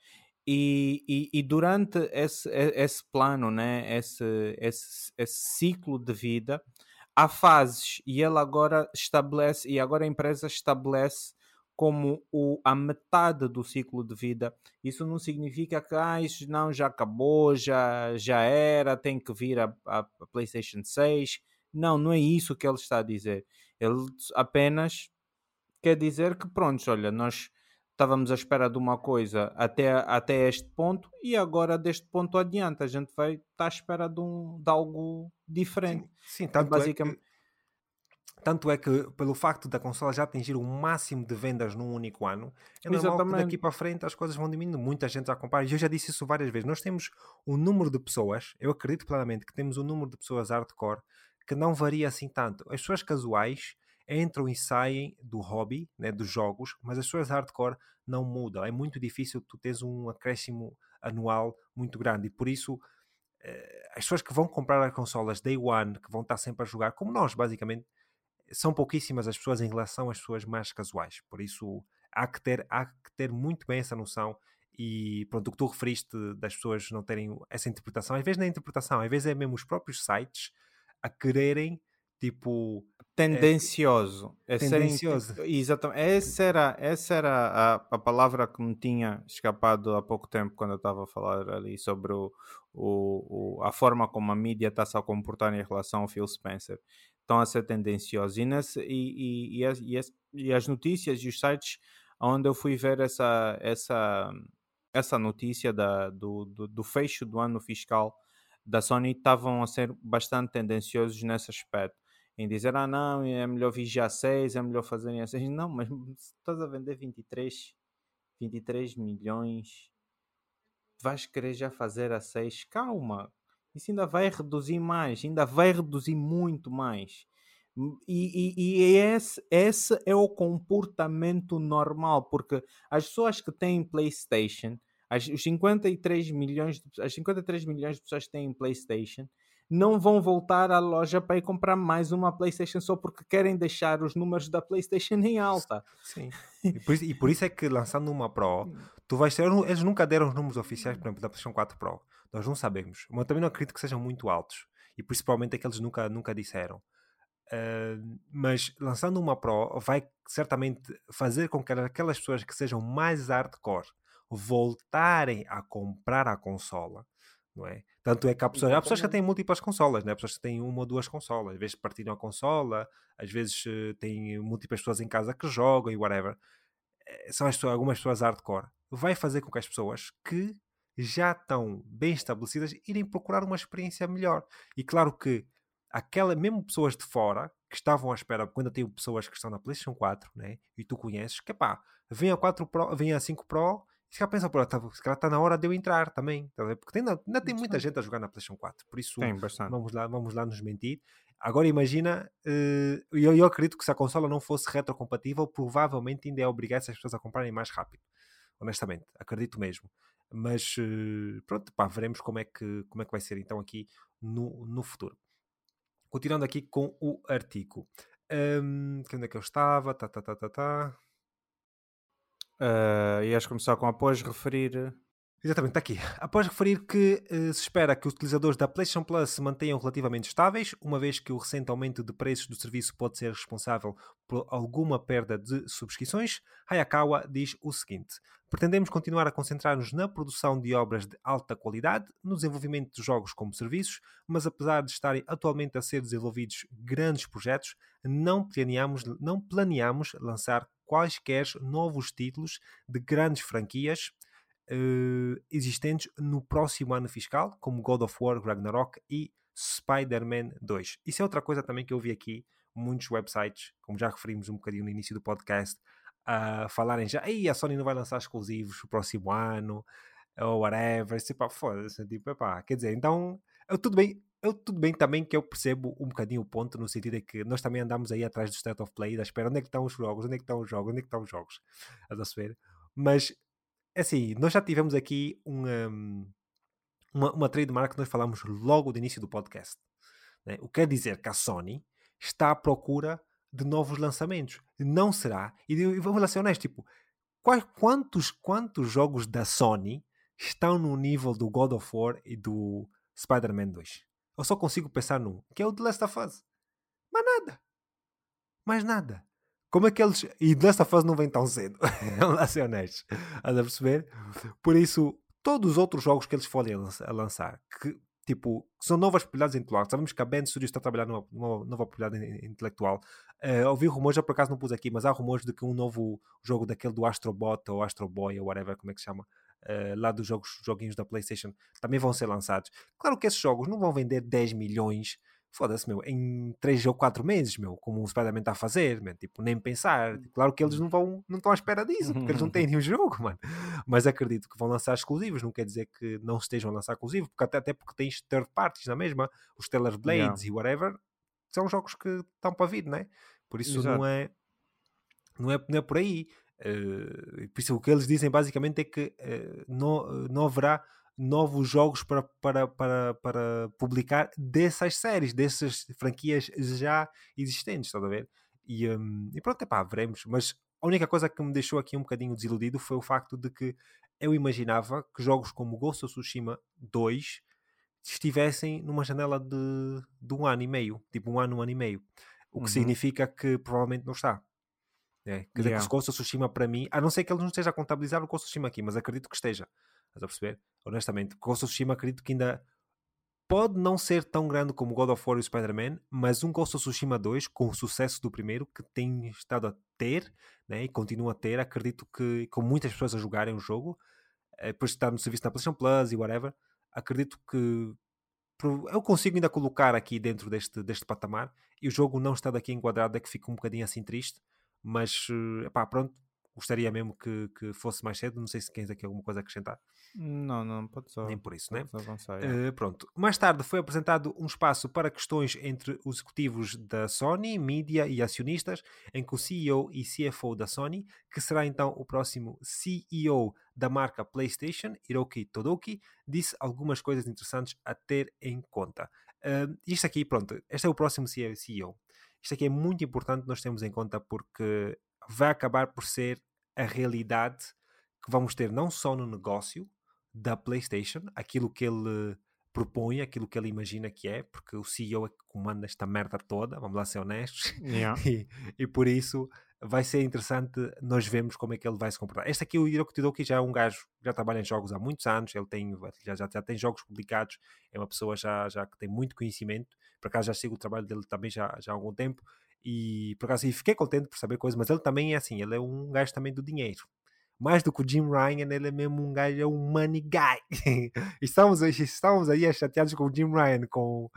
e durante esse plano, né, esse ciclo de vida, há fases e ele agora estabelece, e agora a empresa estabelece como a metade do ciclo de vida. Isso não significa que isso não, já acabou, já era, tem que vir a PlayStation 6. Não, não é isso que ele está a dizer. Ele apenas quer dizer que, pronto, olha, nós estávamos à espera de uma coisa até este ponto e agora deste ponto adiante a gente vai estar à espera de algo diferente. sim, sim, É tanto é basicamente. que Tanto é que, pelo facto da consola já atingir o máximo de vendas num único ano, é normal que daqui Exatamente. para frente as coisas vão diminuindo. Muita gente já comprar. E eu já disse isso várias vezes. Nós temos um número de pessoas, eu acredito plenamente que temos um número de pessoas hardcore que não varia assim tanto. As pessoas casuais entram e saem do hobby, né, dos jogos, mas as pessoas hardcore não mudam. É muito difícil tu teres um acréscimo anual muito grande. E por isso, as pessoas que vão comprar as consolas Day One, que vão estar sempre a jogar, como nós, basicamente, são pouquíssimas as pessoas em relação às pessoas mais casuais. Por isso, há que ter muito bem essa noção. E pronto, o que tu referiste das pessoas não terem essa interpretação, às vezes não é interpretação, às vezes é mesmo os próprios sites a quererem, tipo, é, Tendencioso. tendencioso. Exatamente. Essa era a palavra que me tinha escapado há pouco tempo quando eu estava a falar ali sobre a forma como a mídia está-se a comportar em relação ao Phil Spencer. Estão a ser tendenciosos. E as notícias e os sites onde eu fui ver essa notícia do fecho do ano fiscal da Sony estavam a ser bastante tendenciosos nesse aspecto em dizer, não, é melhor vigiar 6, é melhor fazerem a 6. Não, mas se estás a vender 23 milhões, vais querer já fazer a 6? Calma, isso ainda vai reduzir mais, ainda vai reduzir muito mais. E esse é o comportamento normal, porque as pessoas que têm PlayStation, os 53 milhões, as 53 milhões de pessoas que têm PlayStation, não vão voltar à loja para ir comprar mais uma PlayStation só porque querem deixar os números da PlayStation em alta. Sim. E por isso é que lançando uma Pro, tu vais ter. Eles nunca deram os números oficiais, por exemplo, da PlayStation 4 Pro. Nós não sabemos. Mas eu também não acredito que sejam muito altos. E principalmente é que eles nunca disseram. Mas lançando uma Pro vai certamente fazer com que aquelas pessoas que sejam mais hardcore voltarem a comprar a consola, não é? Tanto é que há pessoas que têm Exatamente. múltiplas consolas, né? Há pessoas que têm uma ou duas consolas, às vezes partilham a consola, às vezes têm múltiplas pessoas em casa que jogam e whatever. São algumas pessoas hardcore. Vai fazer com que as pessoas que já estão bem estabelecidas irem procurar uma experiência melhor. E claro que mesmo pessoas de fora que estavam à espera, quando eu tenho pessoas que estão na PlayStation 4, né, e tu conheces, que pá, vem a 4 Pro, vem a 5 Pro, e se calhar pensa, pô, se calhar está na hora de eu entrar também, tá a ver? Porque ainda tem muita Sim. gente a jogar na PlayStation 4, por isso Tem bastante. vamos lá nos mentir. Agora imagina, eu acredito que se a consola não fosse retrocompatível, provavelmente ainda é obrigar essas pessoas a comprarem mais rápido. Honestamente, acredito mesmo. Mas pronto, pá, veremos como é que vai ser então aqui no futuro. Continuando aqui com o artigo. Onde é que eu estava? Ias começar com após referir. Exatamente, está aqui. Após referir que se espera que os utilizadores da PlayStation Plus se mantenham relativamente estáveis, uma vez que o recente aumento de preços do serviço pode ser responsável por alguma perda de subscrições, Hayakawa diz o seguinte: pretendemos continuar a concentrar-nos na produção de obras de alta qualidade, no desenvolvimento de jogos como serviços, mas apesar de estarem atualmente a ser desenvolvidos grandes projetos, não planeamos lançar quaisquer novos títulos de grandes franquias existentes no próximo ano fiscal, como God of War, Ragnarok e Spider-Man 2. Isso é outra coisa também que eu vi aqui, muitos websites, como já referimos um bocadinho no início do podcast, a falarem já, a Sony não vai lançar exclusivos no próximo ano, ou whatever, tipo, foda-se, tipo, epá, quer dizer, então, tudo bem também que eu percebo um bocadinho o ponto, no sentido de que nós também andamos aí atrás do State of Play, da espera, onde é que estão os jogos, onde é que estão os jogos, onde é que estão os jogos, a ver? Mas assim, nós já tivemos aqui uma trademark que nós falamos logo do início do podcast. Né? O que quer dizer que a Sony está à procura de novos lançamentos. Não será, e vamos lá ser honestos, tipo, quantos jogos da Sony estão no nível do God of War e do Spider-Man 2? Eu só consigo pensar num, que é o The Last of Us. Mais nada. Mais nada. Como é que eles... E The Last of Us não vem tão cedo. Vamos lá ser honestos. Estás a perceber? Por isso, todos os outros jogos que eles forem a lançar, que tipo, são novas propriedades intelectuais. Sabemos que a Band Studios está a trabalhar numa nova propriedade intelectual. Ouvi rumores, já por acaso não pus aqui, mas há rumores de que um novo jogo daquele do Astrobot ou Astro Boy ou whatever, como é que se chama, lá dos joguinhos da PlayStation, também vão ser lançados. Claro que esses jogos não vão vender 10 milhões, foda-se, meu, em 3 ou 4 meses, meu, como o Spider-Man está a fazer, meu, tipo, nem pensar. Claro que eles não estão à espera disso, porque eles não têm nenhum jogo, mano. Mas acredito que vão lançar exclusivos, não quer dizer que não estejam a lançar exclusivos, porque até porque tens third parties na mesma, os Stellar Blades e whatever, são jogos que estão para vir, né? Por isso Exato. não é por aí. Por isso o que eles dizem basicamente é que não haverá novos jogos para publicar dessas séries, dessas franquias já existentes, estás a ver? E pronto, epá, veremos. Mas a única coisa que me deixou aqui um bocadinho desiludido foi o facto de que eu imaginava que jogos como Ghost of Tsushima 2 estivessem numa janela de um ano e meio, tipo um ano e meio. O que significa que provavelmente não está. Quer dizer que o Ghost of Tsushima para mim, a não ser que ele não esteja a contabilizar o Ghost of Tsushima aqui, mas acredito que esteja. Estás a perceber? Honestamente, o Ghost of Tsushima acredito que ainda pode não ser tão grande como God of War e o Spider-Man, mas um Ghost of Tsushima 2, com o sucesso do primeiro, que tem estado a ter, né, e continua a ter, acredito que com muitas pessoas a jogarem o jogo, depois de estar no serviço da PlayStation Plus e whatever, acredito que eu consigo ainda colocar aqui dentro deste patamar, e o jogo não está daqui enquadrado, é que fica um bocadinho assim triste, mas pá, pronto, gostaria mesmo que fosse mais cedo. Não sei se tens aqui alguma coisa a acrescentar. Não, pode só. Nem por isso, né? Avançar. Pronto. Mais tarde foi apresentado um espaço para questões entre os executivos da Sony, mídia e acionistas, em que o CEO e CFO da Sony, que será então o próximo CEO da marca PlayStation, Hiroki Todoki, disse algumas coisas interessantes a ter em conta. Isto aqui, pronto, este é o próximo CEO. Isto aqui é muito importante nós termos em conta, porque vai acabar por ser a realidade que vamos ter não só no negócio da PlayStation, aquilo que ele propõe, aquilo que ele imagina que é, porque o CEO é que comanda esta merda toda, vamos lá ser honestos, e por isso vai ser interessante nós vermos como é que ele vai se comportar. Este aqui, o Hiroki Todoki, já é um gajo, já trabalha em jogos há muitos anos, ele já tem jogos publicados, é uma pessoa já que tem muito conhecimento, por acaso já sigo o trabalho dele também já há algum tempo, e por acaso fiquei contente por saber coisas, mas ele também é assim, ele é um gajo também do dinheiro. Mais do que o Jim Ryan, ele é mesmo um gajo, é um money guy. estamos aí chateados com o Jim Ryan, com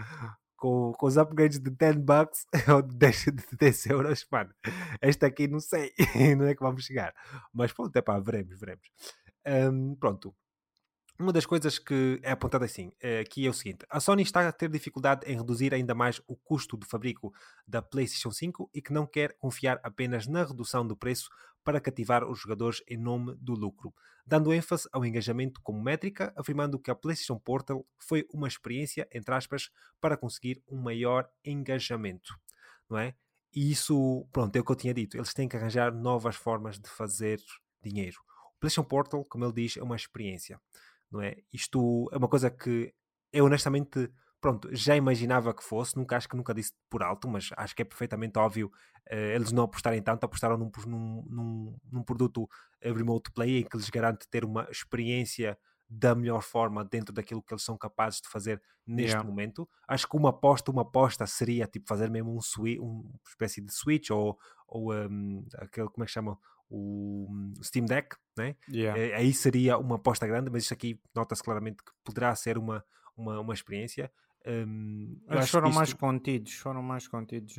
os upgrades de $10 ou de 10 euros, mano. Este aqui não sei, não é que vamos chegar. Mas pronto, veremos. Pronto. Uma das coisas que é apontada assim, aqui é o seguinte: a Sony está a ter dificuldade em reduzir ainda mais o custo do fabrico da PlayStation 5 e que não quer confiar apenas na redução do preço para cativar os jogadores em nome do lucro, dando ênfase ao engajamento como métrica, afirmando que a PlayStation Portal foi uma experiência, entre aspas, para conseguir um maior engajamento, não é? E isso, pronto, é o que eu tinha dito. Eles têm que arranjar novas formas de fazer dinheiro. O PlayStation Portal, como ele diz, é uma experiência, não é? Isto é uma coisa que eu honestamente, pronto, já imaginava que fosse, nunca acho que nunca disse por alto, mas acho que é perfeitamente óbvio eles não apostarem tanto, apostaram num produto remote play em que lhes garante ter uma experiência da melhor forma dentro daquilo que eles são capazes de fazer neste Yeah. momento. Acho que uma aposta seria tipo fazer mesmo uma espécie de Switch ou aquele, como é que chama? O Steam Deck, né? Yeah. Aí seria uma aposta grande, mas isto aqui nota-se claramente que poderá ser uma experiência. Eu Eles acho que foram mais contidos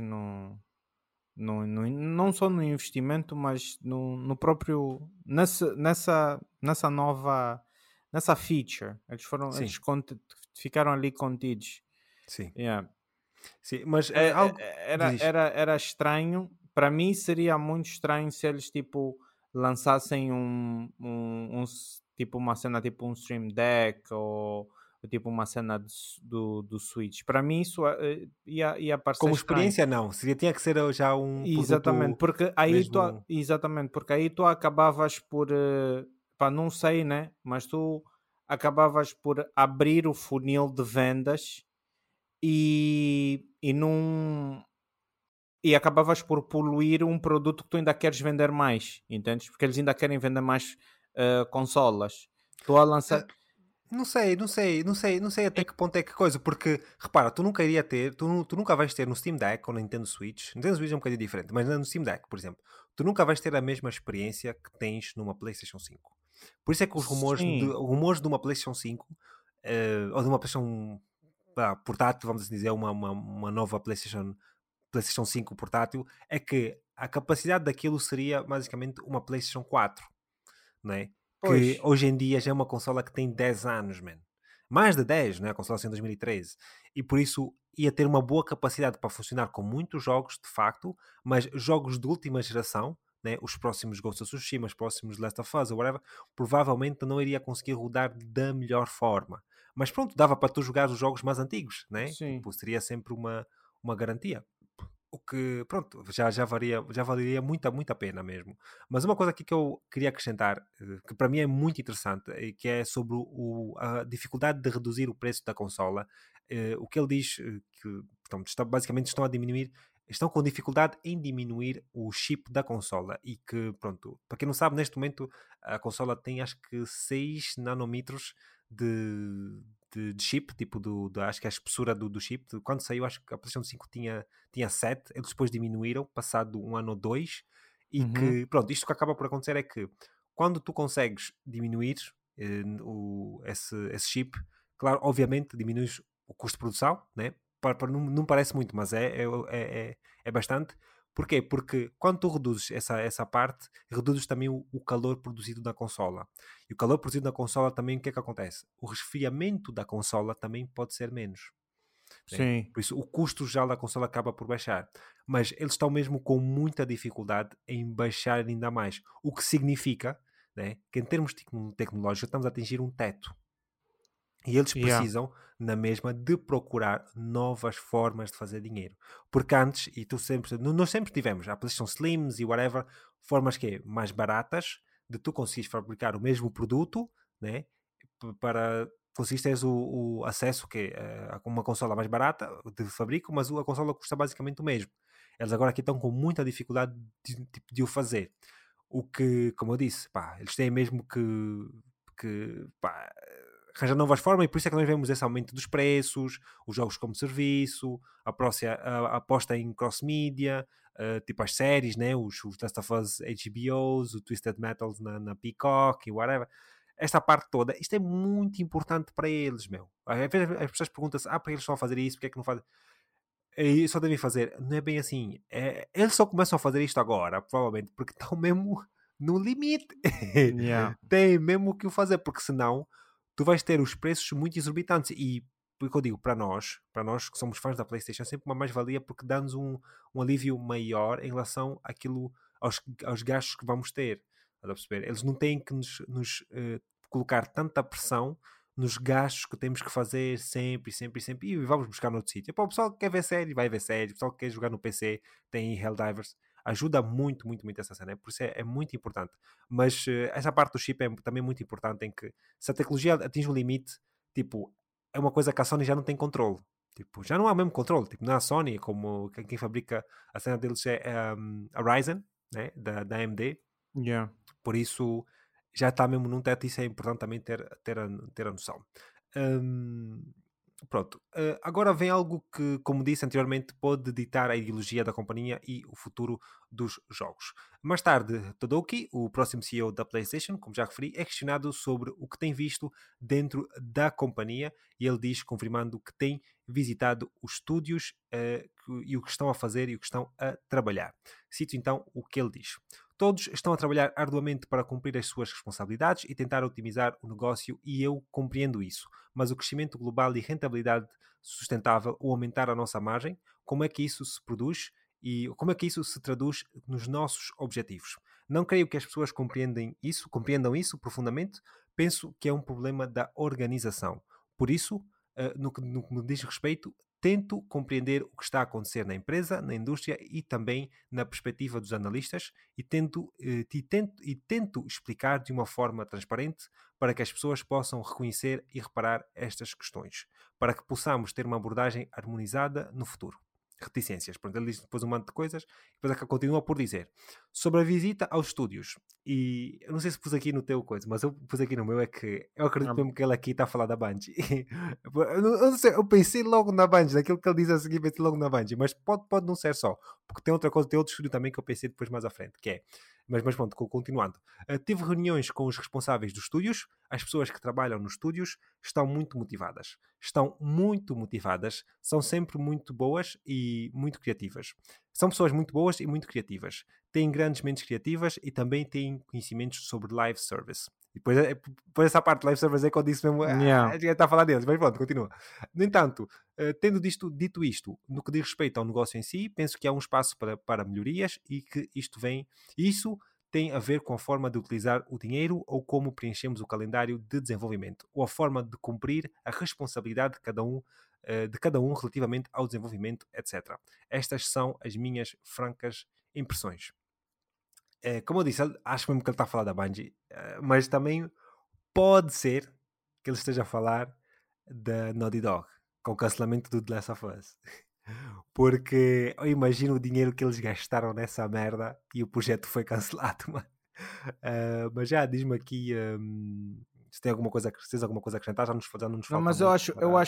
não só no investimento, mas no próprio, nessa nova, nessa feature. sim, Ficaram ali contidos. sim, Yeah. sim, mas algo diz, Era estranho. Para mim seria muito estranho se eles tipo lançassem tipo uma cena tipo um Stream Deck ou tipo uma cena do Switch. Para mim isso ia parecer como estranho. experiência não, tinha que ser já um Exatamente, produto porque aí mesmo, tu acabavas por, pá, não sei, né? Mas tu acabavas por abrir o funil de vendas e não e acabavas por poluir um produto que tu ainda queres vender mais, entendes? Porque eles ainda querem vender mais consolas. Tu a lançar. não sei até que ponto é que coisa, porque repara, tu nunca iria ter, tu nunca vais ter no Steam Deck ou no Nintendo Switch é um bocadinho diferente, mas no Steam Deck, por exemplo, tu nunca vais ter a mesma experiência que tens numa PlayStation 5. Por isso é que Sim. rumores de uma PlayStation 5 ou de uma PlayStation portátil, vamos assim dizer, uma nova PlayStation 5 portátil, é que a capacidade daquilo seria basicamente uma PlayStation 4, não é? Pois. Que hoje em dia já é uma consola que tem 10 anos, man. Mais de 10, não é? A consola saiu em 2013. E por isso ia ter uma boa capacidade para funcionar com muitos jogos, de facto, mas jogos de última geração, né? Os próximos Ghost of Tsushima, os próximos Last of Us, ou whatever, provavelmente não iria conseguir rodar da melhor forma. Mas pronto, dava para tu jogar os jogos mais antigos, né? Sim. Tipo, seria sempre uma garantia. O que, pronto, já valeria muito a pena mesmo. Mas uma coisa aqui que eu queria acrescentar, que para mim é muito interessante, que é sobre a dificuldade de reduzir o preço da consola. O que ele diz, que portanto, basicamente estão com dificuldade em diminuir o chip da consola e que, pronto, para quem não sabe, neste momento a consola tem acho que 6 nanômetros de chip, tipo acho que é a espessura do chip. Quando saiu, acho que a PlayStation 5 tinha 7, eles depois diminuíram, passado um ano ou dois, e Uhum. que, pronto, isto que acaba por acontecer é que quando tu consegues diminuir esse chip, claro, obviamente diminuis o custo de produção, né? Não parece muito, mas é bastante. Porquê? Porque quando tu reduzes essa parte, reduzes também o calor produzido na consola. E o calor produzido na consola também, o que é que acontece? O resfriamento da consola também pode ser menos, né? Sim. Por isso, o custo já da consola acaba por baixar. Mas eles estão mesmo com muita dificuldade em baixar ainda mais. O que significa, né, que em termos tecnológicos estamos a atingir um teto. E eles Yeah. precisam, na mesma, de procurar novas formas de fazer dinheiro. Porque antes, e nós sempre tivemos, a PlayStation Slims e whatever, formas que é mais baratas de tu conseguires fabricar o mesmo produto, né? Para conseguires teres o acesso que a uma consola mais barata de fabrico, mas a consola custa basicamente o mesmo. Eles agora aqui estão com muita dificuldade de o fazer. O que, como eu disse, pá, eles têm mesmo que pá, arranjar novas formas, e por isso é que nós vemos esse aumento dos preços, os jogos como serviço, a aposta em cross-media, tipo as séries, né? os Last of Us HBOs, o Twisted Metals na Peacock e whatever. Esta parte toda, isto é muito importante para eles, meu. Às vezes as pessoas perguntam-se, para eles só fazer isso, porque é que não fazem? E só devem fazer, não é bem assim. Eles só começam a fazer isto agora, provavelmente, porque estão mesmo no limite. Yeah. Têm mesmo que o fazer, porque senão tu vais ter os preços muito exorbitantes. E, porque eu digo, para nós que somos fãs da PlayStation, é sempre uma mais-valia porque dá-nos um alívio maior em relação aos gastos que vamos ter. Estás a perceber? Eles não têm que nos colocar tanta pressão nos gastos que temos que fazer sempre, sempre, sempre, e vamos buscar noutro sítio. Pá, o pessoal que quer ver série, vai ver série. O pessoal que quer jogar no PC, tem Helldivers. Ajuda muito, muito, muito essa cena. Por isso é muito importante. Mas essa parte do chip é também muito importante, em que se a tecnologia atinge um limite, tipo, é uma coisa que a Sony já não tem controle. Tipo, já não há o mesmo controle. Tipo, na Sony, como quem fabrica a cena deles é a Ryzen, né, da AMD. Yeah. Por isso, já está mesmo num teto. Isso é importante também ter a noção. Pronto. Agora vem algo que, como disse anteriormente, pode ditar a ideologia da companhia e o futuro dos jogos. Mais tarde, Todouki, o próximo CEO da PlayStation, como já referi, é questionado sobre o que tem visto dentro da companhia, e ele diz, confirmando que tem visitado os estúdios e o que estão a fazer e o que estão a trabalhar. Cito então o que ele diz. Todos estão a trabalhar arduamente para cumprir as suas responsabilidades e tentar otimizar o negócio, e eu compreendo isso. Mas o crescimento global e rentabilidade sustentável, ou aumentar a nossa margem, como é que isso se produz e como é que isso se traduz nos nossos objetivos? Não creio que as pessoas compreendam isso profundamente. Penso que é um problema da organização. Por isso, no que me diz respeito, tento compreender o que está a acontecer na empresa, na indústria e também na perspectiva dos analistas, e tento explicar de uma forma transparente para que as pessoas possam reconhecer e reparar estas questões, para que possamos ter uma abordagem harmonizada no futuro. Reticências. Pronto, ele diz depois um monte de coisas, depois continua por dizer sobre a visita aos estúdios. E eu não sei se pus aqui no teu coisa, mas eu pus aqui no meu, é que eu acredito mesmo que ele aqui está a falar da Bungie. Eu não sei, eu pensei logo na Bungie, daquilo que ele diz a seguir, pensei logo na Bungie, mas pode não ser só, porque tem outra coisa, tem outro estúdio também que eu pensei depois mais à frente, que é, mas pronto, continuando. Tive reuniões com os responsáveis dos estúdios. As pessoas que trabalham nos estúdios estão muito motivadas. São sempre muito boas e muito criativas. São pessoas muito boas e muito criativas. Têm grandes mentes criativas e também têm conhecimentos sobre live service. E depois essa parte de live service é que eu disse mesmo, Yeah. a gente está a falar deles, mas pronto, continua. No entanto, tendo dito isto, no que diz respeito ao negócio em si, penso que há um espaço para melhorias, e que isso tem a ver com a forma de utilizar o dinheiro, ou como preenchemos o calendário de desenvolvimento, ou a forma de cumprir a responsabilidade de cada um relativamente ao desenvolvimento, etc. Estas são as minhas francas impressões. Como eu disse, acho mesmo que ele está a falar da Bungie, mas também pode ser que ele esteja a falar da Naughty Dog, com o cancelamento do The Last of Us. Porque eu imagino o dinheiro que eles gastaram nessa merda e o projeto foi cancelado, mano. Mas já, diz-me aqui se tens alguma coisa a acrescentar. Já nos Não, falta mas muito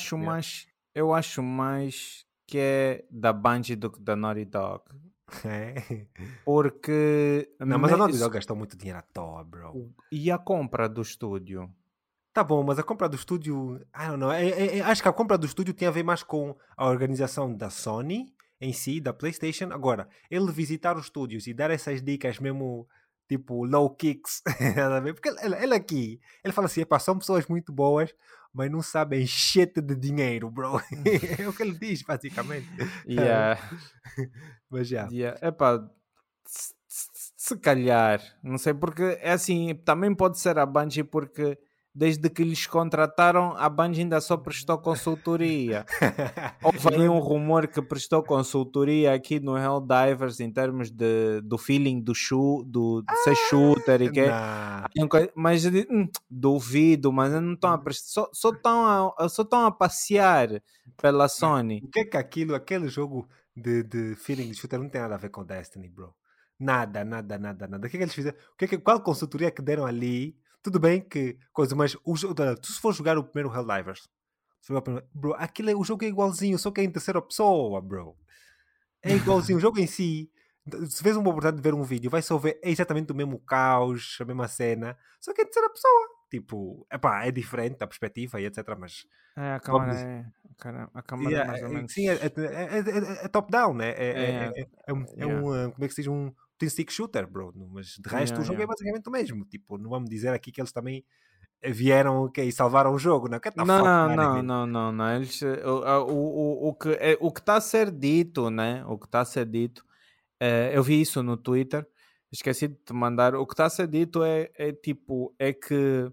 eu acho mais que é da Bungie do que da Naughty Dog. É. Porque Não, mas a Naughty Dog gastou muito dinheiro à toa, bro. E a compra do estúdio? Tá bom, mas a compra do estúdio, I don't know. Acho que a compra do estúdio tem a ver mais com a organização da Sony em si, da PlayStation. Agora, ele visitar os estúdios e dar essas dicas mesmo, tipo, low kicks, nada a ver? Porque ele aqui, ele fala assim: epá, são pessoas muito boas, mas não sabem shit de dinheiro, bro. É o que ele diz, basicamente. Yeah. Mas já. Yeah. Epá, se calhar, não sei, porque é assim, também pode ser a Bungie, porque desde que lhes contrataram, a Bungie ainda só prestou consultoria. Houve aí um rumor que prestou consultoria aqui no Helldivers em termos do feeling de ser shooter e que Nah. mas duvido, mas não estão a prestar, só estão a passear pela Sony. O que é que aquele jogo de feeling de shooter não tem nada a ver com Destiny, bro? Nada. O que é que eles fizeram? Qual consultoria que deram ali? Tudo bem que coisa, mas tu se for jogar o primeiro Helldivers, bro, o jogo é igualzinho, só que é em terceira pessoa, bro. É igualzinho, o jogo em si. Se vês uma oportunidade de ver um vídeo, vai só ver exatamente o mesmo caos, a mesma cena, só que é em terceira pessoa. Tipo, epá, é diferente a perspectiva e etc. Mas A vamos câmara dizer. a câmara mais ou menos. Sim, é top-down, né? É, É um, como é que se diz? Um twin stick shooter, bro. Mas de resto, o jogo é yeah. basicamente o mesmo. Tipo, não vamos dizer aqui que eles também vieram e salvaram o jogo, não? Get the fuck Não, out of não, here. não, não, não. Eles, o que está a ser dito, né? O que está a ser dito, eu vi isso no Twitter, esqueci de te mandar. O que está a ser dito é tipo, é que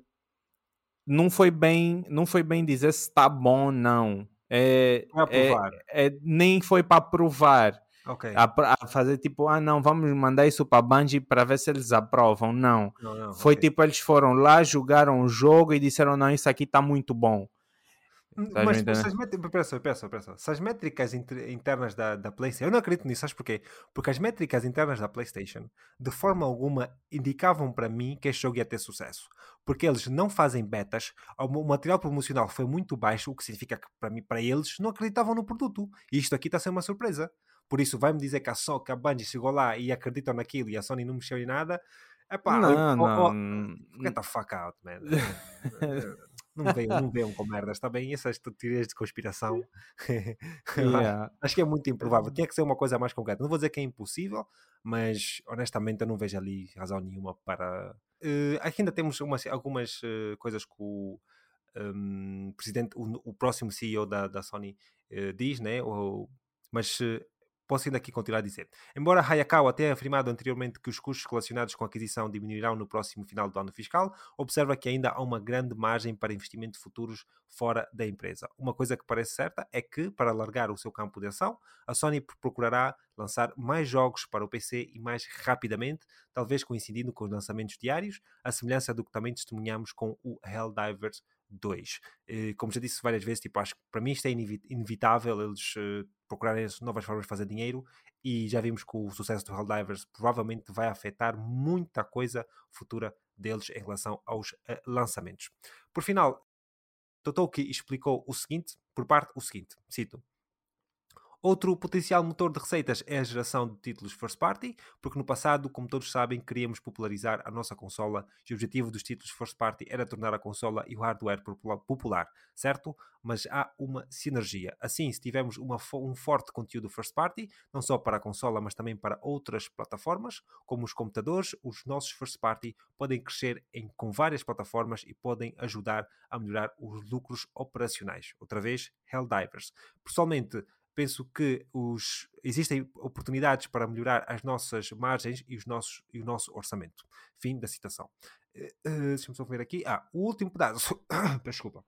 não foi bem dizer se está bom ou não. Vai aprovar. Nem foi para provar. Ok. A fazer tipo, não, vamos mandar isso para a Bungie para ver se eles aprovam. Não. Não, não, Foi ok. tipo, eles foram lá, jogaram o jogo e disseram, não, isso aqui está muito bom. Estás a Mas se entender? as métricas, pensa, se as métricas internas da PlayStation, eu não acredito nisso, sabes porquê? Porque as métricas internas da PlayStation, de forma alguma, indicavam para mim que este jogo ia ter sucesso. Porque eles não fazem betas, o material promocional foi muito baixo, o que significa que para mim, para eles, não acreditavam no produto. E isto aqui está a ser uma surpresa. Por isso, vai-me dizer que a Bungie chegou lá e acreditam naquilo e a Sony não mexeu em nada. Epá, Não, get não. the fuck out, man. Não venham com merdas, está bem? Essas teorias de conspiração Yeah. acho que é muito improvável. Tinha que ser uma coisa mais concreta. Não vou dizer que é impossível, mas honestamente eu não vejo ali razão nenhuma para. Aqui ainda temos algumas coisas que o presidente, o próximo CEO da Sony diz, né? Mas posso ainda aqui continuar a dizer. Embora Hayakawa tenha afirmado anteriormente que os custos relacionados com a aquisição diminuirão no próximo final do ano fiscal, observa que ainda há uma grande margem para investimentos futuros fora da empresa. Uma coisa que parece certa é que, para alargar o seu campo de ação, a Sony procurará lançar mais jogos para o PC e mais rapidamente, talvez coincidindo com os lançamentos diários, à semelhança do que também testemunhamos com o Helldivers 2. Como já disse várias vezes, tipo, acho que para mim isto é inevitável, eles procurarem novas formas de fazer dinheiro, e já vimos que o sucesso do Helldivers provavelmente vai afetar muita coisa futura deles em relação aos lançamentos. Por final, Totoki explicou o seguinte, cito: outro potencial motor de receitas é a geração de títulos first party, porque no passado, como todos sabem, queríamos popularizar a nossa consola e o objetivo dos títulos first party era tornar a consola e o hardware popular, certo? Mas há uma sinergia. Assim, se tivermos um forte conteúdo first party, não só para a consola, mas também para outras plataformas, como os computadores, os nossos first party podem crescer com várias plataformas e podem ajudar a melhorar os lucros operacionais. Outra vez, Helldivers. Pessoalmente, penso que existem oportunidades para melhorar as nossas margens e o nosso orçamento. Fim da citação. Deixa-me só ver aqui. O último pedaço. Desculpa.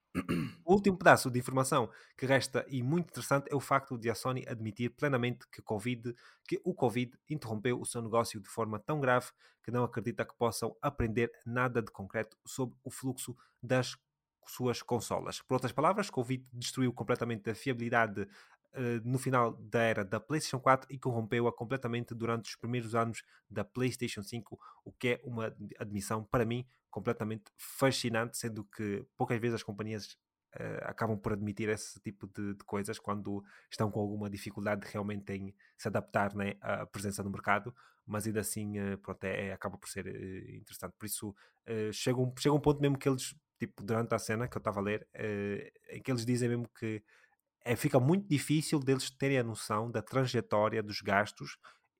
O último pedaço de informação que resta e muito interessante é o facto de a Sony admitir plenamente que o Covid interrompeu o seu negócio de forma tão grave que não acredita que possam aprender nada de concreto sobre o fluxo das suas consolas. Por outras palavras, Covid destruiu completamente a fiabilidade no final da era da PlayStation 4 e corrompeu-a completamente durante os primeiros anos da PlayStation 5, o que é uma admissão, para mim, completamente fascinante, sendo que poucas vezes as companhias acabam por admitir esse tipo de coisas quando estão com alguma dificuldade realmente em se adaptar, né, à presença no mercado, mas ainda assim pronto, acaba por ser interessante. Por isso chega um ponto mesmo que eles, tipo, durante a cena que eu estava a ler, em que eles dizem mesmo que fica muito difícil deles terem a noção da trajetória dos gastos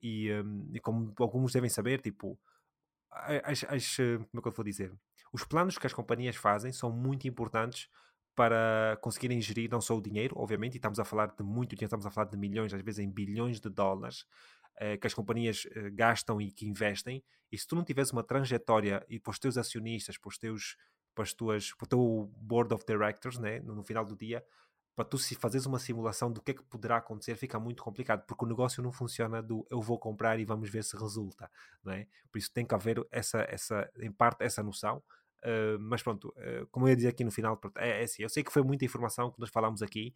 e como alguns devem saber, tipo, como é que eu vou dizer? Os planos que as companhias fazem são muito importantes para conseguirem gerir não só o dinheiro, obviamente, e estamos a falar de muito dinheiro, estamos a falar de milhões, às vezes em bilhões de dólares, que as companhias gastam e que investem, e se tu não tiveres uma trajetória e para os teus acionistas, para o teu board of directors, né, no final do dia, para tu se fazeres uma simulação do que é que poderá acontecer, fica muito complicado, porque o negócio não funciona do eu vou comprar e vamos ver se resulta, não é? Por isso tem que haver em parte, essa noção. Mas pronto, como eu ia dizer aqui no final, pronto, é assim, eu sei que foi muita informação que nós falámos aqui.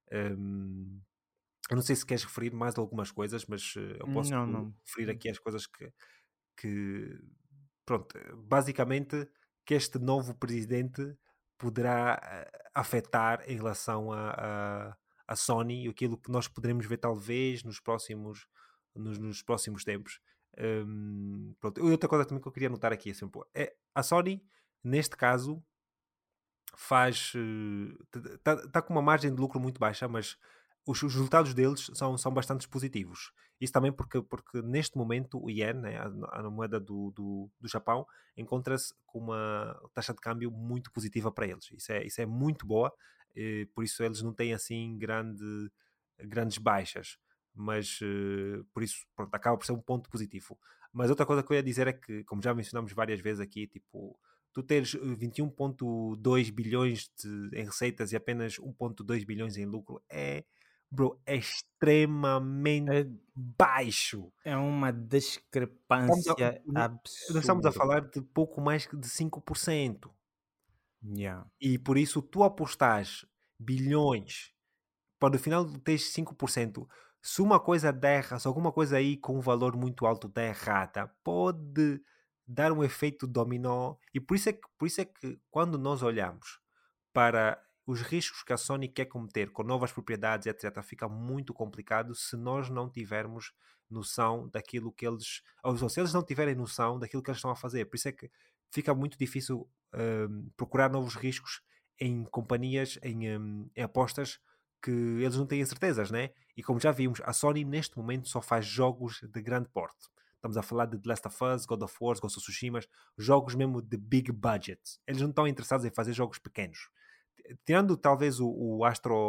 Eu não sei se queres referir mais algumas coisas, mas eu posso Não, não. referir aqui as coisas que pronto, basicamente que este novo presidente poderá afetar em relação a Sony e aquilo que nós poderemos ver talvez nos próximos tempos. Pronto. E outra coisa também que eu queria notar aqui assim, é a Sony, neste caso, faz está com uma margem de lucro muito baixa, mas os resultados deles são bastante positivos. Isso também porque neste momento o Yen, né, a moeda do Japão, encontra-se com uma taxa de câmbio muito positiva para eles. Isso é muito boa, por isso eles não têm assim grandes baixas. Mas por isso, pronto, acaba por ser um ponto positivo. Mas outra coisa que eu ia dizer é que, como já mencionamos várias vezes aqui, tipo, tu teres 21,2 bilhões em receitas e apenas 1,2 bilhões em lucro bro, é extremamente É, baixo. é uma Estamos a, discrepância nós estamos a absurda. falar de pouco mais que de 5%. Yeah. E por isso tu apostares bilhões para no final teres 5%. Se uma coisa der errado, se alguma coisa aí com um valor muito alto der errada, pode dar um efeito dominó. E por isso é que quando nós olhamos para os riscos que a Sony quer cometer com novas propriedades, etc., fica muito complicado se nós não tivermos noção daquilo que eles. Ou seja, se eles não tiverem noção daquilo que eles estão a fazer. Por isso é que fica muito difícil procurar novos riscos em companhias, em apostas que eles não têm certezas, né? E como já vimos, a Sony neste momento só faz jogos de grande porte. Estamos a falar de The Last of Us, God of War, Ghost of Tsushima, jogos mesmo de big budget. Eles não estão interessados em fazer jogos pequenos. Tirando talvez o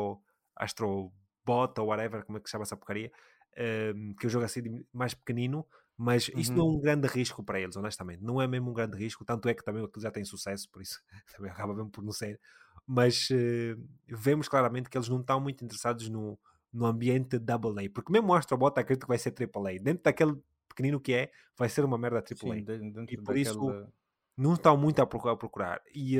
Astrobot ou whatever, como é que se chama essa porcaria, que é um jogo assim mais pequenino, mas isso não é Uhum. um grande risco para eles, honestamente. Não é mesmo um grande risco, tanto é que também aquilo já tem sucesso, por isso também acaba mesmo por não ser. Mas vemos claramente que eles não estão muito interessados no ambiente AA, porque mesmo o Astrobot acredito que vai ser AAA. Dentro daquele pequenino que é, vai ser uma merda AAA. Sim, E dentro por isso daquele. não estão muito a procurar. E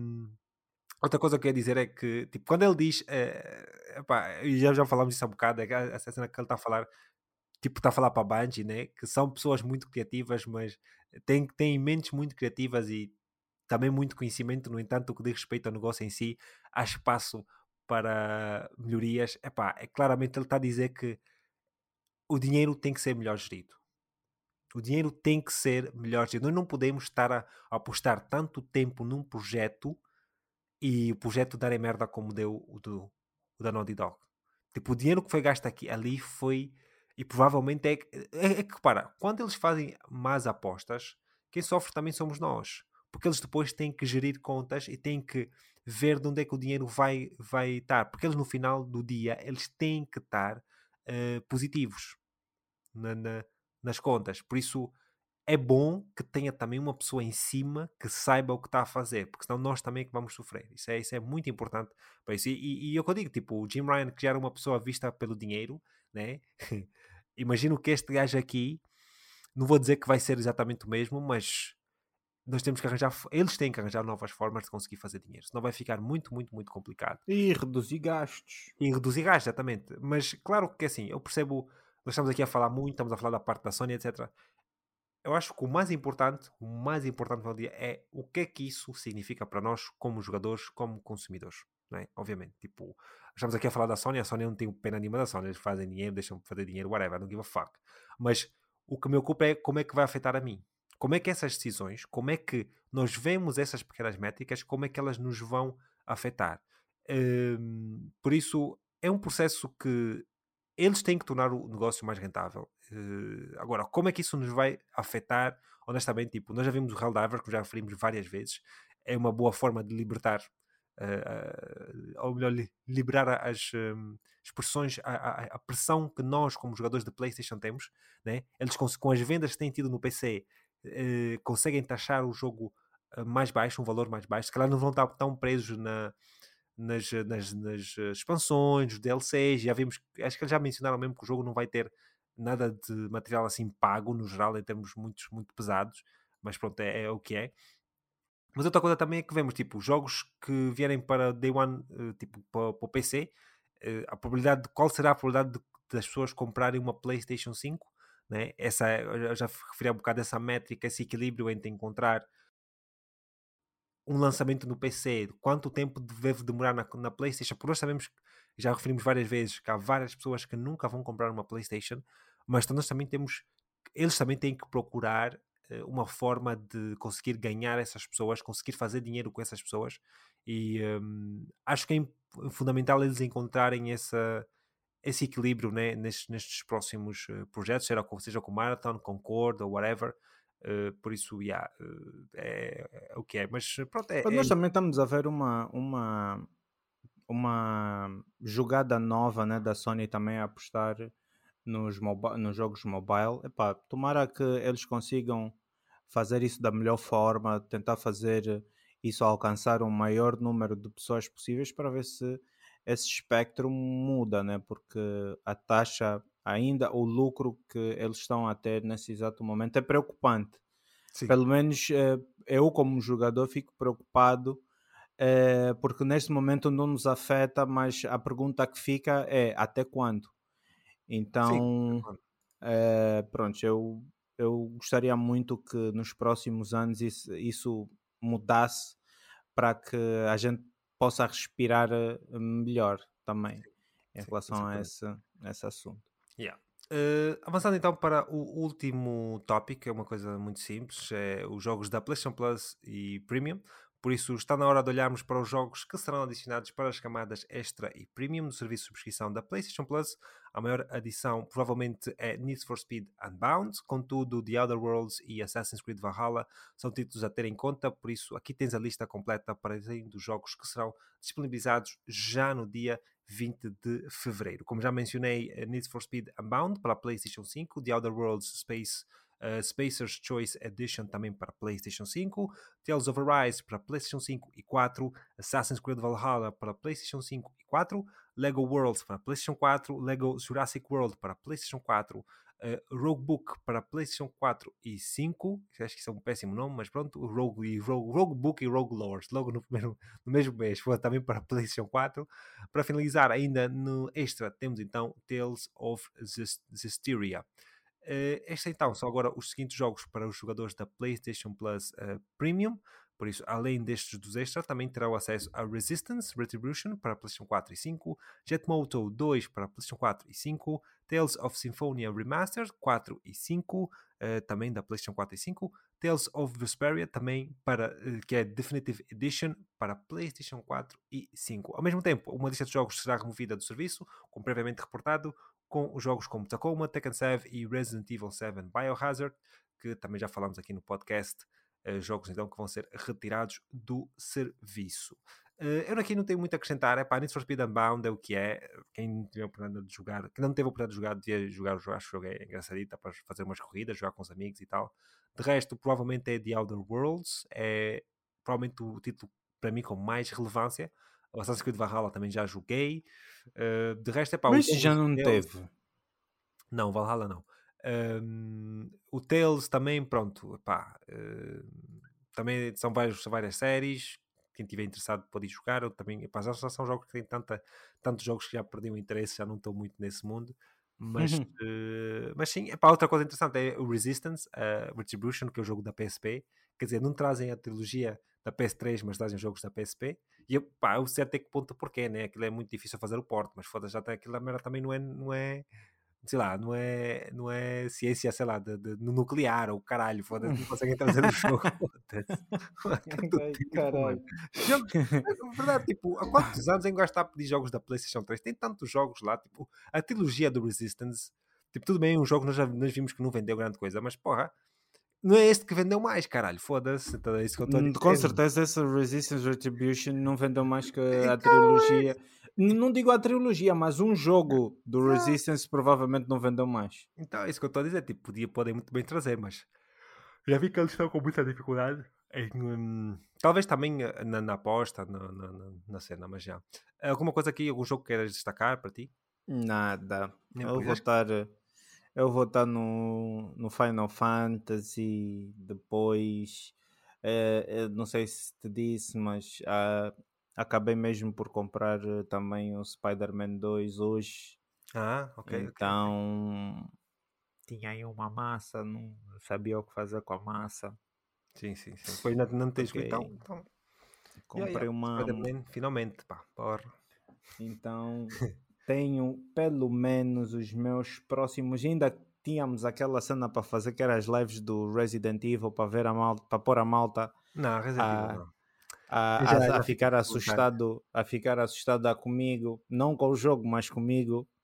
outra coisa que eu ia dizer é que, tipo, quando ele diz, epá, e já falámos disso há um bocado, é que essa cena que ele está a falar, tipo, está a falar para a Bungie, né? Que são pessoas muito criativas, mas têm mentes muito criativas e também muito conhecimento, no entanto, o que diz respeito ao negócio em si, há espaço para melhorias. Epá, claramente ele está a dizer que o dinheiro tem que ser melhor gerido. O dinheiro tem que ser melhor gerido. Nós não podemos estar a apostar tanto tempo num projeto e o projeto dar em merda como deu o da Naughty Dog. Tipo, o dinheiro que foi gasto aqui, ali foi. E provavelmente é que, repara, quando eles fazem más apostas, quem sofre também somos nós. Porque eles depois têm que gerir contas e têm que ver de onde é que o dinheiro vai estar. Porque eles no final do dia, eles têm que estar positivos na- na- nas contas. Por isso, é bom que tenha também uma pessoa em cima que saiba o que está a fazer, porque senão nós também é que vamos sofrer. Isso é muito importante para isso. E eu que eu digo, tipo, o Jim Ryan, que já era uma pessoa vista pelo dinheiro, né? Imagino que este gajo aqui, não vou dizer que vai ser exatamente o mesmo, mas nós temos que arranjar, eles têm que arranjar novas formas de conseguir fazer dinheiro, senão vai ficar muito, muito, muito complicado. E reduzir gastos. E reduzir gastos, exatamente. Mas claro que assim, eu percebo, nós estamos aqui a falar muito, estamos a falar da parte da Sony, etc. Eu acho que o mais importante no dia é o que é que isso significa para nós como jogadores, como consumidores, não é? Obviamente, tipo, estamos aqui a falar da Sony, a Sony não tem pena nenhuma da Sony, eles fazem dinheiro, deixam de fazer dinheiro, whatever, I don't give a fuck. Mas o que me ocupa é como é que vai afetar a mim. Como é que essas decisões, como é que nós vemos essas pequenas métricas, como é que elas nos vão afetar. Por isso, é um processo que eles têm que tornar o negócio mais rentável. Agora, como é que isso nos vai afetar? Honestamente, tipo, nós já vimos o Helldiver, que já referimos várias vezes, é uma boa forma de libertar, ou melhor, liberar as expressões, a pressão que nós, como jogadores de PlayStation, temos. Né? Eles, com as vendas que têm tido no PC, conseguem taxar o jogo mais baixo, um valor mais baixo. Se calhar não vão estar tão presos nas expansões, os DLCs, já vimos, acho que eles já mencionaram mesmo que o jogo não vai ter nada de material assim pago, no geral, em termos muito pesados, mas pronto, é o que é. Mas outra coisa também é que vemos, tipo, jogos que vierem para Day One, tipo, para o PC, qual será a probabilidade das pessoas comprarem uma PlayStation 5, né? Eu já referi há um bocado essa métrica, esse equilíbrio entre encontrar um lançamento no PC, quanto tempo deve demorar na PlayStation, porque nós sabemos, já referimos várias vezes, que há várias pessoas que nunca vão comprar uma PlayStation, mas nós também eles também têm que procurar uma forma de conseguir ganhar essas pessoas, conseguir fazer dinheiro com essas pessoas, e acho que é fundamental eles encontrarem esse equilíbrio, né, nestes próximos projetos, seja com Marathon, com Cord ou whatever. Por isso, yeah, é o que é. Mas pronto, Mas nós também estamos a ver uma jogada nova, né, da Sony também a apostar nos jogos mobile. Epá, tomara que eles consigam fazer isso da melhor forma, tentar fazer isso alcançar um maior número de pessoas possíveis para ver se esse espectro muda, né? Porque a taxa, ainda o lucro que eles estão a ter nesse exato momento é preocupante. sim, Pelo menos eu como jogador fico preocupado porque neste momento não nos afeta, mas a pergunta que fica é até quando? sim. Então, pronto, eu gostaria muito que nos próximos anos isso mudasse para que a gente possa respirar melhor também em Sim, relação a exatamente. esse assunto. Yeah. Avançando então para o último tópico, é uma coisa muito simples, é os jogos da PlayStation Plus e Premium. Por isso está na hora de olharmos para os jogos que serão adicionados para as camadas Extra e Premium do serviço de subscrição da PlayStation Plus. A maior adição provavelmente é Need for Speed Unbound, contudo The Outer Worlds e Assassin's Creed Valhalla são títulos a ter em conta, por isso aqui tens a lista completa para além dos jogos que serão disponibilizados já no dia 20 de fevereiro. Como já mencionei, Need for Speed Unbound para a PlayStation 5, The Outer Worlds Spacer's Choice Edition também para PlayStation 5, Tales of Arise para PlayStation 5 e 4, Assassin's Creed Valhalla para PlayStation 5 e 4, Lego Worlds para PlayStation 4, Lego Jurassic World para PlayStation 4, Roguebook para PlayStation 4 e 5, acho que isso é um péssimo nome, mas pronto, Roguebook e Rogue Lords, logo no mesmo mês, foi também para PlayStation 4. Para finalizar, ainda no extra, temos então Tales of Zestiria. Estes então são agora os seguintes jogos para os jogadores da PlayStation Plus Premium. Por isso, além destes dos extra, também terão acesso a Resistance Retribution para PlayStation 4 e 5, Jetmoto 2 para PlayStation 4 e 5, Tales of Symphonia Remastered 4 e 5, também da PlayStation 4 e 5, Tales of Vesperia também para, que é Definitive Edition para PlayStation 4 e 5. Ao mesmo tempo, uma lista de jogos será removida do serviço, como previamente reportado, com os jogos como Tacoma, Tekken 7 e Resident Evil 7 Biohazard, que também já falamos aqui no podcast, jogos então que vão ser retirados do serviço. Eu aqui não tenho muito a acrescentar, Need for Speed Unbound é o que é. Quem tiver a oportunidade de jogar, quem não teve a oportunidade de jogar, devia jogar o jogo, acho que o jogo é engraçadito, para fazer umas corridas, jogar com os amigos e tal. De resto, provavelmente é The Outer Worlds, é provavelmente o título para mim com mais relevância. O Assassin's Creed Valhalla também já joguei. De resto, Mas os já jogos não deles. teve. Não, Valhalla não. O Tales também, pronto, também são várias séries. Quem estiver interessado pode ir jogar. Eu também, já são jogos que têm tantos jogos que já perdi o interesse, já não estou muito nesse mundo. Mas sim, outra coisa interessante é o Resistance, Retribution, que é o jogo da PSP. Quer dizer, não trazem a trilogia da PS3, mas trazem jogos da PSP. E eu sei até que ponto porquê, né? Aquilo é muito difícil fazer o porte, mas foda-se, já até aquilo merda também não é sei lá, não é ciência, sei lá, no nuclear ou caralho, foda-se, não conseguem trazer o jogo, foda-se. Que é tudo Ai, tipo, mano. caralho. Jogos, é verdade, tipo, há quantos anos é que um gajo está a pedir jogos da PlayStation 3? Tem tantos jogos lá, tipo, a trilogia do Resistance, tipo, tudo bem, um jogo nós vimos que não vendeu grande coisa, mas porra, não é este que vendeu mais, caralho, foda-se, então é isso que eu estou a Com dizer. certeza essa Resistance Retribution não vendeu mais que a Então, trilogia. Não digo a trilogia, mas um jogo do Resistance provavelmente não vendeu mais. é isso que eu estou a dizer, tipo, podem muito bem trazer, mas já vi que eles estão com muita dificuldade talvez também na aposta, na cena, mas já. Alguma coisa aqui, algum jogo que queiras destacar para ti? Nada. Nem Eu por vou isso. estar, eu vou estar no Final Fantasy depois. Eu não sei se te disse, mas acabei mesmo por comprar também o Spider-Man 2 hoje. Ok, ok. Então tinha aí uma massa, não sabia o que fazer com a massa. Sim, sim, sim. Pois não tens que Peguei, então. comprei uma. Spider-Man, finalmente, pá, porra. Então tenho pelo menos os meus próximos. Ainda tínhamos aquela cena para fazer que era as lives do Resident Evil para ver a malta, para pôr a malta Não, Resident Evil a, não. Eu a já fiquei ficar com vontade. assustado, a ficar assustada comigo, não com o jogo, mas comigo.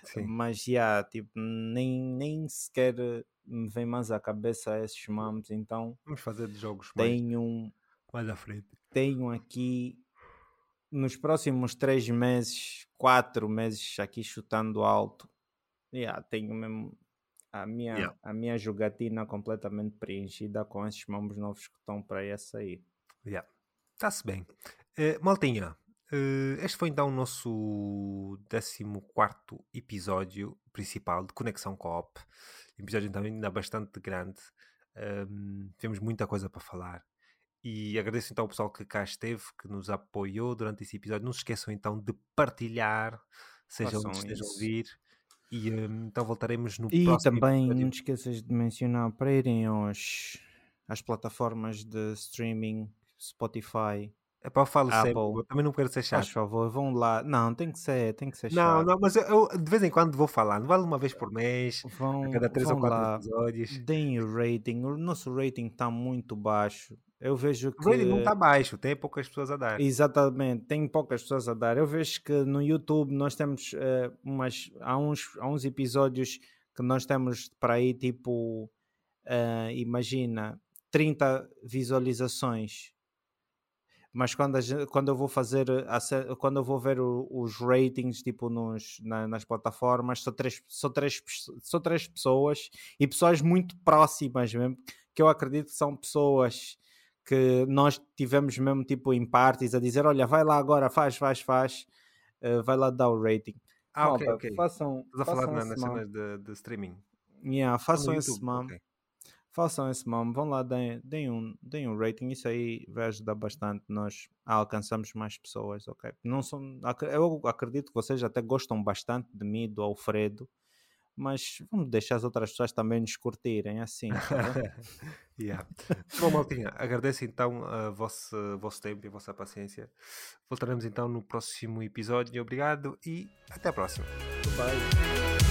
Sim, Mas, tipo, nem sequer me vem mais à cabeça esses mamos, então vamos fazer de jogos tenho, mais à frente. tenho aqui nos próximos 3 meses, 4 meses, aqui chutando alto, tenho mesmo Yeah. a minha jogatina completamente preenchida com esses mambos novos que estão para aí sair. Yeah. Está-se bem. Maltinha, este foi então o nosso 14º episódio principal de Conexão Co-op. Episódio então ainda bastante grande. Temos muita coisa para falar. E agradeço então ao pessoal que cá esteve, que nos apoiou durante esse episódio. Não se esqueçam então de partilhar, seja onde Façam estejam a isso. ouvir. E então voltaremos no E próximo também não episódio. te esqueças de mencionar para irem às plataformas de streaming, Spotify, É para eu falo sempre, Apple. eu também não quero ser Faz chato. favor, vão lá. Não, tem que ser Não, chato. não, mas eu de vez em quando vou falar, não vale uma vez por mês, a cada 3 ou Vão 4 lá, episódios. deem o rating. O nosso rating está muito baixo. Eu vejo O rating não que, está baixo, tem poucas pessoas a dar. exatamente, tem poucas pessoas a dar. Eu vejo que no YouTube nós temos há uns episódios que nós temos para aí, tipo, imagina, 30 visualizações. Mas quando eu vou fazer quando eu vou ver os ratings tipo nas plataformas, são três pessoas, e pessoas muito próximas mesmo, que eu acredito que são pessoas que nós tivemos mesmo tipo em parties a dizer, olha, vai lá agora, faz, vai lá dar o rating. Ok, Malta, ok. Estás a falar façam esse nas mam. cenas de streaming. Só no Façam esse YouTube? mam. Ok. Façam esse mamo, vão lá, deem um rating, isso aí vai ajudar bastante nós a alcançarmos mais pessoas, ok? Não são, eu acredito que vocês até gostam bastante de mim, do Alfredo, mas vamos deixar as outras pessoas também nos curtirem, assim, tá bem? Yeah. Bom, maltinha, agradeço então vosso tempo e a vossa paciência. Voltaremos então no próximo episódio. Obrigado e até a próxima. Bye.